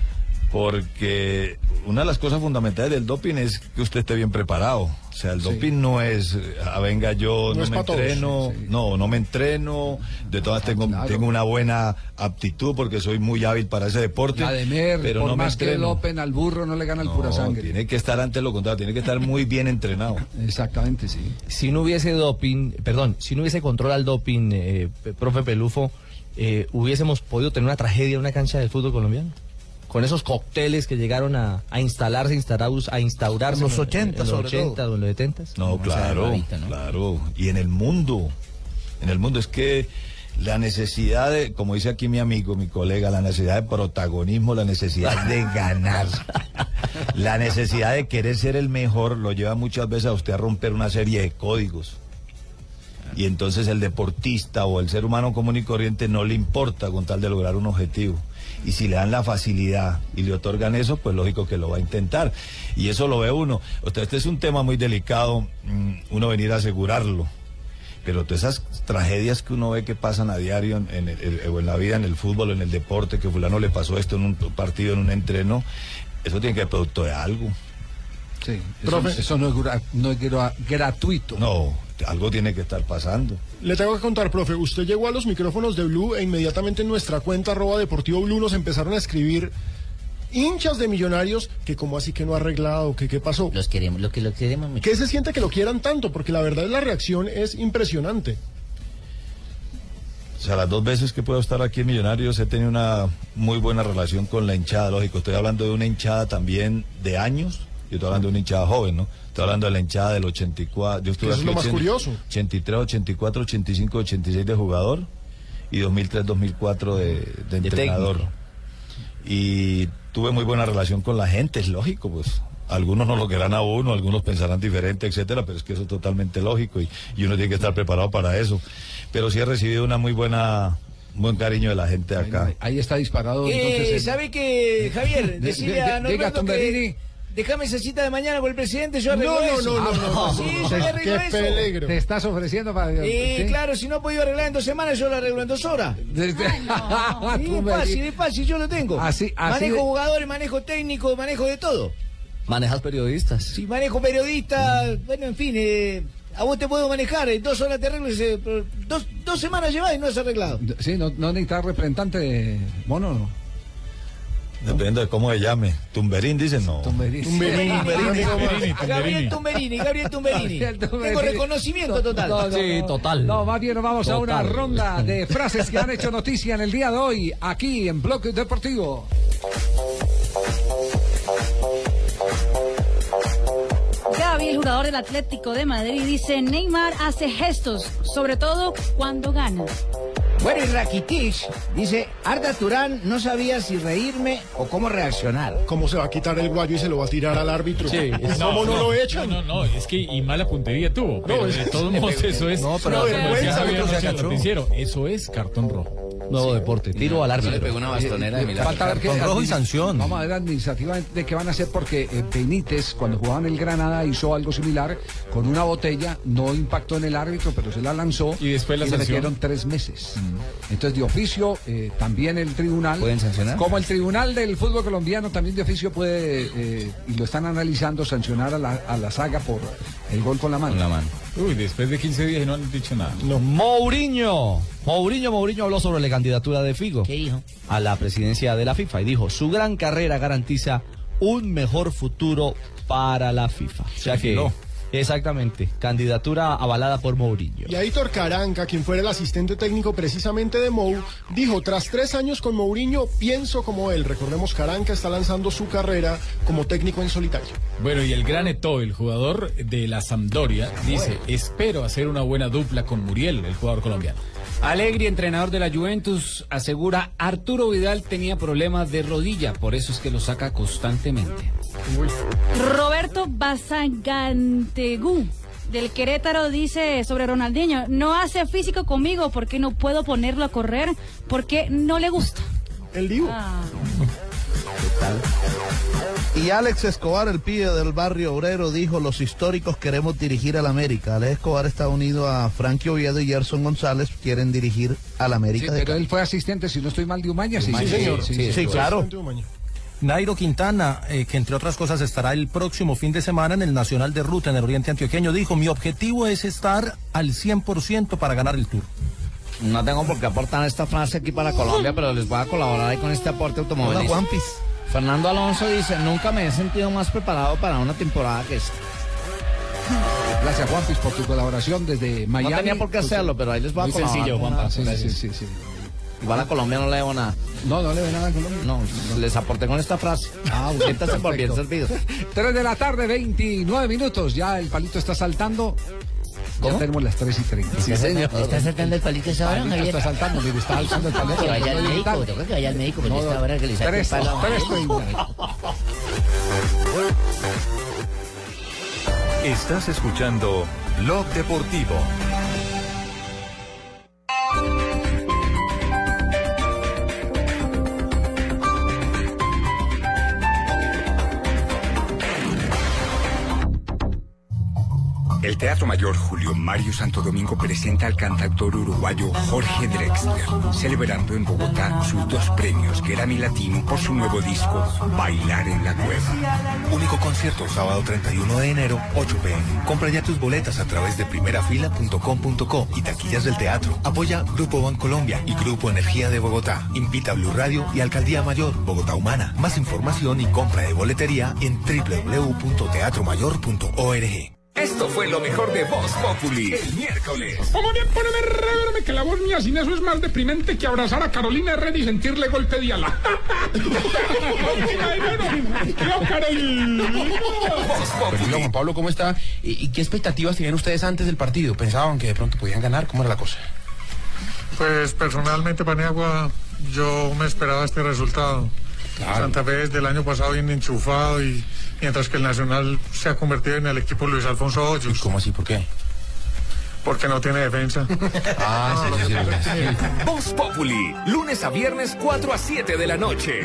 Porque una de las cosas fundamentales del doping es que usted esté bien preparado. O sea, el sí. doping no es, ah, venga, yo no, no me entreno, todos, sí, sí. no, no me entreno, de todas tengo, claro. tengo una buena aptitud porque soy muy hábil para ese deporte. La de Mer, pero por no más me que el Open al burro no le gana el no, pura sangre. Tiene que estar ante lo contrario, tiene que estar muy bien entrenado. Exactamente, sí. Si no hubiese doping, perdón, si no hubiese control al doping, eh, profe Pelufo, eh, hubiésemos podido tener una tragedia en una cancha del fútbol colombiano. Con esos cócteles que llegaron a, a instalarse, instaurados, a instaurarse en los ochenta, en los ochenta o en los setenta. No, claro, rarita, ¿no? Claro. Y en el mundo, en el mundo es que la necesidad de, como dice aquí mi amigo, mi colega, la necesidad de protagonismo, la necesidad de ganar, la necesidad de querer ser el mejor, lo lleva muchas veces a usted a romper una serie de códigos. Y entonces el deportista o el ser humano común y corriente no le importa con tal de lograr un objetivo. Y si le dan la facilidad y le otorgan eso, pues lógico que lo va a intentar. Y eso lo ve uno. O sea, este es un tema muy delicado, uno venir a asegurarlo. Pero todas esas tragedias que uno ve que pasan a diario en, en, el, en la vida, en el fútbol, en el deporte, que fulano le pasó esto en un partido, en un entreno, eso tiene que ser producto de algo. Sí, eso, eso no es, gra, no es gra, gratuito. No, algo tiene que estar pasando. Le tengo que contar, profe, usted llegó a los micrófonos de Blue e inmediatamente en nuestra cuenta arroba Deportivo Blue nos empezaron a escribir hinchas de Millonarios que como así que no ha arreglado, que qué pasó. Los queremos, lo que lo queremos. ¿Qué se siente que lo quieran tanto? Porque la verdad la reacción es impresionante. O sea, las dos veces que puedo estar aquí en Millonarios he tenido una muy buena relación con la hinchada, lógico. Estoy hablando de una hinchada también de años. Yo estoy hablando de una hinchada joven, ¿no? Estoy hablando de la hinchada del ochenta y cuatro. Yo estuve Eso aquí es lo más curioso. ochenta y tres, ochenta y cuatro, ochenta y cinco, ochenta y seis de jugador y dos mil tres, dos mil cuatro de, de entrenador. De y tuve muy buena relación con la gente, es lógico, pues. Algunos no lo querrán a uno, algunos pensarán diferente, etcétera, pero es que eso es totalmente lógico y, y uno tiene que estar preparado para eso. Pero sí he recibido una muy buena... buen cariño de la gente acá. Ahí, ahí está disparado. Eh, entonces, el... ¿Sabe qué, Javier? Decirle a Norberto que déjame esa cita de mañana con el presidente, yo arreglo no, no, eso. No, no, no, no. Sí, no, yo no, arreglo qué eso. peligro. Te estás ofreciendo para... Eh, ¿sí? Claro, si no he podido arreglar en dos semanas, yo lo arreglo en dos horas. Desde... Ay, no. Sí, es fácil, es fácil, yo lo tengo. Así, así manejo de... jugadores, manejo técnico, manejo de todo. ¿Manejas periodistas? Sí, manejo periodistas, mm. bueno, en fin, eh... a vos te puedo manejar, en dos horas te arreglo, eh, dos, dos semanas llevas y no has arreglado. Sí, no, no necesitas representante de Mono, ¿no? Depende de cómo se llame. Tumberín, dicen, no. Tumberín. Tumberín. Tumberín. Tumberín. Gabriel Tumberini, Gabriel Tumberini. Tengo reconocimiento total. No, no, sí, total. No, más bien nos vamos total. a una ronda de frases que han hecho noticia en el día de hoy, aquí en Bloque Deportivo. Gaby, el jugador del Atlético de Madrid, dice: Neymar hace gestos, sobre todo cuando gana. Bueno, y Rakitic dice, Arda Turán no sabía si reírme o cómo reaccionar. ¿Cómo se va a quitar el guayo y se lo va a tirar al árbitro? Sí, ¿Cómo no, no lo echan? No, no, no, es que y mala puntería tuvo. Pero No, de es- todos modos eso es. No, pero como vergüenza, decía Javier otro se anoche en el agachó. noticiero, eso es cartón rojo. Nuevo deporte, tiro al árbitro. Le pegó una bastonera de milagro. Falta ver qué Cartón rojo y administ- sanción. Vamos a ver administrativamente de qué van a hacer porque eh, Benítez, cuando jugaba en el Granada, hizo algo similar con una botella, no impactó en el árbitro, pero se la lanzó Y después la le sanción. metieron tres meses. Entonces, de oficio, eh, también el tribunal. ¿Pueden sancionar? Como el tribunal del fútbol colombiano, también de oficio puede, eh, y lo están analizando, sancionar a la, a la saga por el gol con la mano. Con la mano. Uy, después de quince días y no han dicho nada. Mourinho. Mourinho, Mourinho habló sobre la candidatura de Figo ¿Qué dijo? a la presidencia de la FIFA y dijo, su gran carrera garantiza un mejor futuro para la FIFA. O sea que, afiló. exactamente, candidatura avalada por Mourinho. Y Aitor Caranca, quien fuera el asistente técnico precisamente de Mou, dijo, tras tres años con Mourinho, pienso como él. Recordemos, Caranca está lanzando su carrera como técnico en solitario. Bueno, y el gran Eto'o, el jugador de la Sampdoria, dice, espero hacer una buena dupla con Muriel, el jugador colombiano. Allegri, entrenador de la Juventus, asegura Arturo Vidal tenía problemas de rodilla, por eso es que lo saca constantemente. Roberto Basagantegú del Querétaro dice sobre Ronaldinho, no hace físico conmigo porque no puedo ponerlo a correr porque no le gusta. El Divo. Ah. Y Alex Escobar, el pibe del barrio obrero, dijo, los históricos queremos dirigir al América. Alex Escobar está unido a Frankie Oviedo y Gerson González, quieren dirigir al América. Sí, de pero Cali. él fue asistente, si no estoy mal, de Umaña. Sí, Sí, señor. sí, Sí, claro. Nairo Quintana, eh, que entre otras cosas estará el próximo fin de semana en el Nacional de Ruta en el Oriente Antioqueño, dijo, mi objetivo es estar al cien por ciento para ganar el Tour. No tengo por qué aportar esta frase aquí para Colombia, pero les voy a colaborar ahí con este aporte Hola, automovilístico. Juanpis. Fernando Alonso dice, nunca me he sentido más preparado para una temporada que esta. Gracias, Juanpis, por tu colaboración desde Miami. No tenía por qué hacerlo, pero ahí les voy a Muy colaborar. sencillo, con Juanpa. una- Sí, sí, gracias. sí, sí. Igual a Colombia no le debo nada. No, no le ve nada a Colombia. No, les aporté con esta frase. Ah, bueno, Siéntanse por bien perfecto. servidos. tres de la tarde, veintinueve minutos. Ya el palito está saltando. Ya tenemos las tres y treinta. Sí, señor. ¿Está saltando el palito esa hora, Palito Javier? está saltando, mire, está alzando el palito. Que vaya al No, médico, tal. toca que vaya al médico, pero No, esta no. hora que le saque el Tres, palo. tres treinta. Estás escuchando Blog Deportivo. El Teatro Mayor Julio Mario Santo Domingo presenta al cantautor uruguayo Jorge Drexler, celebrando en Bogotá sus dos premios Grammy Latino por su nuevo disco Bailar en la Cueva. Único concierto sábado treinta y uno de enero, ocho p m Compra ya tus boletas a través de primerafila punto com punto co y taquillas del teatro. Apoya Grupo Bancolombia y Grupo Energía de Bogotá. Invita a Blue Radio y Alcaldía Mayor Bogotá Humana. Más información y compra de boletería en doble u doble u doble u punto teatro mayor punto org. Esto fue lo mejor de Voz Populi el miércoles. Poneme, poneme, reverme, que la voz mía sin eso es más deprimente que abrazar a Carolina Herrera y sentirle golpe de ala. Ay, bueno, yo, Carolina. Pero, Juan Pablo, ¿cómo está? ¿Y, y qué expectativas tenían ustedes antes del partido? ¿Pensaban que de pronto podían ganar? ¿Cómo era la cosa? Pues personalmente, Paniagua, yo me esperaba este resultado. Claro. Santa Fe desde el año pasado viene enchufado y mientras que el Nacional se ha convertido en el equipo Luis Alfonso Hoyos. ¿Cómo así? ¿Por qué? Porque no tiene defensa. Ah, sí, sí, sí, sí. Voz Populi, lunes a viernes cuatro a siete de la noche.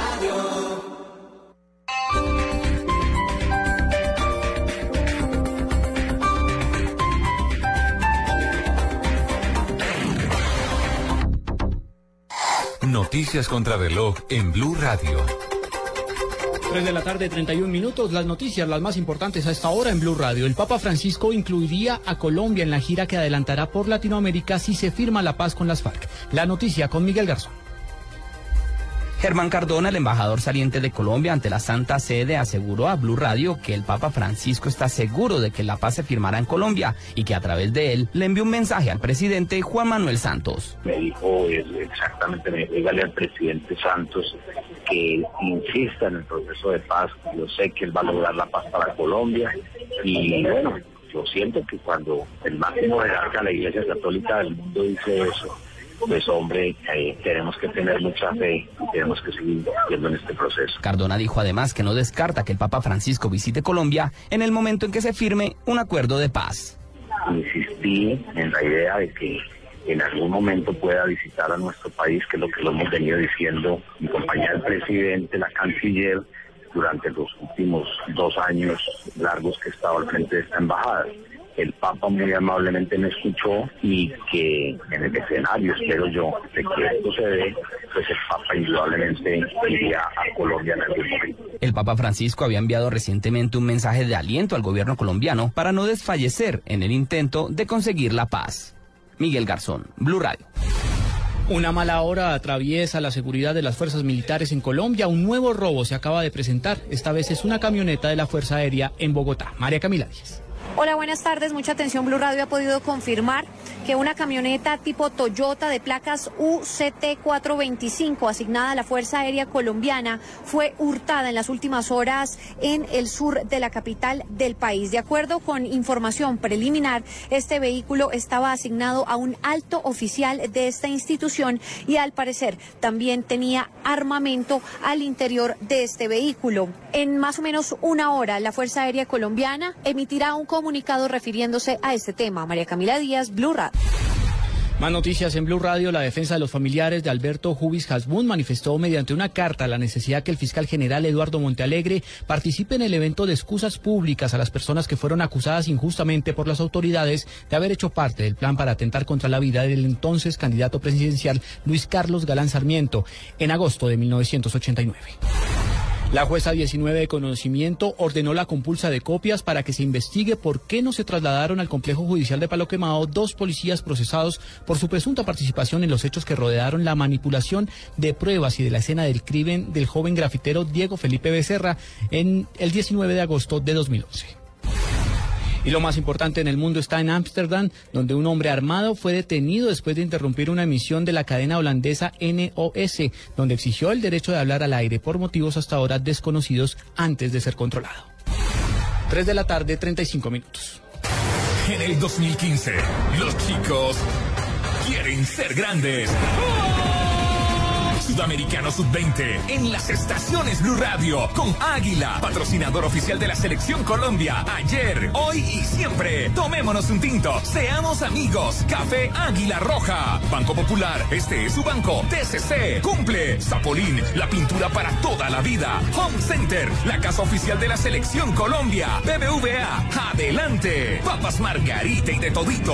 Noticias contra reloj en Blue Radio. tres de la tarde, treinta y un minutos. Las noticias, las más importantes a esta hora en Blue Radio. El Papa Francisco incluiría a Colombia en la gira que adelantará por Latinoamérica si se firma la paz con las FARC. La noticia con Miguel Garzón. Germán Cardona, el embajador saliente de Colombia ante la Santa Sede, aseguró a Blue Radio que el Papa Francisco está seguro de que la paz se firmará en Colombia y que a través de él le envió un mensaje al presidente Juan Manuel Santos. Me dijo exactamente, me dígale al presidente Santos que insista en el proceso de paz. Yo sé que él va a lograr la paz para Colombia y bueno, yo siento que cuando el máximo jerarca de la Iglesia Católica del mundo dice eso, pues hombre, eh, tenemos que tener mucha fe y tenemos que seguir viendo en este proceso. Cardona dijo además que no descarta que el Papa Francisco visite Colombia en el momento en que se firme un acuerdo de paz. Insistí en la idea de que en algún momento pueda visitar a nuestro país, que es lo que lo hemos venido diciendo en compañía del presidente, la canciller, durante los últimos dos años largos que he estado al frente de esta embajada. El Papa muy amablemente me escuchó y que en el escenario, espero yo, de que esto se dé, pues el Papa indudablemente iría a Colombia en algún momento. El Papa Francisco había enviado recientemente un mensaje de aliento al gobierno colombiano para no desfallecer en el intento de conseguir la paz. Miguel Garzón, Blue Radio. Una mala hora atraviesa la seguridad de las fuerzas militares en Colombia. Un nuevo robo se acaba de presentar. Esta vez es una camioneta de la Fuerza Aérea en Bogotá. María Camila Díaz. Hola, buenas tardes. Mucha atención. Blue Radio ha podido confirmar que una camioneta tipo Toyota de placas U C T cuatrocientos veinticinco asignada a la Fuerza Aérea Colombiana fue hurtada en las últimas horas en el sur de la capital del país. De acuerdo con información preliminar, este vehículo estaba asignado a un alto oficial de esta institución y al parecer también tenía armamento al interior de este vehículo. En más o menos una hora, la Fuerza Aérea Colombiana emitirá un comunicado refiriéndose a este tema. María Camila Díaz, Blue Radio. Más noticias en Blue Radio. La defensa de los familiares de Alberto Jubis Hasbún manifestó mediante una carta la necesidad que el fiscal general Eduardo Montealegre participe en el evento de excusas públicas a las personas que fueron acusadas injustamente por las autoridades de haber hecho parte del plan para atentar contra la vida del entonces candidato presidencial Luis Carlos Galán Sarmiento en agosto de mil novecientos ochenta y nueve. La jueza diecinueve de conocimiento ordenó la compulsa de copias para que se investigue por qué no se trasladaron al complejo judicial de Palo Quemado dos policías procesados por su presunta participación en los hechos que rodearon la manipulación de pruebas y de la escena del crimen del joven grafitero Diego Felipe Becerra en el diecinueve de agosto de dos mil once. Y lo más importante en el mundo está en Ámsterdam, donde un hombre armado fue detenido después de interrumpir una emisión de la cadena holandesa N O S, donde exigió el derecho de hablar al aire por motivos hasta ahora desconocidos antes de ser controlado. tres de la tarde, treinta y cinco minutos. En el dos mil quince, los chicos quieren ser grandes. Sudamericano sub veinte en las estaciones Blue Radio con Águila, patrocinador oficial de la Selección Colombia. Ayer, hoy y siempre. Tomémonos un tinto, seamos amigos. Café Águila Roja. Banco Popular, este es su banco. T C C, cumple. Zapolín, la pintura para toda la vida. Home Center, la casa oficial de la Selección Colombia. B B V A, adelante. Papas Margarita y de todito.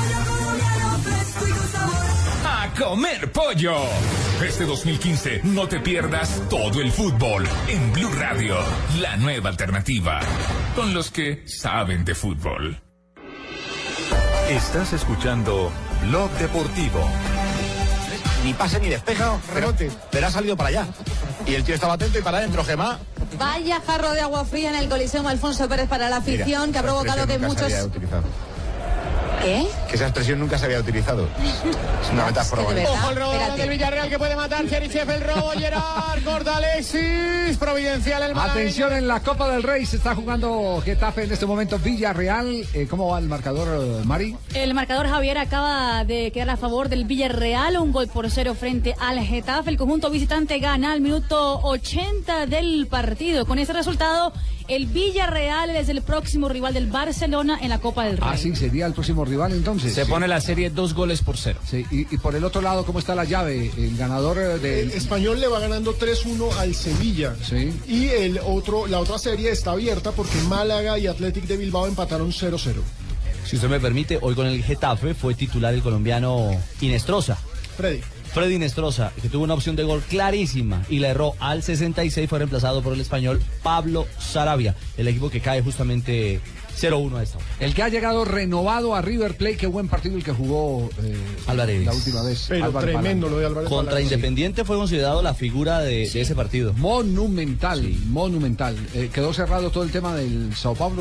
A comer pollo. Este dos mil quince no te pierdas todo el fútbol en Blue Radio, la nueva alternativa, con los que saben de fútbol. Estás escuchando Blog Deportivo. Ni pase ni despeja, pero, pero ha salido para allá. Y el tío estaba atento y para adentro, Gemma. Vaya jarro de agua fría en el Coliseum Alfonso Pérez para la afición. Mira, que ha provocado que muchos... ¿Qué? Que esa expresión nunca se había utilizado. Es una metáfora. Es que de Ojo el robo del Villarreal que puede matar. Cherichev el robo. Gerard, corta Alexis. Providencial el malagueño. Atención, en la Copa del Rey se está jugando Getafe en este momento. Villarreal. Eh, ¿Cómo va el marcador, Mari? El marcador, Javier, acaba de quedar a favor del Villarreal. Un gol por cero frente al Getafe. El conjunto visitante gana al minuto ochenta del partido. Con ese resultado, el Villarreal es el próximo rival del Barcelona en la Copa del Rey. Ah, sí, sería el próximo rival entonces. Se sí. pone la serie dos goles por cero. Sí, y, y por el otro lado, ¿cómo está la llave? El ganador del... El Español le va ganando tres uno al Sevilla. Sí. Y el otro, la otra serie está abierta porque Málaga y Athletic de Bilbao empataron cero cero. Si usted me permite, hoy con el Getafe fue titular el colombiano Inestrosa. Freddy. Freddy Inestrosa, que tuvo una opción de gol clarísima y la erró al sesenta y seis, fue reemplazado por el español Pablo Sarabia, el equipo que cae justamente cero uno a esta hora. El que ha llegado renovado a River Plate, qué buen partido el que jugó eh, Álvarez la última vez. Pero Álvarez tremendo Balán. lo de Álvarez Contra Balán, Independiente sí. Fue considerado la figura de, sí. de ese partido. Monumental, sí. monumental. Eh, quedó cerrado todo el tema del Sao Paulo, sí.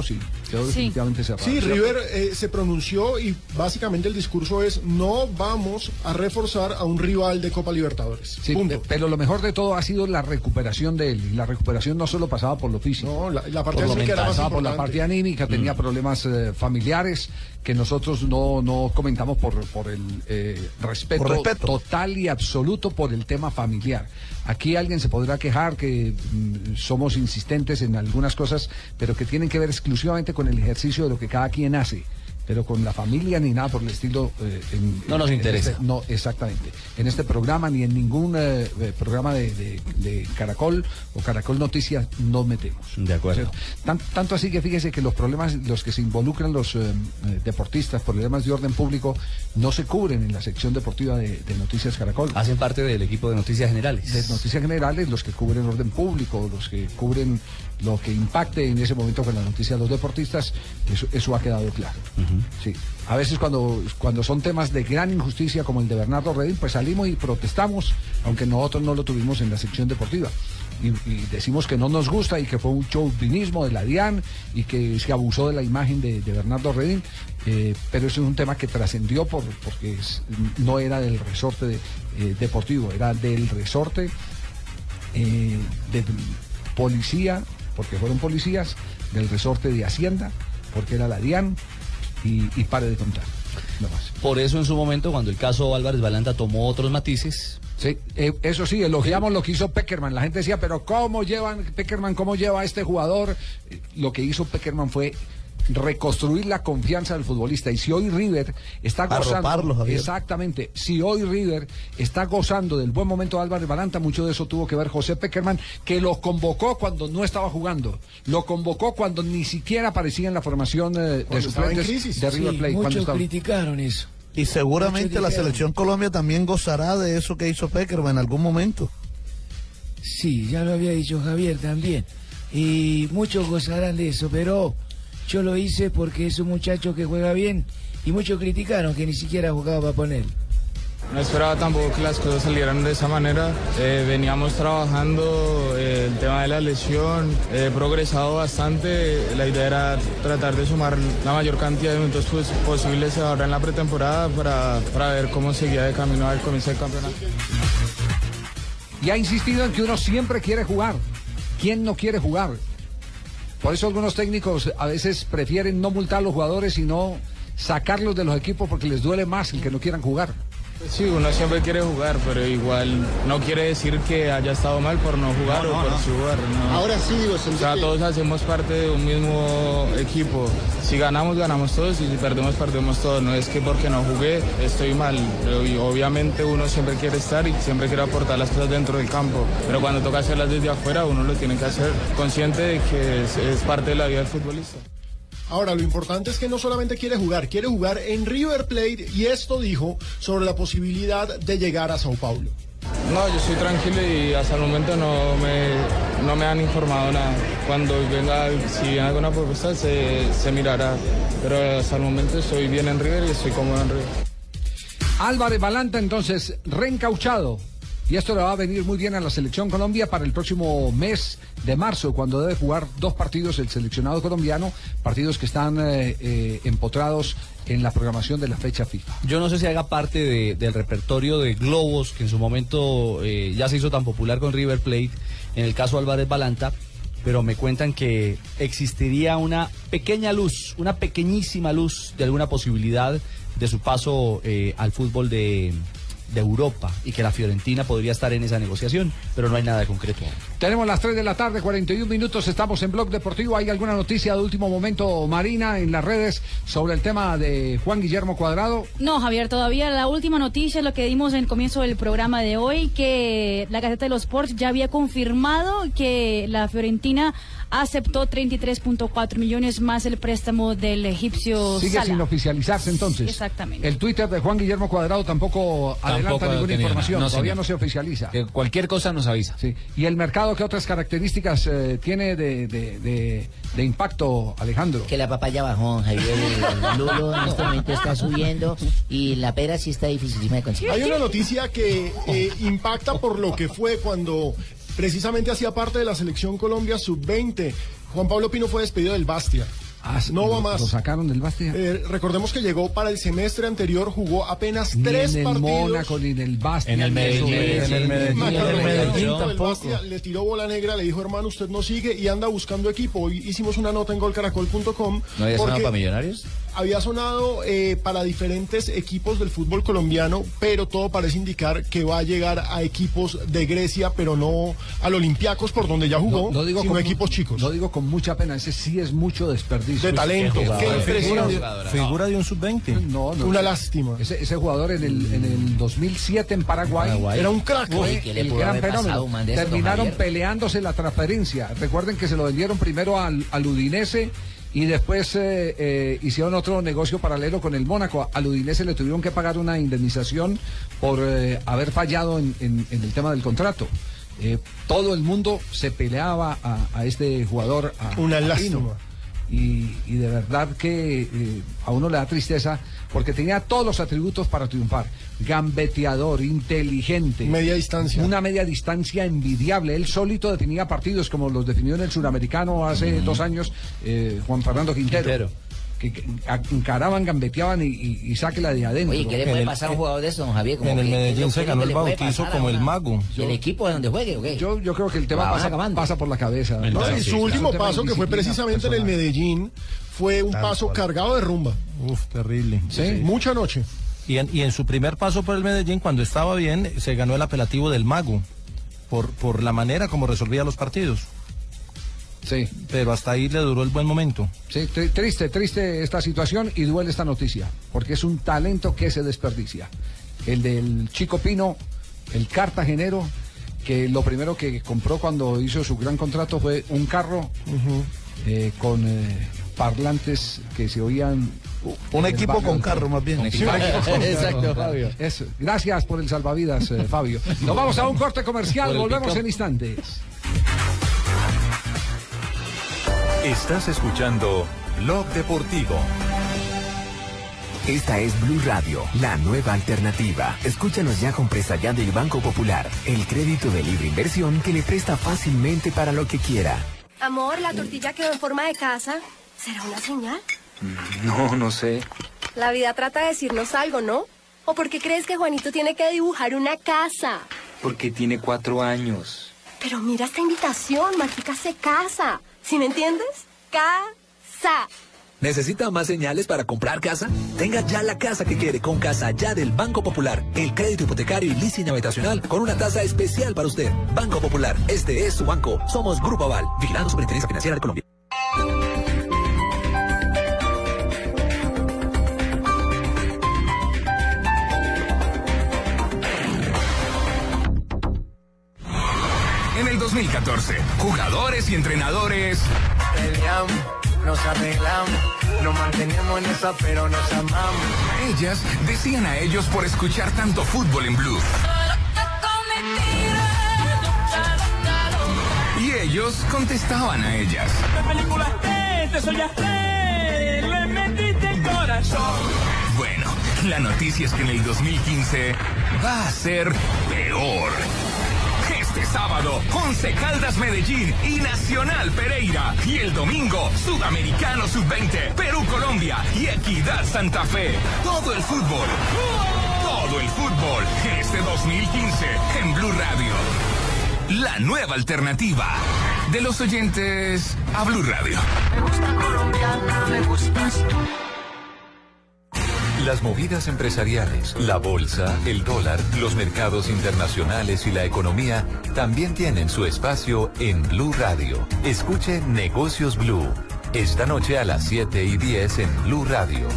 Quedó Sí. definitivamente cerrado. Sí, River eh, se pronunció y básicamente el discurso es: no vamos a reforzar a un rival de Copa Libertadores. Sí, Punto. eh, pero lo mejor de todo ha sido la recuperación de él. Y la recuperación no solo pasaba por lo físico. No, la, la parte por lo anímica era mental, más pasaba por la importante. parte anímica, tenía problemas eh, familiares que nosotros no, no comentamos por, por el eh, respeto, Por respeto. total y absoluto por el tema familiar. Aquí alguien se podrá quejar que mm, somos insistentes en algunas cosas, pero que tienen que ver exclusivamente con el ejercicio de lo que cada quien hace. Pero con la familia ni nada por el estilo. eh, en- No nos en interesa. este- no, exactamente. En este programa ni en ningún eh, eh, programa de, de- de Caracol o Caracol Noticias nos metemos. De acuerdo. O sea, tan- tanto así que fíjese que los problemas, los que se involucran los eh, eh, deportistas, problemas de orden público, no se cubren en la sección deportiva de, de Noticias Caracol. Hacen parte del equipo de Noticias Generales. De Noticias Generales, los que cubren orden público, los que cubren lo que impacte en ese momento con la noticia de los deportistas, eso, eso ha quedado claro. Sí. A veces cuando, cuando son temas de gran injusticia como el de Bernardo Redín, pues salimos y protestamos, aunque nosotros no lo tuvimos en la sección deportiva. Y, y decimos que no nos gusta y que fue un chauvinismo de la DIAN y que se abusó de la imagen de, de Bernardo Redín, eh, pero eso es un tema que trascendió por, porque es- no era del resorte de- eh, deportivo, era del resorte eh, de policía, porque fueron policías, del resorte de Hacienda, porque era la DIAN, y, y pare de contar. No más. Por eso en su momento, cuando el caso Álvarez Balanta tomó otros matices. Sí, eh, eso sí, elogiamos lo que hizo Peckerman. La gente decía, pero ¿cómo llevan Peckerman, cómo lleva a este jugador? Eh, Lo que hizo Peckerman fue reconstruir la confianza del futbolista. Y si hoy River está gozando, Arroparlo, Javier. exactamente, si hoy River está gozando del buen momento de Álvarez Balanta, mucho de eso tuvo que ver José Peckerman, que lo convocó cuando no estaba jugando, lo convocó cuando ni siquiera aparecía en la formación eh, de Cuando estaba en suplentes crisis. de River Sí, Plate. cuando muchos estaba- criticaron eso. Y seguramente Muchos la dijeron. selección Colombia también gozará de eso que hizo Peckerman en algún momento. Sí, ya lo había dicho Javier también. Y muchos gozarán de eso, pero yo lo hice porque es un muchacho que juega bien y muchos criticaron que ni siquiera jugaba para poner. No esperaba tampoco que las cosas salieran de esa manera. Eh, veníamos trabajando eh, el tema de la lesión, he progresado bastante. La idea era tratar de sumar la mayor cantidad de minutos pues, posibles ahora en la pretemporada para, para ver cómo seguía de camino al comienzo del campeonato. Y ha insistido en que uno siempre quiere jugar. ¿Quién no quiere jugar? Por eso algunos técnicos a veces prefieren no multar a los jugadores, sino sacarlos de los equipos porque les duele más el que no quieran jugar. Sí, uno siempre quiere jugar, pero igual no quiere decir que haya estado mal por no jugar No, no, o por no. sí jugar. no. Ahora sí, digo, O sea, Enrique. todos hacemos parte de un mismo equipo. Si ganamos, ganamos todos y si perdemos, perdemos todos. No es que porque no jugué estoy mal. Pero, y obviamente uno siempre quiere estar y siempre quiere aportar las cosas dentro del campo. Pero cuando toca hacerlas desde afuera, uno lo tiene que hacer consciente de que es, es parte de la vida del futbolista. Ahora, lo importante es que no solamente quiere jugar, quiere jugar en River Plate y esto dijo sobre la posibilidad de llegar a Sao Paulo. No, yo estoy tranquilo y hasta el momento no me, no me han informado nada. Cuando venga, si viene alguna propuesta, se, se mirará. Pero hasta el momento estoy bien en River y estoy cómodo en River. Álvarez Balanta entonces reencauchado. Y esto le va a venir muy bien a la selección Colombia para el próximo mes de marzo, cuando debe jugar dos partidos el seleccionado colombiano, partidos que están eh, eh, empotrados en la programación de la fecha FIFA. Yo no sé si haga parte de- del repertorio de globos que en su momento eh, ya se hizo tan popular con River Plate, en el caso Álvarez Balanta, pero me cuentan que existiría una pequeña luz, una pequeñísima luz de alguna posibilidad de su paso eh, al fútbol de, de Europa y que la Fiorentina podría estar en esa negociación, pero no hay nada de concreto aún. Tenemos las tres de la tarde, cuarenta y un minutos, estamos en Blog Deportivo. ¿Hay alguna noticia de último momento, Marina, en las redes sobre el tema de Juan Guillermo Cuadrado? No, Javier, todavía la última noticia es lo que dimos en el comienzo del programa de hoy, que la Gaceta de los Sports ya había confirmado que la Fiorentina aceptó treinta y tres punto cuatro millones más el préstamo del egipcio Sigue Salah. sin oficializarse entonces. Exactamente. El Twitter de Juan Guillermo Cuadrado tampoco, adelanta Tampoco ninguna tiene información, nada. No, todavía señor. no se oficializa. Que cualquier cosa nos avisa. Sí. ¿Y el mercado qué otras características eh, tiene de, de, de- de impacto, Alejandro? Que la papaya bajó, Javier. El lulo en este momento está subiendo y la pera sí está dificilísima de conseguir. Hay una noticia que eh, impacta por lo que fue cuando precisamente hacía parte de la selección Colombia sub veinte. Juan Pablo Pino fue despedido del Bastia. Ah, no va lo, más. Lo sacaron del Bastia. Eh, recordemos que llegó para el semestre anterior, jugó apenas ni tres en el partidos. Mónaco, ni en el Bastia. En el Medellín. En el Medellín, en el Medellín tampoco. Le tiró bola negra, le dijo, hermano, usted no sigue y anda buscando equipo. Hoy hicimos una nota en gol caracol punto com. ¿No había sonado para Millonarios? Había sonado eh, para diferentes equipos del fútbol colombiano, pero todo parece indicar que va a llegar a equipos de Grecia, pero no al Olympiacos, por donde ya jugó, no, no digo sino con, equipos chicos. No digo con mucha pena, ese sí es mucho desperdicio. De talento, qué, qué impresión. Figura, figura de un sub veinte. No, no. Una lástima. Ese, ese jugador en el, en el dos mil siete en Paraguay, Paraguay. Era un crack. Fue Uy, el gran fenómeno. Terminaron peleándose la transferencia. Recuerden que se lo vendieron primero al, al Udinese y después eh, eh, hicieron otro negocio paralelo con el Mónaco. Al Udinese le tuvieron que pagar una indemnización por eh, haber fallado en, en, en el tema del contrato. Eh, todo el mundo se peleaba a, a este jugador. A, una lástima. Y, y de verdad que eh, a uno le da tristeza porque tenía todos los atributos para triunfar. Gambeteador, inteligente. Media distancia. Una media distancia envidiable. Él solito definía partidos como los definió en el Suramericano hace uh-huh. dos años eh, Juan Fernando Quintero. Quintero. Que, que encaraban, gambeteaban y, y, y sáquela de adentro. Oye, ¿qué le puede pasar a un jugador de eso, don Javier? Como en el que, Medellín se ganó el bautizo como el mago. Yo, ¿el equipo de donde juegue o qué? Yo, yo creo que el tema pasa, pasa por la cabeza. No, y su último paso, que fue precisamente personal. En el Medellín, fue un Tanto paso cual. cargado de rumba. Uf, terrible. Sí, sí. Mucha noche. Y en, y en su primer paso por el Medellín, cuando estaba bien, se ganó el apelativo del mago, por, por la manera como resolvía los partidos. Sí. Pero hasta ahí le duró el buen momento. Sí, triste, triste esta situación y duele esta noticia, porque es un talento que se desperdicia. El del Chico Pino, el cartagenero, que lo primero que compró cuando hizo su gran contrato fue un carro uh-huh. eh, con eh, parlantes que se oían... Un equipo con carro, más bien. Sí, exacto, Fabio. Eso. Gracias por el salvavidas, eh, Fabio. Nos vamos a un corte comercial, volvemos en instantes. Estás escuchando Blog Deportivo. Esta es Blue Radio, la nueva alternativa. Escúchanos ya con presta ya del Banco Popular, el crédito de libre inversión que le presta fácilmente para lo que quiera. Amor, la tortilla quedó en forma de casa. ¿Será una señal? No, no sé. La vida trata de decirnos algo, ¿no? ¿O por qué crees que Juanito tiene que dibujar una casa? Porque tiene cuatro años. Pero mira esta invitación, Mágica se casa. ¿Sí me entiendes? Casa. ¿Necesita más señales para comprar casa? Tenga ya la casa que quiere con Casa Ya del Banco Popular. El crédito hipotecario y leasing habitacional con una tasa especial para usted. Banco Popular, este es su banco. Somos Grupo Aval, vigilando Superintendencia Financiera de Colombia. En el dos mil catorce, jugadores y entrenadores peleamos, nos arreglamos, nos mantenemos en esa pero nos amamos. Ellas decían a ellos por escuchar tanto fútbol en Blue. Y ellos contestaban a ellas. ¿Qué película es? Te soñaste, le metiste el corazón. Bueno, la noticia es que en el dos mil quince va a ser peor. Este sábado, Once Caldas Medellín y Nacional Pereira. Y el domingo, Sudamericano sub veinte, Perú-Colombia y Equidad Santa Fe. Todo el fútbol. Todo el fútbol. Este dos mil quince en Blue Radio. La nueva alternativa. De los oyentes a Blue Radio. Me gusta colombiana, me gustas tú. Las movidas empresariales, la bolsa, el dólar, los mercados internacionales y la economía también tienen su espacio en Blue Radio. Escuche Negocios Blue. Esta noche a las siete y diez en Blue Radio.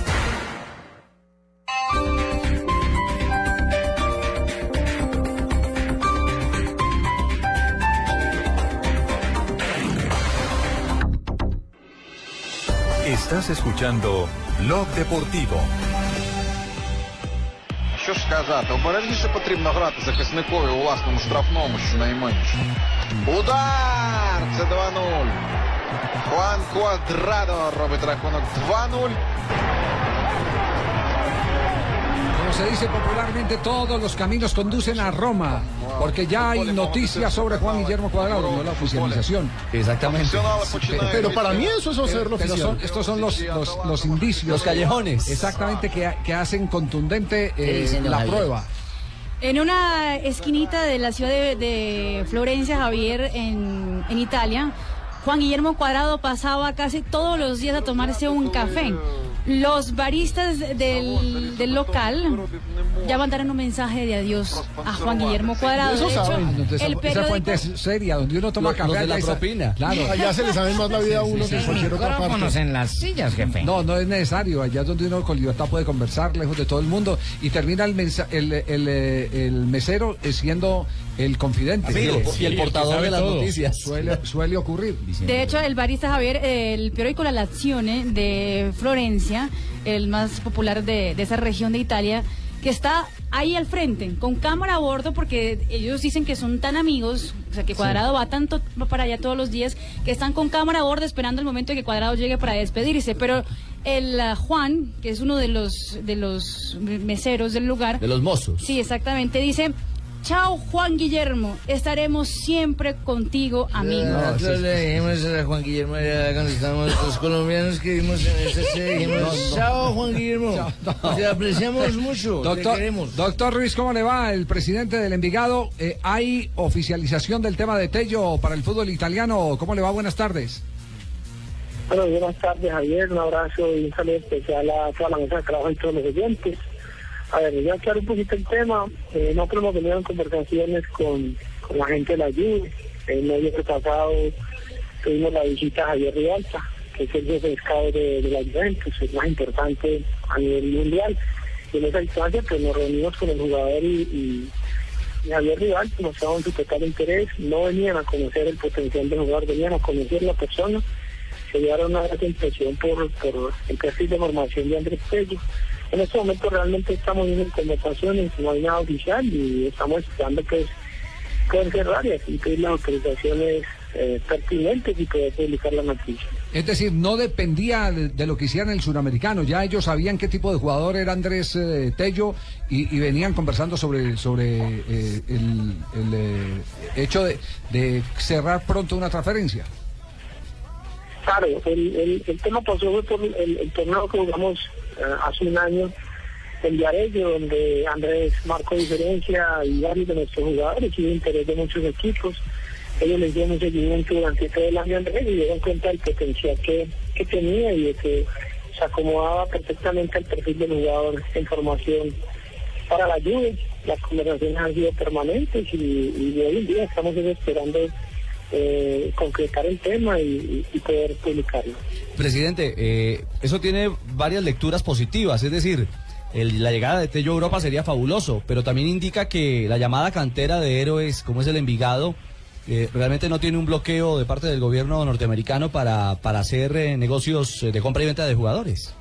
Estás escuchando Blog Deportivo. Що ж сказати, обережніше потрібно грати захисникові у власному штрафному, щонайменше. Удар! Це два нуль. Хуан Квадрадо робить рахунок два нуль. No se dice popularmente, todos los caminos conducen a Roma, porque ya hay noticias sobre Juan Guillermo Cuadrado, no la oficialización. Exactamente. Pero para mí eso es hacerlo Pero oficial. son, estos son los, los, los indicios. Los callejones. Exactamente, que, que hacen contundente ¿Qué eh, dicen, don la Javier? prueba. En una esquinita de la ciudad de, de Florencia, Javier, en, en Italia, Juan Guillermo Cuadrado pasaba casi todos los días a tomarse un café. Los baristas del, del local ya mandaron un mensaje de adiós a Juan Guillermo Cuadrado. Eso De hecho, saben. Entonces, el esa periódico... fuente es seria, donde uno toma Los- café. los de la allá esa- propina. Claro. Allá se le sabe más la vida a uno Sí, que en sí, cualquier otra parte. Micrófonos en las sillas, jefe. No, no es necesario. Allá es donde uno con libertad puede conversar, lejos de todo el mundo. Y termina el, mensa- el, el, eh, el mesero eh, siendo el confidente. Amigo, y el portador de las noticias. Suele, suele ocurrir. De hecho, el barista Javier, el periódico La Nazione de Florencia, el más popular de, de esa región de Italia, que está ahí al frente, con cámara a bordo, porque ellos dicen que son tan amigos, o sea, que Cuadrado va tanto va para allá todos los días, que están con cámara a bordo esperando el momento de que Cuadrado llegue para despedirse. Pero el uh, Juan, que es uno de los, de los meseros del lugar... De los mozos. Sí, exactamente, dice... Chao, Juan Guillermo, estaremos siempre contigo, amigo. Nosotros le dijimos a Juan Guillermo, ya cuando estábamos los colombianos que vimos en ese se dijimos, No, no. chao Juan Guillermo, te apreciamos mucho, te Doctor, queremos. doctor Ruiz, ¿cómo le va? El presidente del Envigado, eh, ¿hay oficialización del tema de Tello para el fútbol italiano? ¿Cómo le va? Buenas tardes. Bueno, buenas tardes, Javier, un abrazo y un saludo especial a toda la mesa de trabajo y todos los oyentes. A ver, voy a aclarar un poquito el tema. Eh, nosotros hemos tenido conversaciones con, con la gente de la Juve. El medio que pasado tuvimos la visita a Javier Rivalta, que es el jefe de scout de, de la Juventus, el más importante a nivel mundial. Y en esa instancia pues nos reunimos con el jugador y, y, y Javier Rivalta mostraban su total interés. No venían a conocer el potencial del jugador, venían a conocer la persona. Se llevaron una gran impresión por, por el perfil de formación de Andrés Tello. En este momento realmente estamos en conversaciones, no hay nada oficial y estamos esperando que pueden ser varias y pedir las autorizaciones eh, pertinentes y poder publicar la noticia. Es decir, no dependía de, de lo que hicieran el suramericano, ya ellos sabían qué tipo de jugador era Andrés eh, Tello y, y venían conversando sobre, sobre eh, el, el eh, hecho de, de cerrar pronto una transferencia. Claro, el, el, el tema pasó fue por el, el torneo que jugamos uh, hace un año en Viarello, donde Andrés marcó diferencia y varios de nuestros jugadores y de interés de muchos equipos. Ellos les dieron un seguimiento durante todo el año a Andrés y dieron cuenta del potencial que, que tenía y de que se acomodaba perfectamente al perfil del jugador en formación para la Juve. Las conversaciones han sido permanentes y, y hoy en día estamos esperando Eh, concretar el tema y, y poder publicarlo. Presidente, eh, eso tiene varias lecturas positivas, es decir, el- la llegada de Tello a Europa sería fabuloso, pero también indica que la llamada cantera de héroes, como es el Envigado, eh, realmente no tiene un bloqueo de parte del gobierno norteamericano para, para hacer eh, negocios eh, de compra y venta de jugadores.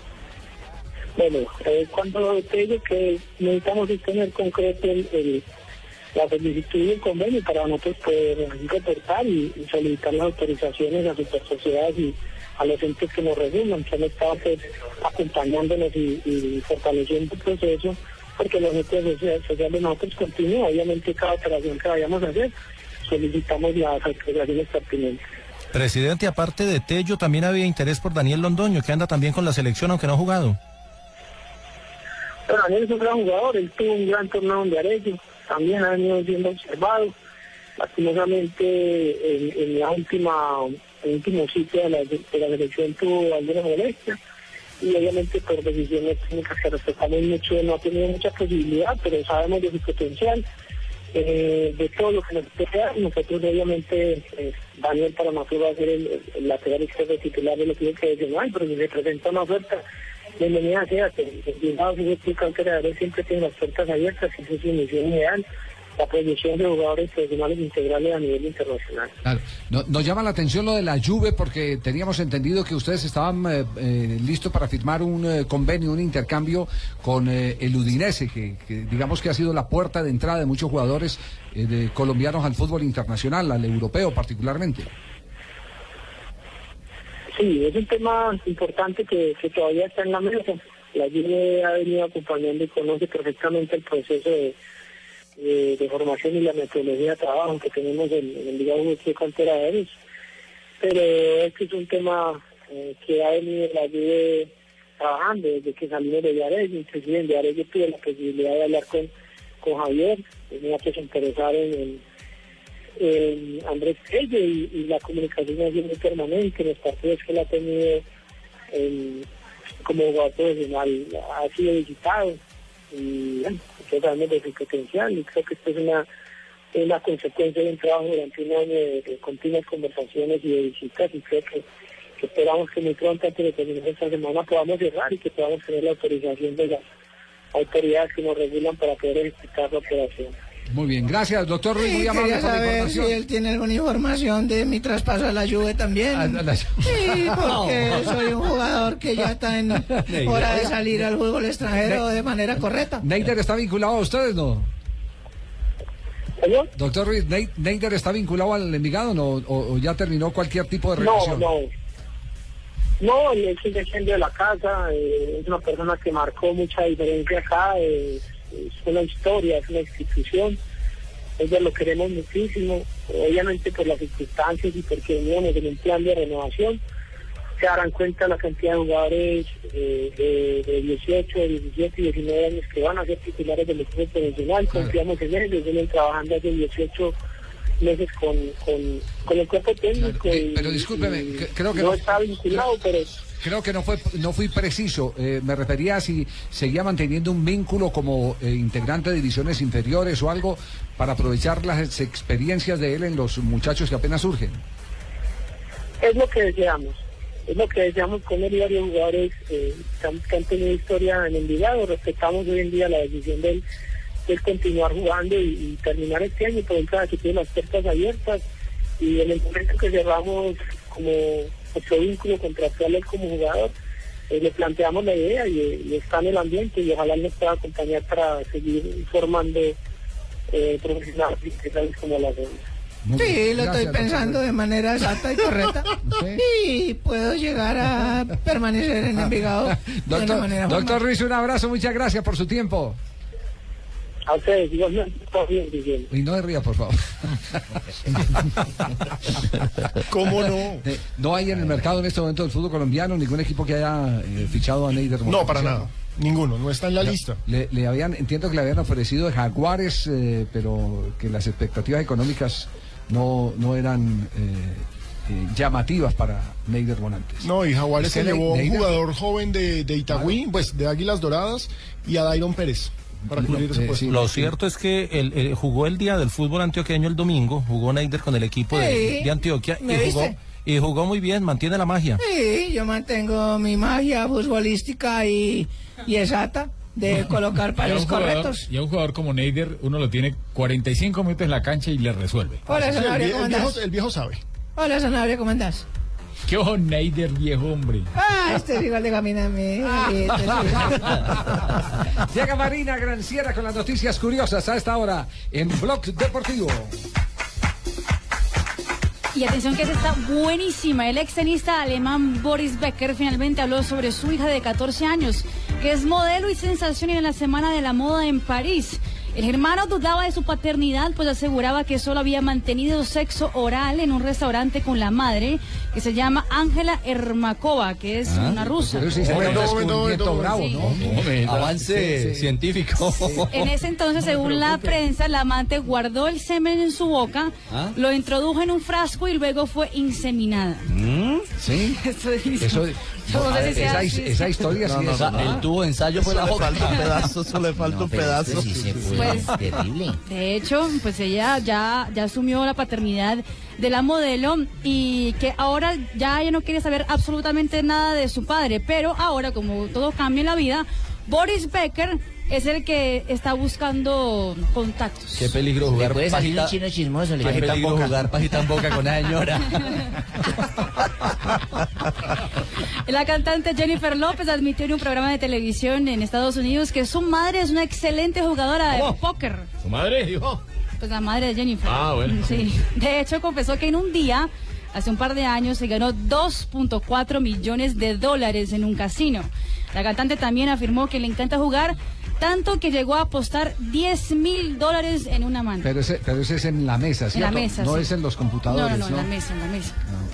Bueno, eh, cuando te digo que necesitamos tener concreto el, el la solicitud y el convenio para nosotros poder reportar y, y solicitar las autorizaciones a super sociedades y a los entes que nos regulan, que han estado pues, acompañándonos y, y fortaleciendo el proceso, porque los entes sociales de nosotros continúan. Obviamente cada operación que vayamos a hacer, solicitamos las autorizaciones pertinentes. Presidente, aparte de Tello, también había interés por Daniel Londoño, que anda también con la selección, aunque no ha jugado. Pero Daniel es un gran jugador, él tuvo un gran torneo en Viarello, también ha venido siendo observado. Lastimosamente, en, en la última, el último sitio de la, de la selección tuvo alguna molestia y obviamente por decisiones técnicas que respetamos mucho, no ha tenido mucha posibilidad, pero sabemos de su potencial, eh, de todo lo que nos puede dar. Nosotros obviamente, eh, Daniel para nosotros va a ser el, el lateral izquierdo titular de lo que que decir, no, pero si se presenta una oferta, bienvenida sea, que el Bilbao siempre tiene las puertas abiertas y esa es su misión ideal, la proyección de jugadores profesionales integrales a nivel internacional. Claro. No- nos llama la atención lo de la Juve porque teníamos entendido que ustedes estaban eh, eh, listos para firmar un eh, convenio, un intercambio con eh, el Udinese, que, que digamos que ha sido la puerta de entrada de muchos jugadores eh, de colombianos al fútbol internacional, al europeo particularmente. Sí, es un tema importante que, que todavía está en la mesa. la Juve ha venido acompañando y conoce perfectamente el proceso de, de, de formación y la metodología de trabajo que tenemos en, en el Liga uno de Cantera de Eres. Pero este es un tema eh, que ha venido la Juve trabajando desde que salimos de Viareggio. Inclusive en Viareggio tuve la posibilidad de hablar con, con Javier, tenía que se interesar en el Eh, Andrés Pelle y, y la comunicación ha sido muy permanente. Los partidos que él ha tenido eh, como jugador profesional ha sido visitado y bueno, nosotros sabemos de su potencial y creo que esto es una, una consecuencia de un trabajo durante un año de, de continuas conversaciones y de visitas, y creo que, que esperamos que muy pronto, antes de terminar esta semana, podamos cerrar y que podamos tener la autorización de las autoridades que nos regulan para poder ejecutar la operación. Muy bien, gracias, doctor Ruiz, muy Sí, amable quería por la saber información. si él tiene alguna información de mi traspaso a la Juve también. A la- Sí, porque soy un jugador que ya está en hora de salir al fútbol extranjero de manera correcta. ¿Neider está vinculado a ustedes, no? Doctor Ruiz, ¿Ney- ¿Neider está vinculado al Envigado no? o, o ya terminó cualquier tipo de No, relación? no. No, él sigue siendo de la casa, eh, es una persona que marcó mucha diferencia acá, eh, es una historia, es una institución, ella lo queremos muchísimo, obviamente por las circunstancias y porque veníamos en un plan de renovación, se darán cuenta la cantidad de jugadores eh, de, de dieciocho, diecisiete y diecinueve años que van a ser titulares del equipo profesional, confiamos en ellos, vienen trabajando hace dieciocho meses con, con, con el cuerpo técnico. Claro, y, pero discúlpeme, y que- creo que no no- está vinculado, pero Creo que no fue no fui preciso. Eh, me refería a si seguía manteniendo un vínculo como eh, integrante de divisiones inferiores o algo para aprovechar las experiencias de él en los muchachos que apenas surgen. es lo que deseamos, es lo que deseamos con él y varios jugadores eh, que, han, que han tenido historia en el Envigado. Respetamos hoy en día la decisión de él, de él continuar jugando y, y terminar este año, por el caso que tiene las puertas abiertas, y en el momento que cerramos como nuestro vínculo contractual él como jugador, eh, le planteamos la idea y, y está en el ambiente, y ojalá él nos pueda acompañar para seguir formando eh, profesionales como la de Sí, lo estoy pensando de manera exacta y correcta. Y puedo llegar a permanecer en Envigado de una Doctor, manera doctor formal. Ruiz, un abrazo, muchas gracias por su tiempo. A ustedes, igualmente, todo bien, Guillermo. Y no se ría, por favor. ¿Cómo no? Eh, no hay en el mercado en este momento del fútbol colombiano ningún equipo que haya eh, fichado a Neider. No, para nada. Ninguno, no está en la lista. Le, le habían, entiendo que le habían ofrecido de Jaguares, eh, pero que las expectativas económicas no, no eran eh, eh, llamativas para Neider Monantes. No, y Jaguares Es se que llevó a un Neider- jugador joven de, de Itagüí, pues de Águilas Doradas, y a Dairon Pérez, para cubrir ese puesto. Lo cierto es que el, el- jugó el día del fútbol antioqueño el domingo, jugó Neider con el equipo de, Sí, de Antioquia ¿me y jugó, viste? y jugó muy bien, mantiene la magia. Sí, yo mantengo mi magia futbolística y, y exacta de colocar Y a, pares un jugador, correctos. y a un jugador como Neider, uno lo tiene cuarenta y cinco minutos en la cancha y le resuelve. Hola, Sí, el, Sanabria, vie- ¿cómo el viejo, andás? el viejo sabe. Hola, Sanabria, ¿cómo andás? ¿Qué ojo Neider, viejo hombre? Ah, este es igual de camina a mí. Este es igual. Llega Marina Granciera con las noticias curiosas a esta hora en Blog Deportivo. Y atención que esta está buenísima. El ex tenista alemán Boris Becker finalmente habló sobre su hija de catorce años, que es modelo y sensación en la Semana de la Moda en París. El germano dudaba de su paternidad, pues aseguraba que solo había mantenido sexo oral en un restaurante con la madre, que se llama Ángela Ermakova, que es Ah, una rusa. pero sí se Momento, un momento, descubrimiento momento. bravo, Sí. ¿no? Avance Sí, sí. científico. En ese entonces, según la prensa, la amante guardó el semen en su boca, ¿Ah? lo introdujo en un frasco y luego fue inseminada. Sí. Eso dice. Eso, No no, sé si sea esa, así. esa historia No, sí no, es. no, no. El tubo de ensayo fue Eso la le boca. falta un pedazo, eso le falta un pedazo. Sí se puede, Pues- es terrible. De hecho, pues ella ya, ya asumió la paternidad de la modelo y que ahora ya ella no quiere saber absolutamente nada de su padre, pero ahora como todo cambia en la vida, Boris Becker es el que está buscando contactos. Qué peligro Le jugar puede salir pajita. un chino chismoso. le Qué puede- peligro jugar pajita en boca con esa señora. La cantante Jennifer López admitió en un programa de televisión en Estados Unidos que su madre es una excelente jugadora de ¿Cómo? póker. ¿Su madre dijo? Pues la madre de Jennifer. Ah, bueno. Sí. De hecho, confesó que en un día, hace un par de años, se ganó dos punto cuatro millones de dólares en un casino. La cantante también afirmó que le encanta jugar, tanto que llegó a apostar diez mil dólares en una mano. Pero ese, pero ese es en la mesa, ¿cierto? En la mesa, no sí. es en los computadores, No, no, no, ¿no? en la mesa, en la mesa.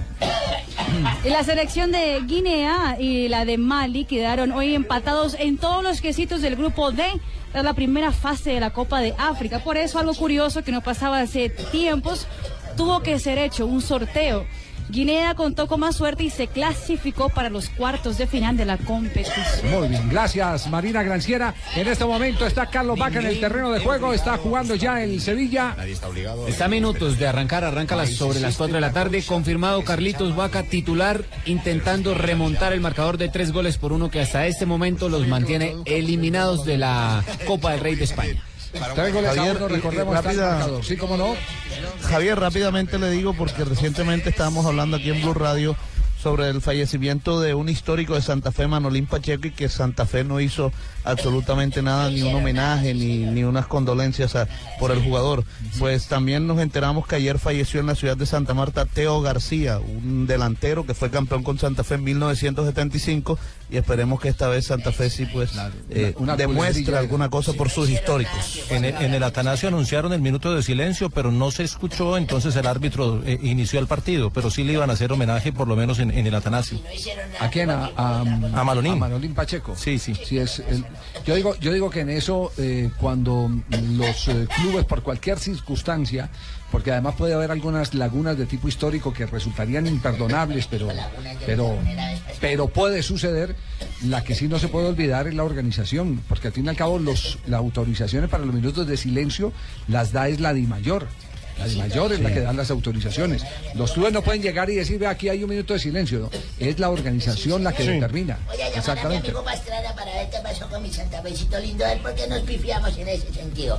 Y la selección de Guinea y la de Mali quedaron hoy empatados en todos los quesitos del grupo D. Es la primera fase de la Copa de África. Por eso, algo curioso que no pasaba hace tiempos, tuvo que ser hecho un sorteo. Guinea contó con más suerte y se clasificó para los cuartos de final de la competición. Muy bien, gracias Marina Granciera. En este momento está Carlos Vaca en el terreno de juego, está jugando ya el Sevilla. Está a minutos de arrancar, arranca las, sobre las cuatro de la tarde. Confirmado Carlitos Vaca, titular, intentando remontar el marcador de tres goles por uno que hasta este momento los mantiene eliminados de la Copa del Rey de España. Tres goles Javier, a uno, recordemos, está el rápida- marcador. Sí, cómo no. Javier, rápidamente le digo, porque recientemente estábamos hablando aquí en Blue Radio sobre el fallecimiento de un histórico de Santa Fe, Manolín Pacheco, y que Santa Fe no hizo absolutamente nada, ni un homenaje, ni, ni unas condolencias a- por el jugador. Pues también nos enteramos que ayer falleció en la ciudad de Santa Marta Teo García, un delantero que fue campeón con Santa Fe en mil novecientos setenta y cinco, y esperemos que esta vez Santa Fe sí pues eh, una demuestre culebrilla. alguna cosa por sus históricos. En el, en el Atanasio anunciaron el minuto de silencio, pero no se escuchó, entonces el árbitro eh, inició el partido, pero sí le iban a hacer homenaje por lo menos en, en el Atanasio. ¿A quién? A, a, A Malonín. a Manolín Pacheco. Sí, sí. Sí, es el- yo digo, yo digo que en eso, eh, cuando los eh, clubes, por cualquier circunstancia, porque además puede haber algunas lagunas de tipo histórico que resultarían imperdonables, pero, pero, pero puede suceder. La que sí no se puede olvidar es la organización, porque al fin y al cabo los, las autorizaciones para los minutos de silencio las da es la DIMAYOR. La DIMAYOR es la que da las autorizaciones. Los clubes no pueden llegar y decir, ve, aquí hay un minuto de silencio. ¿no? Es la organización la que Sí. determina. Voy a llamar a mi Exactamente. amigo Pastrana para ver qué pasó con mi santafecito lindo, a ver por qué nos pifiamos en ese sentido.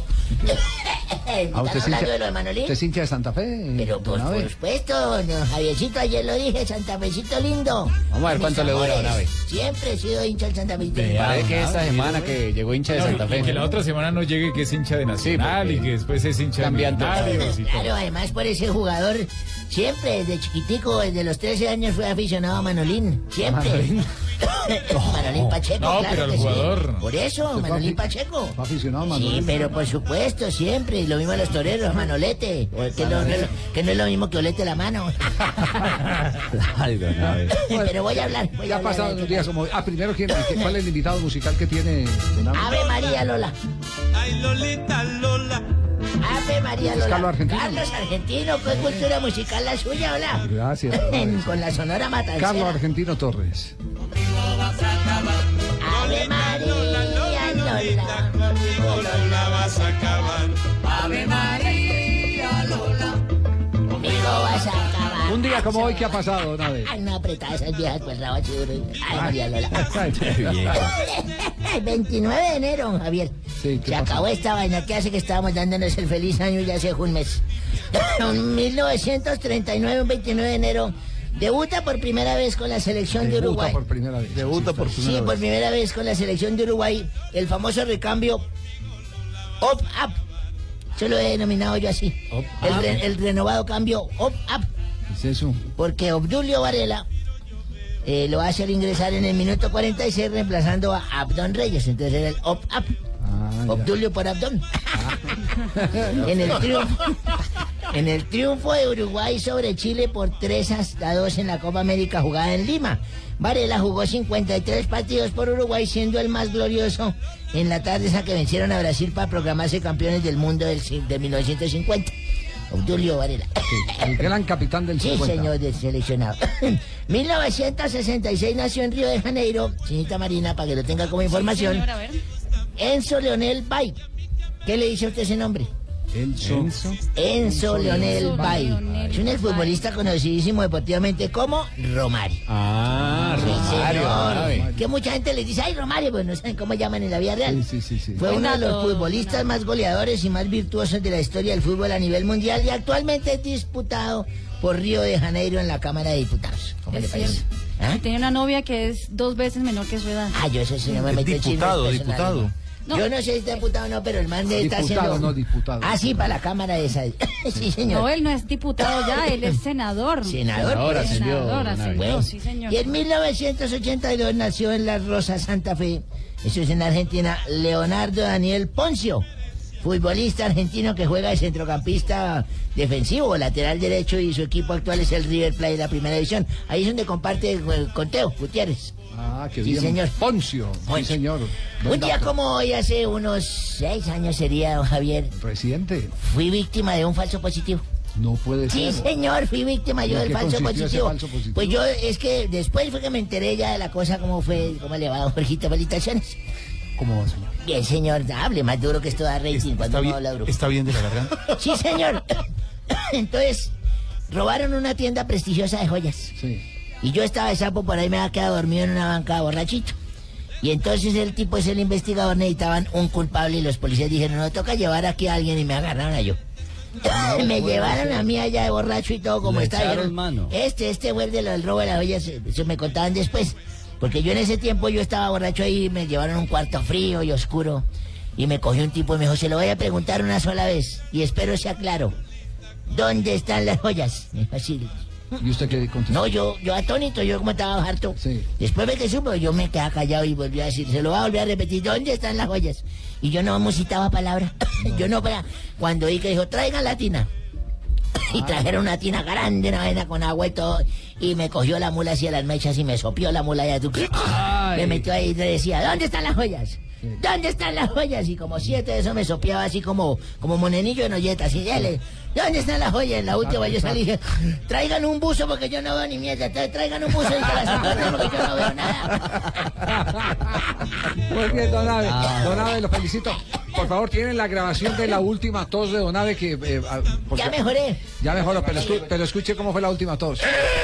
Ah, ¿Están ¿usted es hablando hincha- de lo de Manolín? usted es hincha de Santa Fe? Pero por, don Abe? por supuesto, no, Javiercito, ayer lo dije, santafecito lindo. Vamos a ver Mis cuánto le dura, amores, don Abe. Siempre he sido hincha del santafecito lindo. Parece que esta semana que llegó hincha de Santa Fe. Y que la otra semana no llegue que es hincha de Nacional y que después es hincha de cambian todo. Millonarios y todo. Claro, además por ese jugador, siempre desde chiquitico, desde los trece años fue aficionado a Manolín, siempre. Manolín Pacheco, No, claro pero el que sí. jugador. Por eso, ¿Usted fue Manolín afi- Pacheco. fue aficionado a Sí, Manolín? pero por supuesto, siempre. Y lo mismo a los toreros, a Manolete. Que no, no- que no es lo mismo que olete la mano. Ay, don Abe. Pero voy a hablar. Voy Ya a ha hablar. pasado unos días como... Ah, primero, ¿quién, qué- ¿cuál es el invitado musical que tiene? don Abe? Ave María Lola. Ay, Lolita, Lola. Ave María ¿Es Lola. Carlos Argentino? Carlos Argentino, ¿qué cultura musical la suya, hola? Gracias. Con la Sonora Matancera. Carlos Argentino Torres. Ave María Lola. Lola vas a acabar. Ave María Lola. Conmigo vas a acabar. Un día como hoy, ¿qué ha pasado, don Abe? Ay, no apretada esas viejas pues rabo churo. Ay, María Lola. El veintinueve de enero, Javier. Sí, ¿qué Se pasó? acabó esta vaina que hace que estábamos dándonos el feliz año y ya hace un mes. En mil novecientos treinta y nueve, un veintinueve de enero, debuta por primera vez con la selección de Debuta Uruguay. por primera vez. Debuta por Sí, primera por vez. primera vez con la selección de Uruguay, el famoso recambio Up Up. Yo lo he denominado yo así. El, re- el renovado cambio Up Up. ¿Qué es eso? Porque Obdulio Varela eh, lo hace al ingresar en el minuto cuarenta y seis reemplazando a Abdón Reyes. Entonces era el Up Up. Ah, ya. Obdulio por Abdón. en el triunfo. En el triunfo de Uruguay sobre Chile por tres a dos en la Copa América jugada en Lima. Varela jugó cincuenta y tres partidos por Uruguay, siendo el más glorioso en la tarde esa que vencieron a Brasil para proclamarse campeones del mundo del, ci- de mil novecientos cincuenta. Obdulio Varela. El gran capitán del Sí, cincuenta. señor del seleccionado. mil novecientos sesenta y seis nació en Río de Janeiro, señorita Marina, para que lo tenga como información, Señor, a ver. Enzo Leonel Bay. ¿Qué le dice a usted ese nombre? Enzo. Enzo Leonel Enzo Bay. Leonel Es un futbolista conocidísimo deportivamente como Romario. Ah, Sí, Romario, señor. don Abe. Que mucha gente le dice, ay, Romario, pues no saben cómo llaman en la vida real. Sí, sí, sí, sí. Fue Buen uno de los dato, futbolistas don más goleadores y más virtuosos de la historia del fútbol a nivel mundial y actualmente es disputado por Río de Janeiro en la Cámara de Diputados. ¿Cómo le Es parece? cierto. ¿Ah? Y tenía una novia que es dos veces menor que su edad. Ah, yo eso sí no me Es meto en diputado, chismes diputado. personales. No. Yo no sé si está diputado o no, pero el man de está Diputado, haciendo... no, diputado. Ah, sí, para la cámara esa. Sí, señor. No, él no es diputado ya, él es senador. Senador, Senador, pues. senador, ascendió, Bueno, sí, señor. Y en mil novecientos ochenta y dos nació en Las Rosas, Santa Fe, eso es en Argentina, Leonardo Daniel Poncio, futbolista argentino que juega de centrocampista defensivo o lateral derecho, y su equipo actual es el River Plate de la primera división. Ahí es donde comparte eh, con Teo Gutiérrez. Ah, qué Sí, bien. señor. Poncio. Poncio. Sí, señor. Un Buen día dato. como hoy, hace unos seis años sería, don Javier, Reciente. fui víctima de un falso positivo. No puede Sí, ser. señor, fui víctima ¿Y yo en del qué falso consistió ese positivo. falso positivo? Pues yo, es que después fue que me enteré ya de la cosa, cómo fue, cómo le va, don Jorgito, felicitaciones. ¿Cómo va, señor? Bien, señor, hable más duro que esto da rating cuando ¿Está uno bien, habla duro. ¿Está bien de la garganta? Sí, señor. Entonces, robaron una tienda prestigiosa de joyas. Sí. Y yo estaba de sapo, por ahí me había quedado dormido en una banca borrachito. Y entonces el tipo es el investigador, necesitaban un culpable y los policías dijeron, no, toca llevar aquí a alguien, y me agarraron a yo. Me llevaron a mí allá de borracho y todo como Le está. echaron dijeron, mano. Este, este fue el de lo del robo de las joyas, eso me contaban después. Porque yo en ese tiempo yo estaba borracho ahí, me llevaron a un cuarto frío y oscuro. Y me cogió un tipo y me dijo, se lo voy a preguntar una sola vez y espero sea claro. ¿Dónde están las joyas? Me dijo así. ¿Y usted qué contestó? No, yo, yo atónito, yo como estaba harto. Sí. Después de que supo, yo me quedé callado y volví a decir, se lo voy a volver a repetir, ¿dónde están las joyas? Y yo no musitaba palabra. Yo no, para, cuando oí que dijo, traigan la tina. Y trajeron una tina grande, una vaina con agua y todo. Y me cogió la mula hacia las mechas y me sopió la mula ya tú. Me metió ahí y le decía, ¿dónde están las joyas? ¿Dónde están las joyas? Y como siete de eso me sopeaba así como, como monenillo en olletas. Y dale, ¿dónde están las joyas? En la última yo salí y dije, traigan un buzo porque yo no veo ni mierda. Traigan un buzo y que las encuentren porque yo no veo nada. Muy bien, don Abe. Ah. Don Abe, lo felicito. Por favor, tienen la grabación de la última tos de Don Abe que... eh, ah, porque- Ya mejoré. Ya mejoró, pero, escu- pero escuche cómo fue la última tos.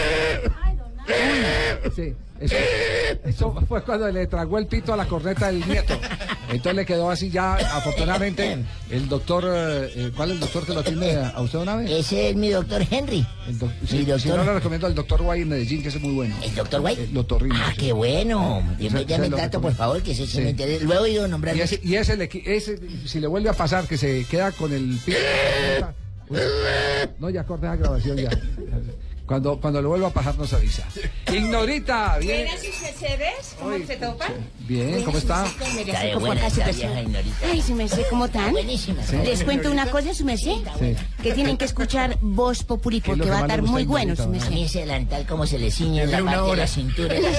Sí, eso, eso fue cuando le tragó el pito a la corneta del nieto. Entonces le quedó así ya, afortunadamente, el doctor... eh, ¿Cuál es el doctor que lo atiende a usted una vez? Ese es mi doctor Henry. El doc- Mi sí, Si doctor- no, le recomiendo al doctor Guay en Medellín, que ese es muy bueno. ¿El doctor Guay? El doctor Rino. Ah, sí. qué bueno. Después ya Ese me lo trato, por recomiendo. favor, que ese sí Sí. me interesa. Lo he oído nombrar. Y ese, y ese, le qui- ese, si le vuelve a pasar que se queda con el pito... No, ya corté la grabación ya. Cuando, cuando le vuelva a pasar nos avisa. Ignorita, bien. Buenas sus mercedes, ¿cómo se topa? Bien, ¿cómo está? Está de buena esta vieja Ignorita. Ay, su merced, ¿cómo están? Buenísima. Sí. Les cuento una cosa, su merced, Sí. que tienen que escuchar Voz Populi ¿Qué es lo porque que va a más le estar gusta muy a bueno, Ignorita, su don merced. A mí ese delantal como se le ciñe en la Una parte de hora. la cintura. y las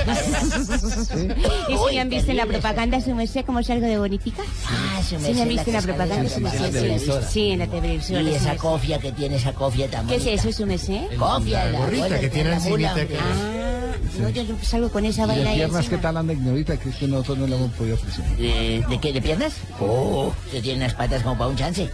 ¿Y si me han visto en la propaganda, su merced, cómo salgo de bonitica? Ah, su ¿Sí me han visto en la propaganda, su merced? Sí, sí, en la televisora. Y su esa merced. cofia que tiene esa cofia tan ¿Qué es bonita. eso, su merced? Cofia, la gorrita abuela que tiene la encimita mula, que- Ah, no, yo no salgo con esa ¿Y vaina de ahí piernas qué encima. tal anda Ignorita? Que es que nosotros no le hemos podido ofrecer. ¿De, ¿De qué? ¿De piernas? Oh, usted tiene unas patas como para un chance.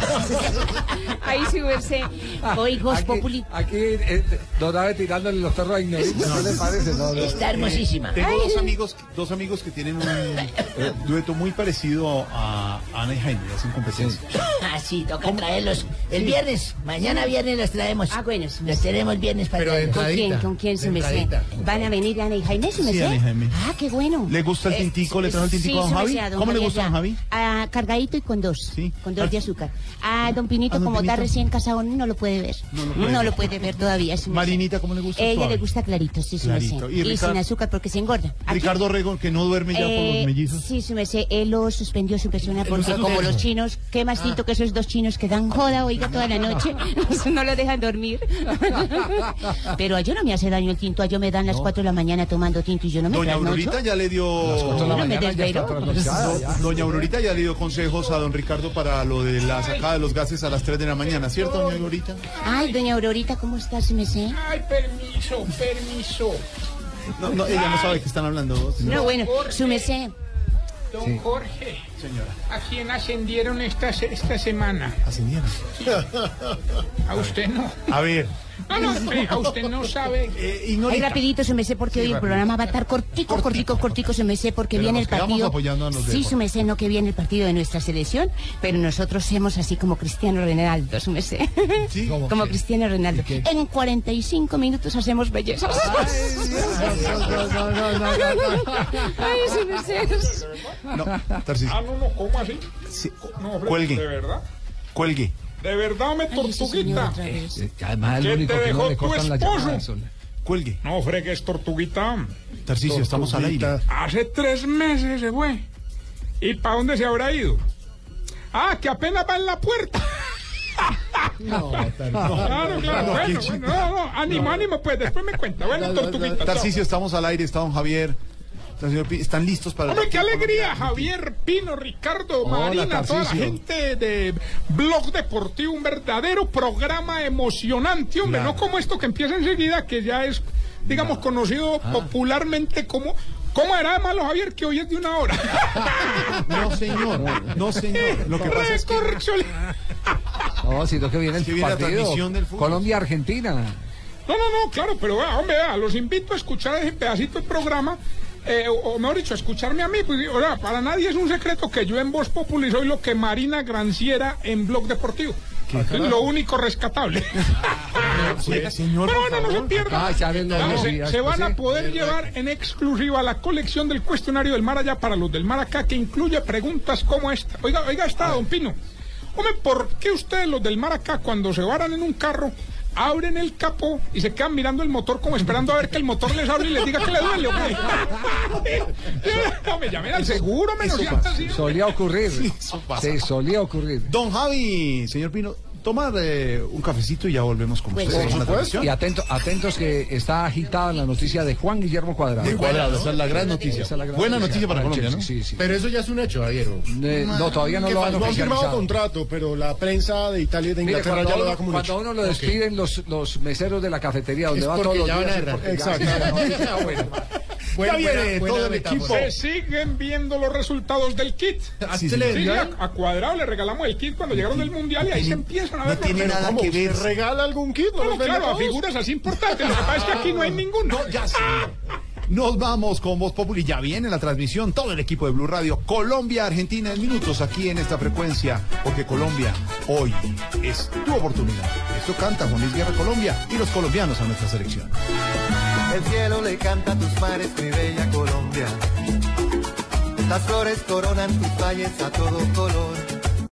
Ahí su merced. Hoy Voz Aquí, Populi. aquí eh, Don Abe tirándole los perros a Ignorita. ¿No le parece? No, no. Está hermosísima. Tengo dos amigos, dos amigos que tienen un eh, dueto muy parecido a Ana y Jaime, hacen competencia. Ah, sí, toca traerlos. El viernes, mañana viernes los traemos. Ah, bueno, su Los merced. tenemos viernes para Pero de traerlos. ¿Con quién? Entradita. ¿Con quién, su De merced? entradita. ¿Van a venir Ana y Jaime, su Sí, merced? Ana y Jaime. Ah, qué bueno. ¿Le gusta el Eh, tintico? ¿Le trajo el tintico sí, a don su Javi? merced, a don ¿Cómo le Javier gusta a don ya. Javi? Ah, cargadito y con dos. Sí. Con dos de azúcar. A don Pinito, ¿A don como está Pinito? recién casado, no lo puede ver. No lo puede No ver. lo puede ver todavía, su merced. Marinita, ¿cómo le gusta? Ella Suave. le gusta clarito, sí, su Clarito. merced. ¿Y Y, Ricardo? sin azúcar porque se engorda. ¿A quién? Ricardo Rego, que no duerme ya por Eh, los mellizos. Sí, su merced, él lo suspendió su persona porque está como tenso. los chinos, qué más tinto que esos dos chinos que dan joda, oiga, toda la noche, no lo dejan dormir. Pero a yo no me hace daño el tinto, a yo me dan las cuatro de la mañana tomando tinto y yo no me Doña trasnocho. Aurorita ya le dio. cuatro de la No me mañana ya está desvelo. trasnochada, Do- ya. Doña Aurorita ya le dio consejos a don Ricardo para lo de la sacada de los gases a las tres de la mañana, ¿cierto, doña Aurorita? Ay, doña Aurorita, ¿cómo está, su merced? Ay, permiso, permiso. No, no, ella no sabe que están hablando. No, bueno, su merced. Don Sí. Jorge, Señora, ¿a quién ascendieron esta, se- esta semana? ascendieron. A usted no. A ver. No, no, eh, a usted no sabe. Eh, Ay, Ignorita. rapidito, su merced, porque Sí, hoy el rápido. programa va a estar cortico, cortico, cortico, su merced, porque Pero viene nos el quedamos partido. apoyando a los de Sí, Jorge. su merced, no que viene el partido de nuestra selección, pero nosotros somos así como Cristiano Ronaldo, su merced. Sí. Como Cristiano Ronaldo. En cuarenta y cinco minutos hacemos bellezas. No, no, no, no, no, no, no. Ay, su merced. No, Tarcisio. no, no, ¿cómo así? Sí. No, hombre, Cuelgue. ¿de verdad? Cuelgue. ¿De verdad me tortuguita? Eh, eh, además, el ¿Qué único te que no dejó le tu cortan la esposo? llamada. Sol. Cuelgue. No fregues, tortuguita. Tarcisio, estamos al aire. Hace tres meses se fue. ¿Y para dónde se habrá ido? Ah, que apenas va en la puerta. No, claro, claro. No, Bueno, qué bueno, no, no, ánimo, ánimo, pues después me cuenta. Bueno, tortuguita. Tarcisio, estamos al aire, está don Javier. Está señor Pi- ¿Están listos para Hombre, qué alegría, Javier, Pino, Ricardo, Hola, Marina, toda la Tarcisio. gente de Blog Deportivo, un verdadero programa emocionante, hombre, Claro. no como esto que empieza enseguida, que ya es, digamos, conocido Ah. popularmente como... ¿Cómo era de malo, Javier, que hoy es de una hora? No, señor, no, señor. Lo que pasa es que... No, sino que viene el que viene la partido. transmisión del fútbol. Colombia-Argentina. No, no, no, claro, pero vea, hombre, vea, los invito a escuchar ese pedacito del programa, eh, o, o mejor dicho, a escucharme a mí. Pues, o sea, para nadie es un secreto que yo en Voz Populi soy lo que Marina Granciera en Blog Deportivo. Es lo único rescatable. Sí, señor, Pero por bueno, no se favor. pierdan. Ah, ya ven los Claro, se, días, se pues, van a sí. poder llevar en exclusiva la colección del cuestionario del mar allá para los del mar acá, que incluye preguntas como esta. Oiga, oiga esta, don Pino. Hombre, ¿por qué ustedes los del mar acá, cuando se varan en un carro, abren el capó y se quedan mirando el motor como esperando a ver que el motor les hable y les diga que le duele? ¿O qué? No, me llamen al seguro, menos eso sean pasa. así. Solía ocurrir. Sí, eso pasa. Sí, solía ocurrir. Don Javi, señor Pino, tomar eh, un cafecito y ya volvemos con Pues, ustedes. por con la supuesto. transmisión. Y atento, atentos que está agitada la noticia de Juan Guillermo Cuadrado. De Cuadrado, esa es la gran noticia. Esa es la gran Buena noticia para Colombia, ¿no? Sí, sí. Pero eso ya es un hecho, Javier. Eh, no, todavía no ¿Qué lo pasa? han No han firmado oficializado. contrato, pero la prensa de Italia y de Mire, Inglaterra cuando, ya lo uno, da como un cuando hecho. uno lo Ok. despiden los, los meseros de la cafetería donde Es va porque todos los ya van días. a es errar. porque ya- Exacto. ya- ya- bueno. Buena- Ya viene buena- todo buena el equipo. metáfora. Se siguen viendo los resultados del kit. Sí, ¿Se sí. le Sí, dio sí, a a, él? a Cuadrado le regalamos el kit cuando llegaron del Mundial y ahí se empiezan a ver no tiene los nada ¿Cómo? que ver. ¿Usted regala algún kit? ¿No No, los vende claro, a todos? figuras así importantes. Lo que pasa es que aquí no hay ninguno. No, ya sí. Nos vamos con Voz Populi. Ya viene la transmisión. Todo el equipo de Blue Radio. Colombia, Argentina en minutos aquí en esta frecuencia. Porque Colombia hoy es tu oportunidad. Esto canta Juan Luis Guerra Colombia y los colombianos a nuestra selección. El cielo le canta a tus mares, mi bella Colombia. Las flores coronan tus valles a todo color.